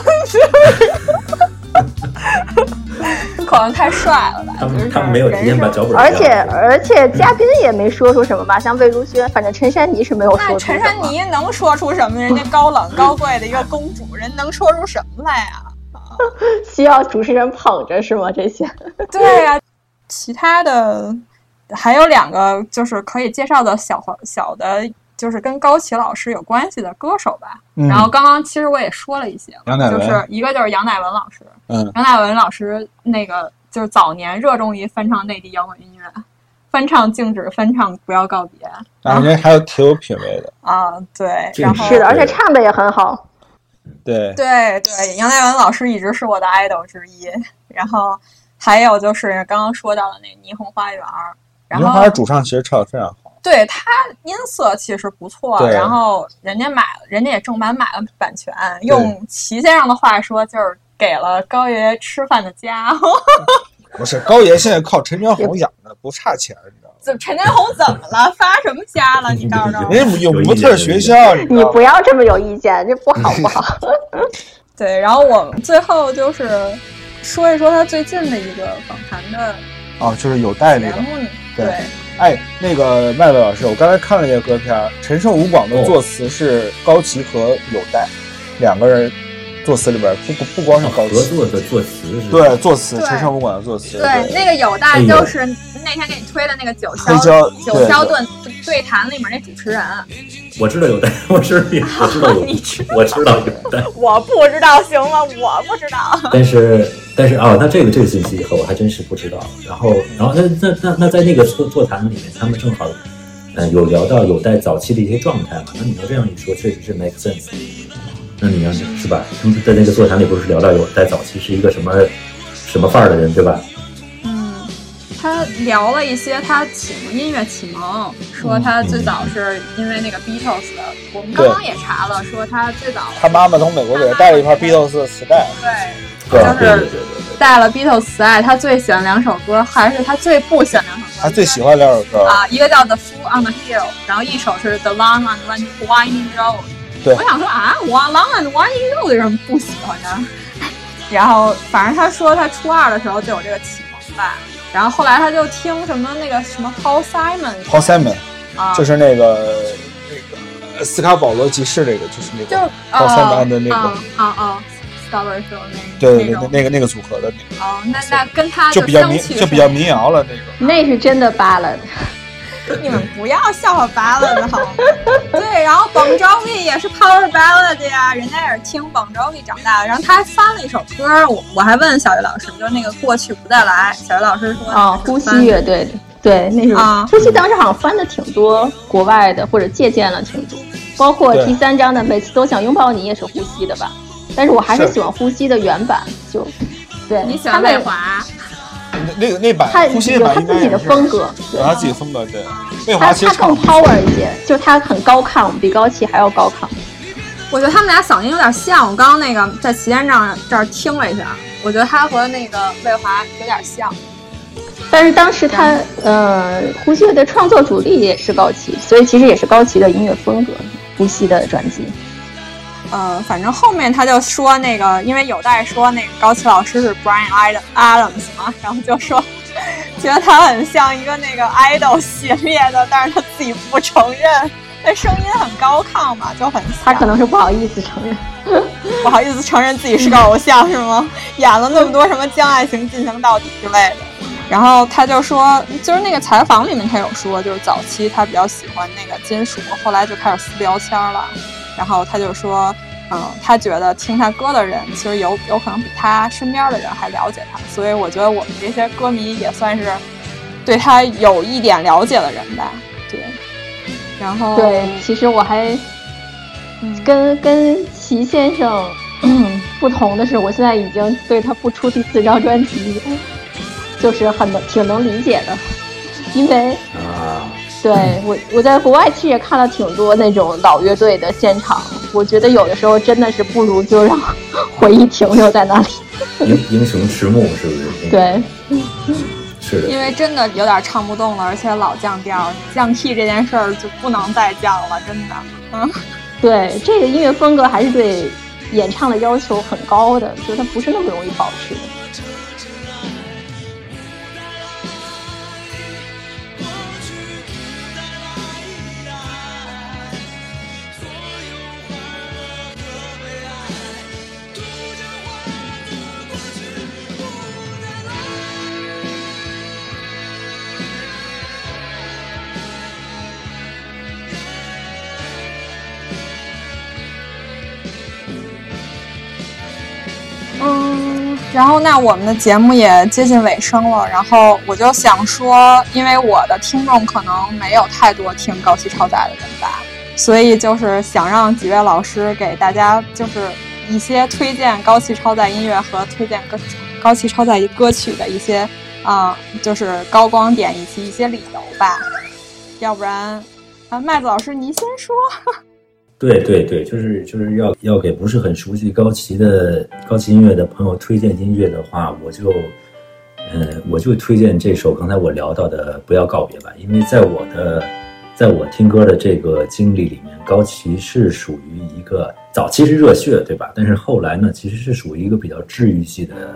可能太帅了吧， 他们他们没有提前把脚本， 而且而且嘉宾也没说出什么吧，像魏如萱，反正陈珊妮是没有说出什么。 陈珊妮能说出什么？人家高冷高贵的一个公主，人能说出什么来呀？ 需要主持人捧着是吗？这些对呀、啊，其他的还有两个就是可以介绍的小小的，就是跟高旗老师有关系的歌手吧。嗯、然后刚刚其实我也说了一些，就是一个就是杨乃文老师， 嗯， 杨乃文老师那个就是早年热衷于翻唱内地摇滚音乐，翻唱静止，翻唱不要告别， 啊，人还有挺有品味的啊，对，然后是的，而且唱的也很好。 对对对，杨乃文老师一直是我的 idol 之一。然后还有就是刚刚说到的那个霓虹花园，然后霓虹花园主唱其实唱得非常好， 对他音色其实不错，然后人家买了，人家也正版买了版权，用齐先生的话说就是给了高爷吃饭的家。 不是高爷现在靠陈天红养的，不差钱，你知道吗？ 怎么陈天红怎么了？发什么家了？你告诉我。 人家有模特学校， 你不要这么有意见，这不好不好。 对，然后我们最后就是说一说他最近的一个访谈的哦，就是有带那个节目呢。 对，哎，那个麦乐老师，我刚才看了这个歌片，陈胜吴广的作词是高旗和有带两个人。作词里边不不光是高旗合作的作词是， 对，作词陈胜吴广的作词， 对，那个有带就是那天给你推的那个九霄九霄对对谈里面那主持人。 我知道有带，我知道我知道有，我知道有带， 我不知道行吗？我不知道。 但是但是哦，那这个这个信息我还真是不知道。然后然后那那那那在那个座座谈里面，他们正好呃有聊到有带早期的一些状态嘛。那你要这样一说，确实是 make sense。那你要是吧，他们在那个座谈里不是聊到有带早期是一个什么什么范儿的人，对吧？ 嗯，他聊了一些他启蒙音乐启蒙，说他最早是因为那个 Beatles 的，我们刚刚也查了，说他最早他妈妈从美国给他带了一块 Beatles 的磁带， 对，就是带了 Beatles 磁带，他最喜欢两首歌，还是他最不喜欢两首歌？ 他最喜欢两首歌啊，一个叫 The Fool on the Hill， 然后一首是 The Long and Winding Road。我想说啊，我 Long and Winding Road 有什么不喜欢的？然后反正他说他初二的时候就有这个启蒙吧，然后后来他就听什么那个什么 Paul Simon，Paul Simon， 啊， 就是那个那个斯卡保罗集市这个，就是那个 Paul Simon 的那个， 啊啊啊 ，Strawberry Field 那个， 对对对，那个那个组合的那个。 哦，那那跟他就比较民就比较民谣了那种。 那是真的扒了的。 你们不要笑话 ballad 好吗？对，然后 Bon Jovi 也是 power ballad 呀，人家也是听 Bon Jovi 长大的。然后他还翻了一首歌，我我还问小鱼老师，就是那个过去不再来。小鱼老师说哦，呼吸乐队的，对，那首、啊、呼吸当时好像翻的挺多国外的，或者借鉴了挺多，包括第三章的每次都想拥抱你也是呼吸的吧？但是我还是喜欢呼吸的原版，就对。 你喜欢魏华？ 那个那版呼吸版有他自己的风格， 有他自己风格，对。魏华其实他更 power 一些，就他很高亢，比高旗还要高亢。 我觉得他们俩嗓音有点像，我刚刚那个在旗舰站这儿听了一下，我觉得他和那个魏华有点像。 但是当时他呃，呼吸乐的创作主力也是高旗，所以其实也是高旗的音乐风格，呼吸的专辑。 呃，反正后面他就说那个，因为有代说那个高旗老师是 Bryan Adams 嘛，然后就说觉得他很像一个那个 idol 系列的，但是他自己不承认，那声音很高亢嘛，就很像。 他可能是不好意思承认， 不好意思承认自己是个偶像是吗？演了那么多什么将爱情进行到底之类的。然后他就说，就是那个采访里面他有说，就是早期他比较喜欢那个金属，后来就开始撕标签了。然后他就说，嗯，他觉得听他歌的人其实有有可能比他身边的人还了解他，所以我觉得我们这些歌迷也算是对他有一点了解的人吧。对，然后对，其实我还跟、嗯、跟齐先生不同的是，我现在已经对他不出第四张专辑，就是很能挺能理解的，因为啊。对我，我在国外其实也看了挺多那种老乐队的现场，我觉得有的时候真的是不如就让回忆停留在那里。 英英雄迟暮是不是？ 对， 是的。 因为真的有点唱不动了，而且老降调，降 key 这件事儿就不能再降了，真的。嗯， 对，这个音乐风格还是对演唱的要求很高的，就它不是那么容易保持的。 然后那我们的节目也接近尾声了，然后我就想说，因为我的听众可能没有太多听高旗超载的人吧，所以就是想让几位老师给大家就是一些推荐高旗超载音乐和推荐歌高旗超载歌曲的一些啊、呃，就是高光点以及一些理由吧，要不然啊，麦子老师你先说。 对对对，就是就是要要给不是很熟悉高旗的高旗音乐的朋友推荐音乐的话，我就，呃，我就推荐这首刚才我聊到的《不要告别》吧，因为在我的，在我听歌的这个经历里面，高旗是属于一个早期是热血，对吧？但是后来呢，其实是属于一个比较治愈系的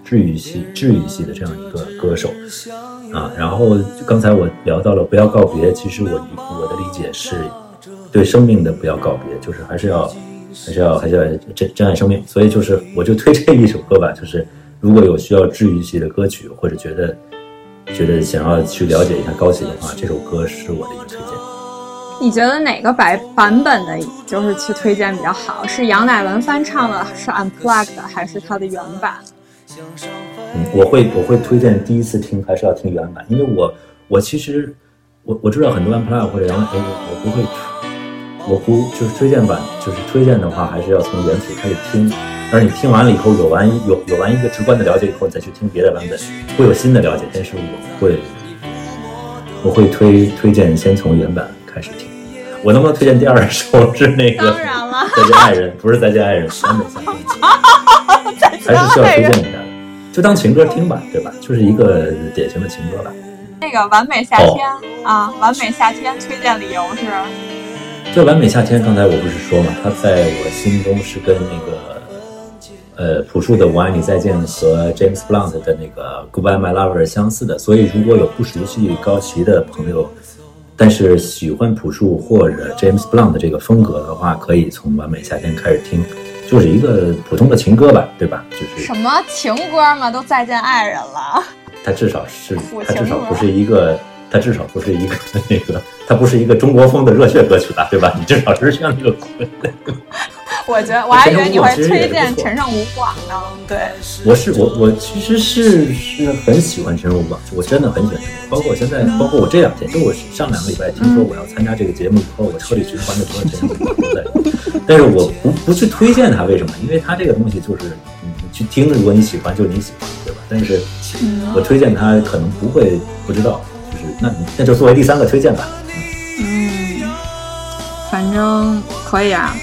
治愈系治愈系的这样一个歌手啊。然后刚才我聊到了不要告别，其实我我的理解是对生命的不要告别，就是还是要还是要还是要珍珍爱生命。所以就是我就推这一首歌吧，就是如果有需要治愈系的歌曲，或者觉得觉得想要去了解一下高旗的话，这首歌是我的一个推荐。 你觉得哪个版版本的就是去推荐比较好？是杨乃文翻唱的，是 Unplugged 的，还是它的原版？ 嗯，我会我会推荐第一次听还是要听原版，因为我我其实我我知道很多 Unplugged 或者杨乃文，我不会我不就是推荐版，就是推荐的话还是要从原曲开始听，而你听完了以后有完有有完一个直观的了解以后，你再去听别的版本，会有新的了解。但是我会我会推推荐先从原版开始听。我能不能推荐第二首是那个？ 当然了， 再见爱人，不是再见爱人，完美夏天，还是需要推荐一下的，就当情歌听吧，对吧？就是一个典型的情歌吧。 那个完美夏天、哦、啊，完美夏天推荐理由是？ 这完美夏天，刚才我不是说嘛，它在我心中是跟那个呃朴树的《我爱你再见》和 James Blunt 的那个 Goodbye My Lover 相似的，所以如果有不熟悉高旗的朋友，但是喜欢朴树或者 James Blunt 这个风格的话，可以从完美夏天开始听，就是一个普通的情歌吧，对吧？就是什么情歌嘛，都再见爱人了。 它至少是，它至少不是一个，它至少不是一个那个，它不是一个中国风的热血歌曲吧，对吧？你至少是像那个。 我觉得我还以为你会推荐陈胜吴广呢。对， 我是我我其实是是很喜欢陈胜吴广，我真的很喜欢陈胜吴广，包括我现在，包括我这两天，就我上两个礼拜听说我要参加这个节目以后，我车里循环的所有陈胜吴广都在，但是我不不去推荐他，为什么？因为他这个东西就是你去听，如果你喜欢就你喜欢，对吧？但是我推荐他可能不会不知道，就是那那就作为第三个推荐吧。 嗯，反正可以啊。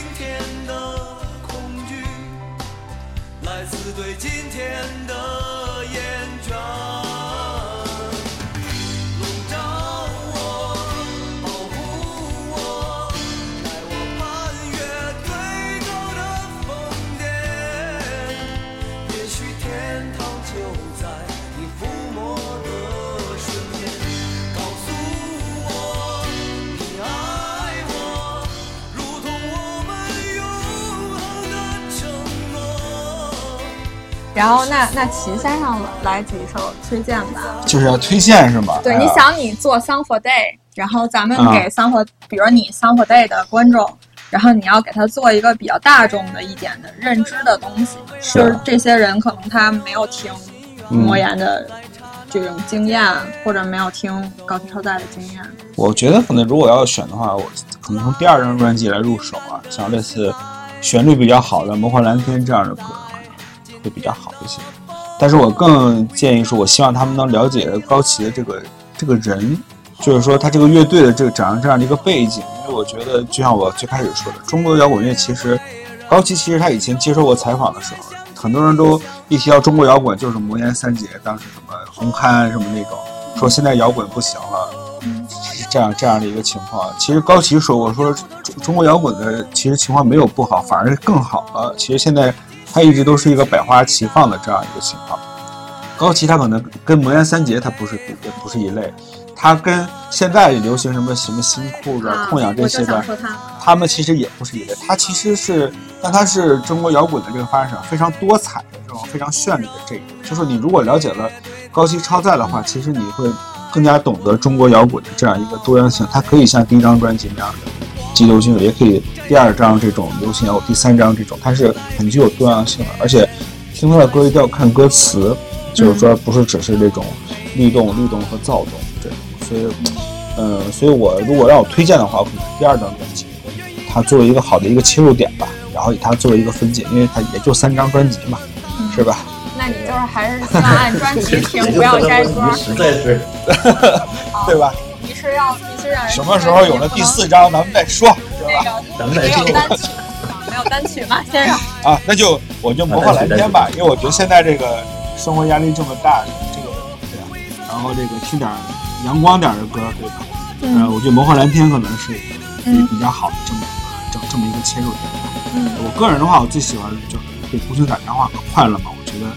然后那那齐先生来几首推荐吧， 就是要推荐是吗？ 对， 哎、 你想你做 Song for Day， 然后咱们给 Song for，、嗯、比如你 Song for Day 的观众，然后你要给他做一个比较大众的一点的认知的东西，是就是这些人可能他没有听魔岩的这种经验、嗯，或者没有听高旗超载的经验。 我觉得可能如果要选的话，我可能从第二张专辑来入手啊，像类似旋律比较好的《魔幻蓝天》这样的歌。会比较好一些，但是我更建议说，我希望他们能了解高旗的这个这个人，就是说他这个乐队的这个这样这样的一个背景。因为我觉得，就像我最开始说的，中国摇滚乐其实，高旗其实他以前接受过采访的时候，很多人都一提到中国摇滚就是魔岩三杰，当时什么红磡什么那种，说现在摇滚不行了，这样这样的一个情况。其实高旗说，我说中国摇滚的其实情况没有不好，反而是更好了。其实现在。它一直都是一个百花齐放的这样一个情况。高旗它可能跟魔岩三杰它不是也不是一类，它跟现在流行什么什么新裤子、啊、痛痒这些的，他们其实也不是一类。它其实是，但它是中国摇滚的这个发展上非常多彩的这种非常绚丽的这一点。就是你如果了解了高旗超载的话，其实你会更加懂得中国摇滚的这样一个多样性。它可以像第一张专辑那样的。激流行，也可以第二张这种流行，有第三张这种，它是很具有多样性的。而且听他的歌一定要看歌词，就是说不是只是这种律动、律动和躁动这种。所以，呃，所以我如果让我推荐的话，我可能第二张专辑，它作为一个好的一个切入点吧，然后以它作为一个分解，因为它也就三张专辑嘛，嗯、是吧？ 那你就是还是希望按专辑听，不要摘歌， 实在是， 对吧？ 你是要你是让人什么时候有了第四章，咱们再说，是吧？ 咱们再说。没有单曲，没有单曲吗，先生？ 啊，那就我就魔幻蓝天吧，因为我觉得现在这个生活压力这么大，这个对吧？然后这个听点阳光点的歌，对吧？嗯，呃、我觉得魔幻蓝天可能是比较好的这么这这么一个切入点。嗯，我个人的话，我最喜欢就是对孤星打电话和快乐嘛，我觉得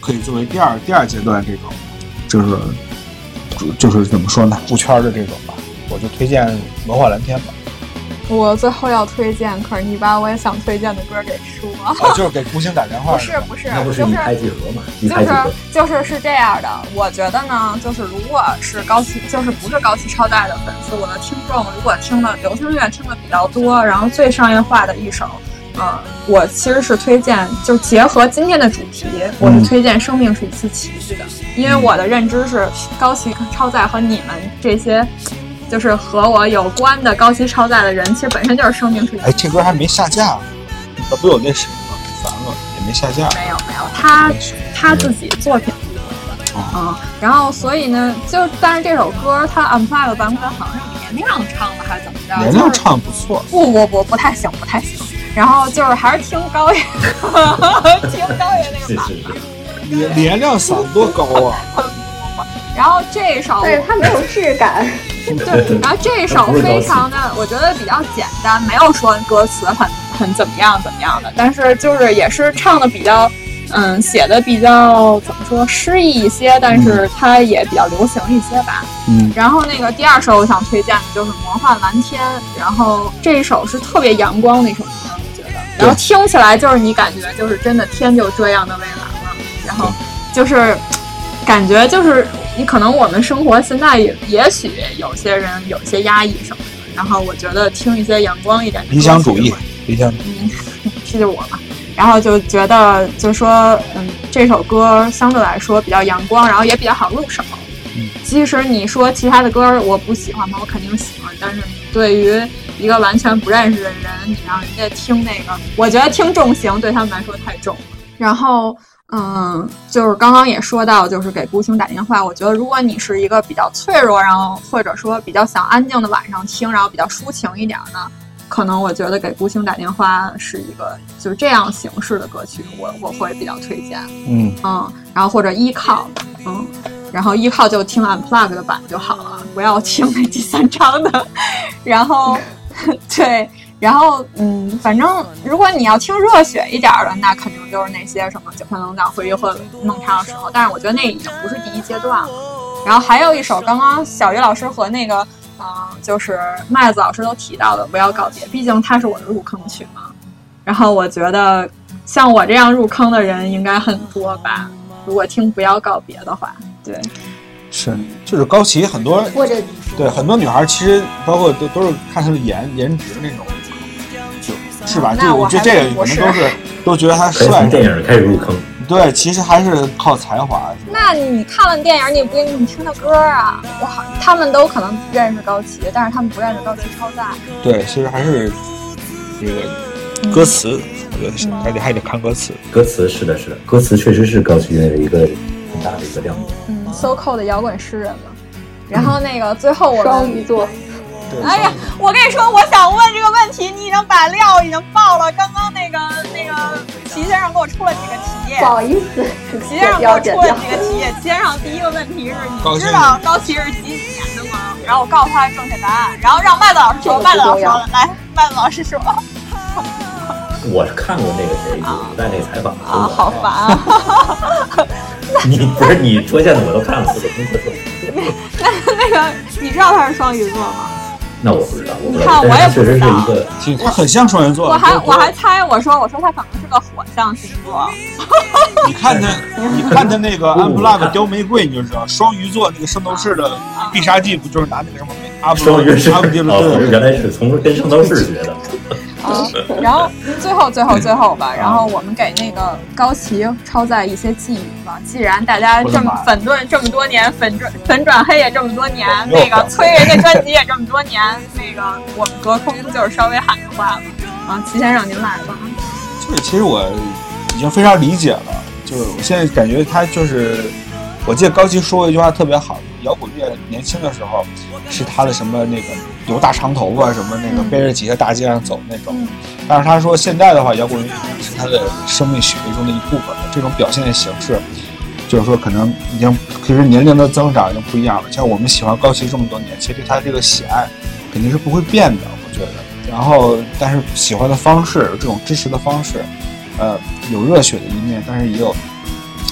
可以作为第二第二阶段这种，就是就是怎么说呢，出圈的这种吧，我就推荐《魔幻蓝天》吧。 我最后要推荐，可是你把我也想推荐的歌给说了、 啊，就是给孤星打电话。 不是不是， 那不是一拍即合嘛？一拍即合。就是就是是这样的，我觉得呢，就是如果是高崎，就是不是高崎超载的粉丝，我的听众如果听的流行乐听的比较多，然后最商业化的一首，呃，我其实是推荐，就结合今天的主题，我是推荐《生命是一次奇遇》的，因为我的认知是高崎超载和你们这些。就是和我有关的高崎超载的人，其实本身就是生命是一次。 哎，这歌还没下架，那不有那谁吗？烦了，也没下架。 没有没有，他他自己作品。嗯，嗯然后所以呢，就但是这首歌它 unplugged 的版本好像是连亮唱的，还是怎么着？ 连亮唱不错。 不不不，不太行，不太行。然后就是还是听高爷，听高爷那个版本。 连连亮嗓子多高啊！ 然后这首， 但是它没有质感。 对，然后这首非常的，我觉得比较简单，没有说歌词很很怎么样怎么样的，但是就是也是唱的比较，嗯，写的比较怎么说诗意一些，但是它也比较流行一些吧。 嗯。 然后那个第二首我想推荐的就是《魔幻蓝天》，然后这一首是特别阳光的一首歌，我觉得，然后听起来就是你感觉就是真的天就这样的蔚蓝了，然后就是感觉就是。你可能我们生活现在也也许有些人有些压抑什么的，然后我觉得听一些阳光一点的理想主义，理想主义， 嗯，这就我嘛。然后就觉得就说，嗯，这首歌相对来说比较阳光，然后也比较好入手。 嗯， 即使你说其他的歌我不喜欢吗？我肯定喜欢，但是对于一个完全不认识的人，你让人家听那个，我觉得听重型对他们来说太重了。然后。嗯，就是刚刚也说到，就是给孤星打电话。我觉得，如果你是一个比较脆弱，然后或者说比较想安静的晚上听，然后比较抒情一点呢，可能我觉得给孤星打电话是一个就是这样形式的歌曲，我我会比较推荐。 嗯嗯，然后或者依靠，嗯，然后依靠就听 unplugged 的版就好了，不要听那第三张的。然后，对。然后，嗯，反正如果你要听热血一点的，那肯定就是那些什么九天龙奖、回忆和孟尝的时候。但是我觉得那已经不是第一阶段了。然后还有一首，刚刚小鱼老师和那个，嗯、呃，就是麦子老师都提到的《不要告别》，毕竟它是我的入坑曲嘛。然后我觉得像我这样入坑的人应该很多吧。如果听《不要告别》的话，对， 是就是高崎很多或者对很多女孩其实包括都都是看她的颜颜值那种。是吧？就我觉得这个可能都是都觉得他帅。 从电影开始入坑， 对，其实还是靠才华。 那你看了电影，你不一定听他歌啊。我好，他们都可能认识高崎，但是他们不认识高崎超载。 对，其实还是这个歌词，嗯、我觉得还得还得看歌词。 歌词是的，是的，歌词确实是高崎乐的一个很大的一个亮点。 嗯 ，so cold 的摇滚诗人嘛。然后那个最后我双鱼座。 哎呀，我跟你说，我想问这个问题，你已经把料已经爆了。刚刚那个那个齐先生给我出了几个题， 不好意思， 齐先生给我出了几个题。齐先生第一个问题是，你知道高崎是几几年的吗？然后我告诉他正确答案，然后让麦子老师说，麦子老师说了，来，麦子老师说。 我是看过那个谁古代那个采访啊，好烦啊！ 你不是你出现的我都看了，我怎么会说？ 那那个你知道他是双鱼座吗？ 那我不知道，我不知道。你看，我也不知道。 他很像双鱼座。 我还我还猜，我说我说他可能是个火象星座。 你看他，你看他那个 unplugged 雕玫瑰，你就知道双鱼座那个圣斗士的必杀技不就是拿那个什么阿布双鱼是阿布迪勒？ 哦，原来是从跟圣斗士学的。 啊，然后最后最后最后吧，然后我们给那个高崎超载一些寄语吧。既然大家这么粉盾这么多年，粉转粉转黑也这么多年，那个催人家专辑也这么多年，那个我们隔空就是稍微喊个话吧。啊，齐先生您来吧。 就是其实我已经非常理解了，就是我现在感觉他就是，我记得高崎说过一句话特别好，摇滚乐年轻的时候是他的什么那个留大长头发什么那个背着吉他大街上走那种，嗯、但是他说现在的话，摇滚乐是他的生命血液中的一部分了。这种表现的形式，就是说可能已经其实年龄的增长已经不一样了。像我们喜欢高崎这么多年，其实对他这个喜爱肯定是不会变的，我觉得。然后，但是喜欢的方式，这种支持的方式，呃，有热血的一面，但是也有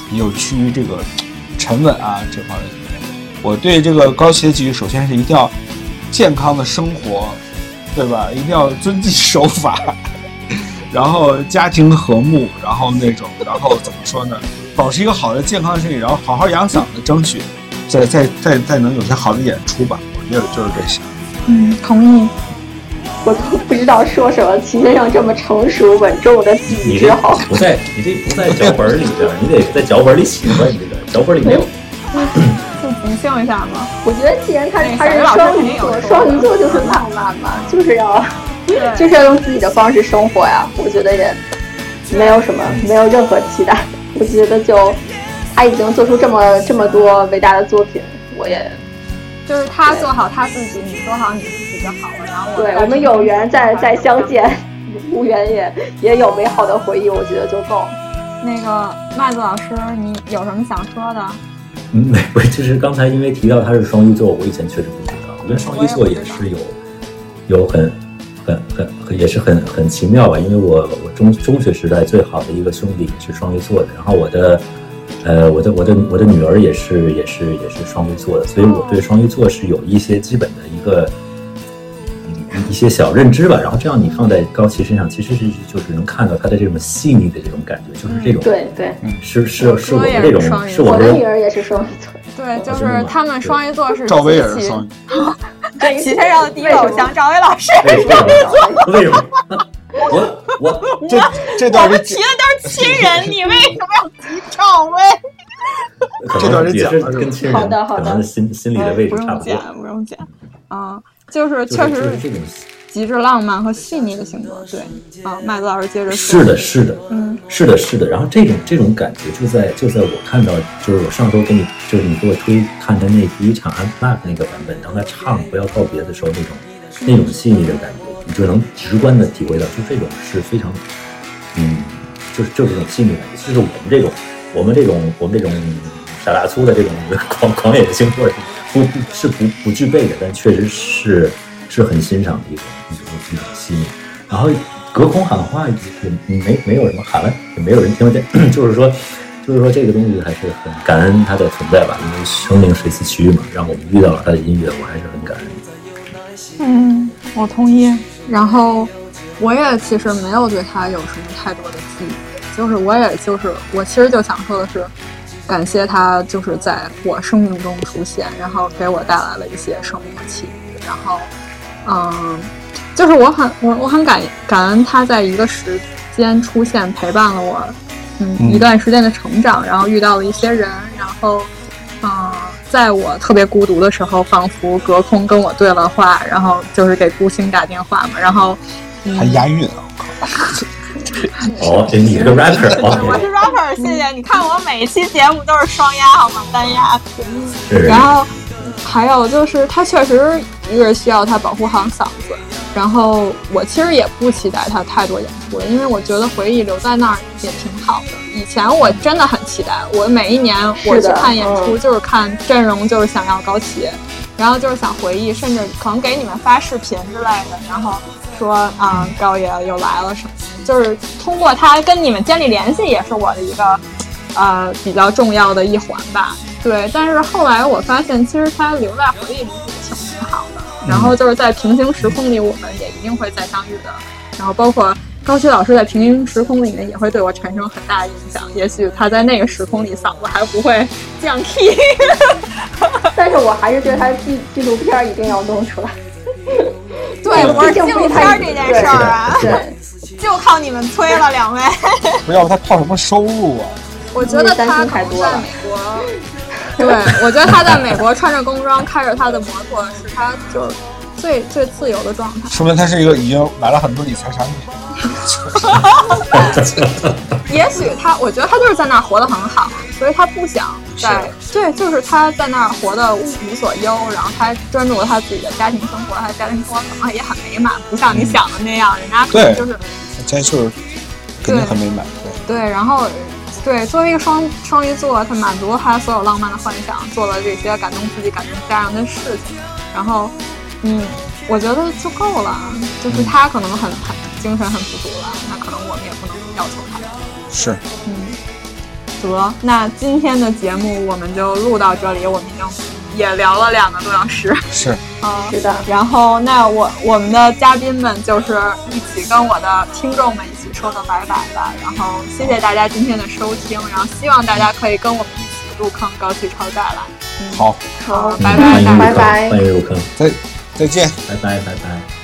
有趋于这个沉稳啊这方面。我对这个高期的寄语，首先是一定要健康的生活，对吧？一定要遵纪守法，然后家庭和睦，然后那种，然后怎么说呢？保持一个好的健康的身体，然后好好养嗓子，争取再再再再能有些好的演出吧。我觉得就是这些。 嗯，同意。 我都不知道说什么，齐先生这么成熟稳重的寄语之后， 不在你这不在脚本里边，你得在脚本里写吧，你这个脚本里没有。 就即兴一下嘛。 我觉得既然他他是双鱼座，双鱼座就是浪漫嘛，就是要就是要用自己的方式生活呀。我觉得也没有什么，没有任何期待。我觉得就他已经做出这么这么多伟大的作品，我也就是他做好他自己，你做好你自己就好了。然后我对我们有缘再再相见，无缘也也有美好的回忆，我觉得就够。 那个麦子老师，你有什么想说的？ 嗯，没，不就是刚才因为提到他是双鱼座，我以前确实不知道。我跟双鱼座也是有有很很很很也是很很奇妙吧，因为我我中中学时代最好的一个兄弟是双鱼座的，然后我的呃我的我的我的女儿也是也是也是双鱼座的，所以我对双鱼座是有一些基本的一个一些小认知吧。然后这样你放在高崎身上，其实是就是能看到他的这种细腻的这种感觉，就是这种对对， 是是是我们这种是我们这种的女儿也是双鱼座。 对，就是他们双鱼座是赵薇也是双鱼， 对，齐先生的第一偶像赵薇老师为什么？为什么？我我这这段是提的都是亲人，你为什么要提赵薇？ 这段也是跟亲人可能心心里的位置差不多。 不用剪，不用剪啊，就是确实是极致浪漫和细腻的性格。对啊，麦子老师接着说。 是的，是的，嗯，是的，是的。然后这种这种感觉就在就在我看到，就是我上周给你，就是你给我推看他那第一场 Unplugged 那个版本，当他唱《不要告别》的时候，那种那种细腻的感觉，你就能直观的体会到，就这种是非常，嗯，就是就是这种细腻感觉，就是我们这种我们这种我们这种傻大粗的这种狂狂野的星座不不是不不具备的，但确实是是很欣赏的一种一种一种细腻。然后隔空喊话也没没有什么喊了，也没有人听得见，就是说就是说这个东西还是很感恩它的存在吧，因为生命是一次奇遇嘛，让我们遇到了它的音乐，我还是很感恩。 嗯，我同意。然后我也其实没有对他有什么太多的记忆，就是我也就是我其实就想说的是，感谢他就是在我生命中出现，然后给我带来了一些生命的奇遇。然后，嗯，就是我很我我很感感恩他在一个时间出现，陪伴了我，嗯，嗯一段时间的成长，然后遇到了一些人，然后，嗯。在我特别孤独的时候，仿佛隔空跟我对了话，然后就是给孤星打电话嘛，然后、 嗯、还押韵啊！我靠！哦，这你是个 rapper， 我是 rapper， 谢谢。你看我每一期节目都是双押，好吗？单押。然后还有就是他确实一个需要他保护好嗓子，然后我其实也不期待他太多演出了，因为我觉得回忆留在那儿也挺好的。以前我真的很期待，我每一年我去看演出就是看阵容，就是想要高旗，然后就是想回忆，甚至可能给你们发视频之类的，然后说啊、嗯、高爷又来了什么，就是通过他跟你们建立联系，也是我的一个呃比较重要的一环吧。对，但是后来我发现，其实他留在回忆里也挺挺好的。然后就是在平行时空里，我们也一定会再相遇的。然后包括高旗老师在平行时空里面也会对我产生很大的影响。也许他在那个时空里嗓子还不会降 key， 但是我还是觉得他的纪纪录片一定要弄出来。 对，不是纪录片这件事儿啊， 对， 就靠你们催了，两位。 不要他靠什么收入啊？ 我觉得他可能在美国。对，我觉得他在美国穿着工装开着他的摩托，是他就是最最自由的状态。 说明他是一个已经买了很多理财产品。 也许他，我觉得他就是在那儿活得很好，所以他不想在对，就是他在那儿活得无所忧，然后他专注了他自己的家庭生活，他的家庭生活可能也很美满，不像你想的那样，人家可能就是， 家就是肯定很美满。 对，对，然后。对，作为一个双双鱼座，他满足了他所有浪漫的幻想，做了这些感动自己、感动家人的事情，然后，嗯，我觉得就够了。就是他可能很很精神很富足了，那可能我们也不能要求他。 是， 嗯， 得，那今天的节目我们就录到这里，我们已经也聊了两个多小时。 是啊， 是的。 然后那我我们的嘉宾们就是一起跟我的听众们一起说个拜拜吧。然后谢谢大家今天的收听，然后希望大家可以跟我们一起入坑高级超载了。 好， 好， 嗯、 拜拜， 拜拜， 欢迎入坑， 再再见， 拜拜，拜拜。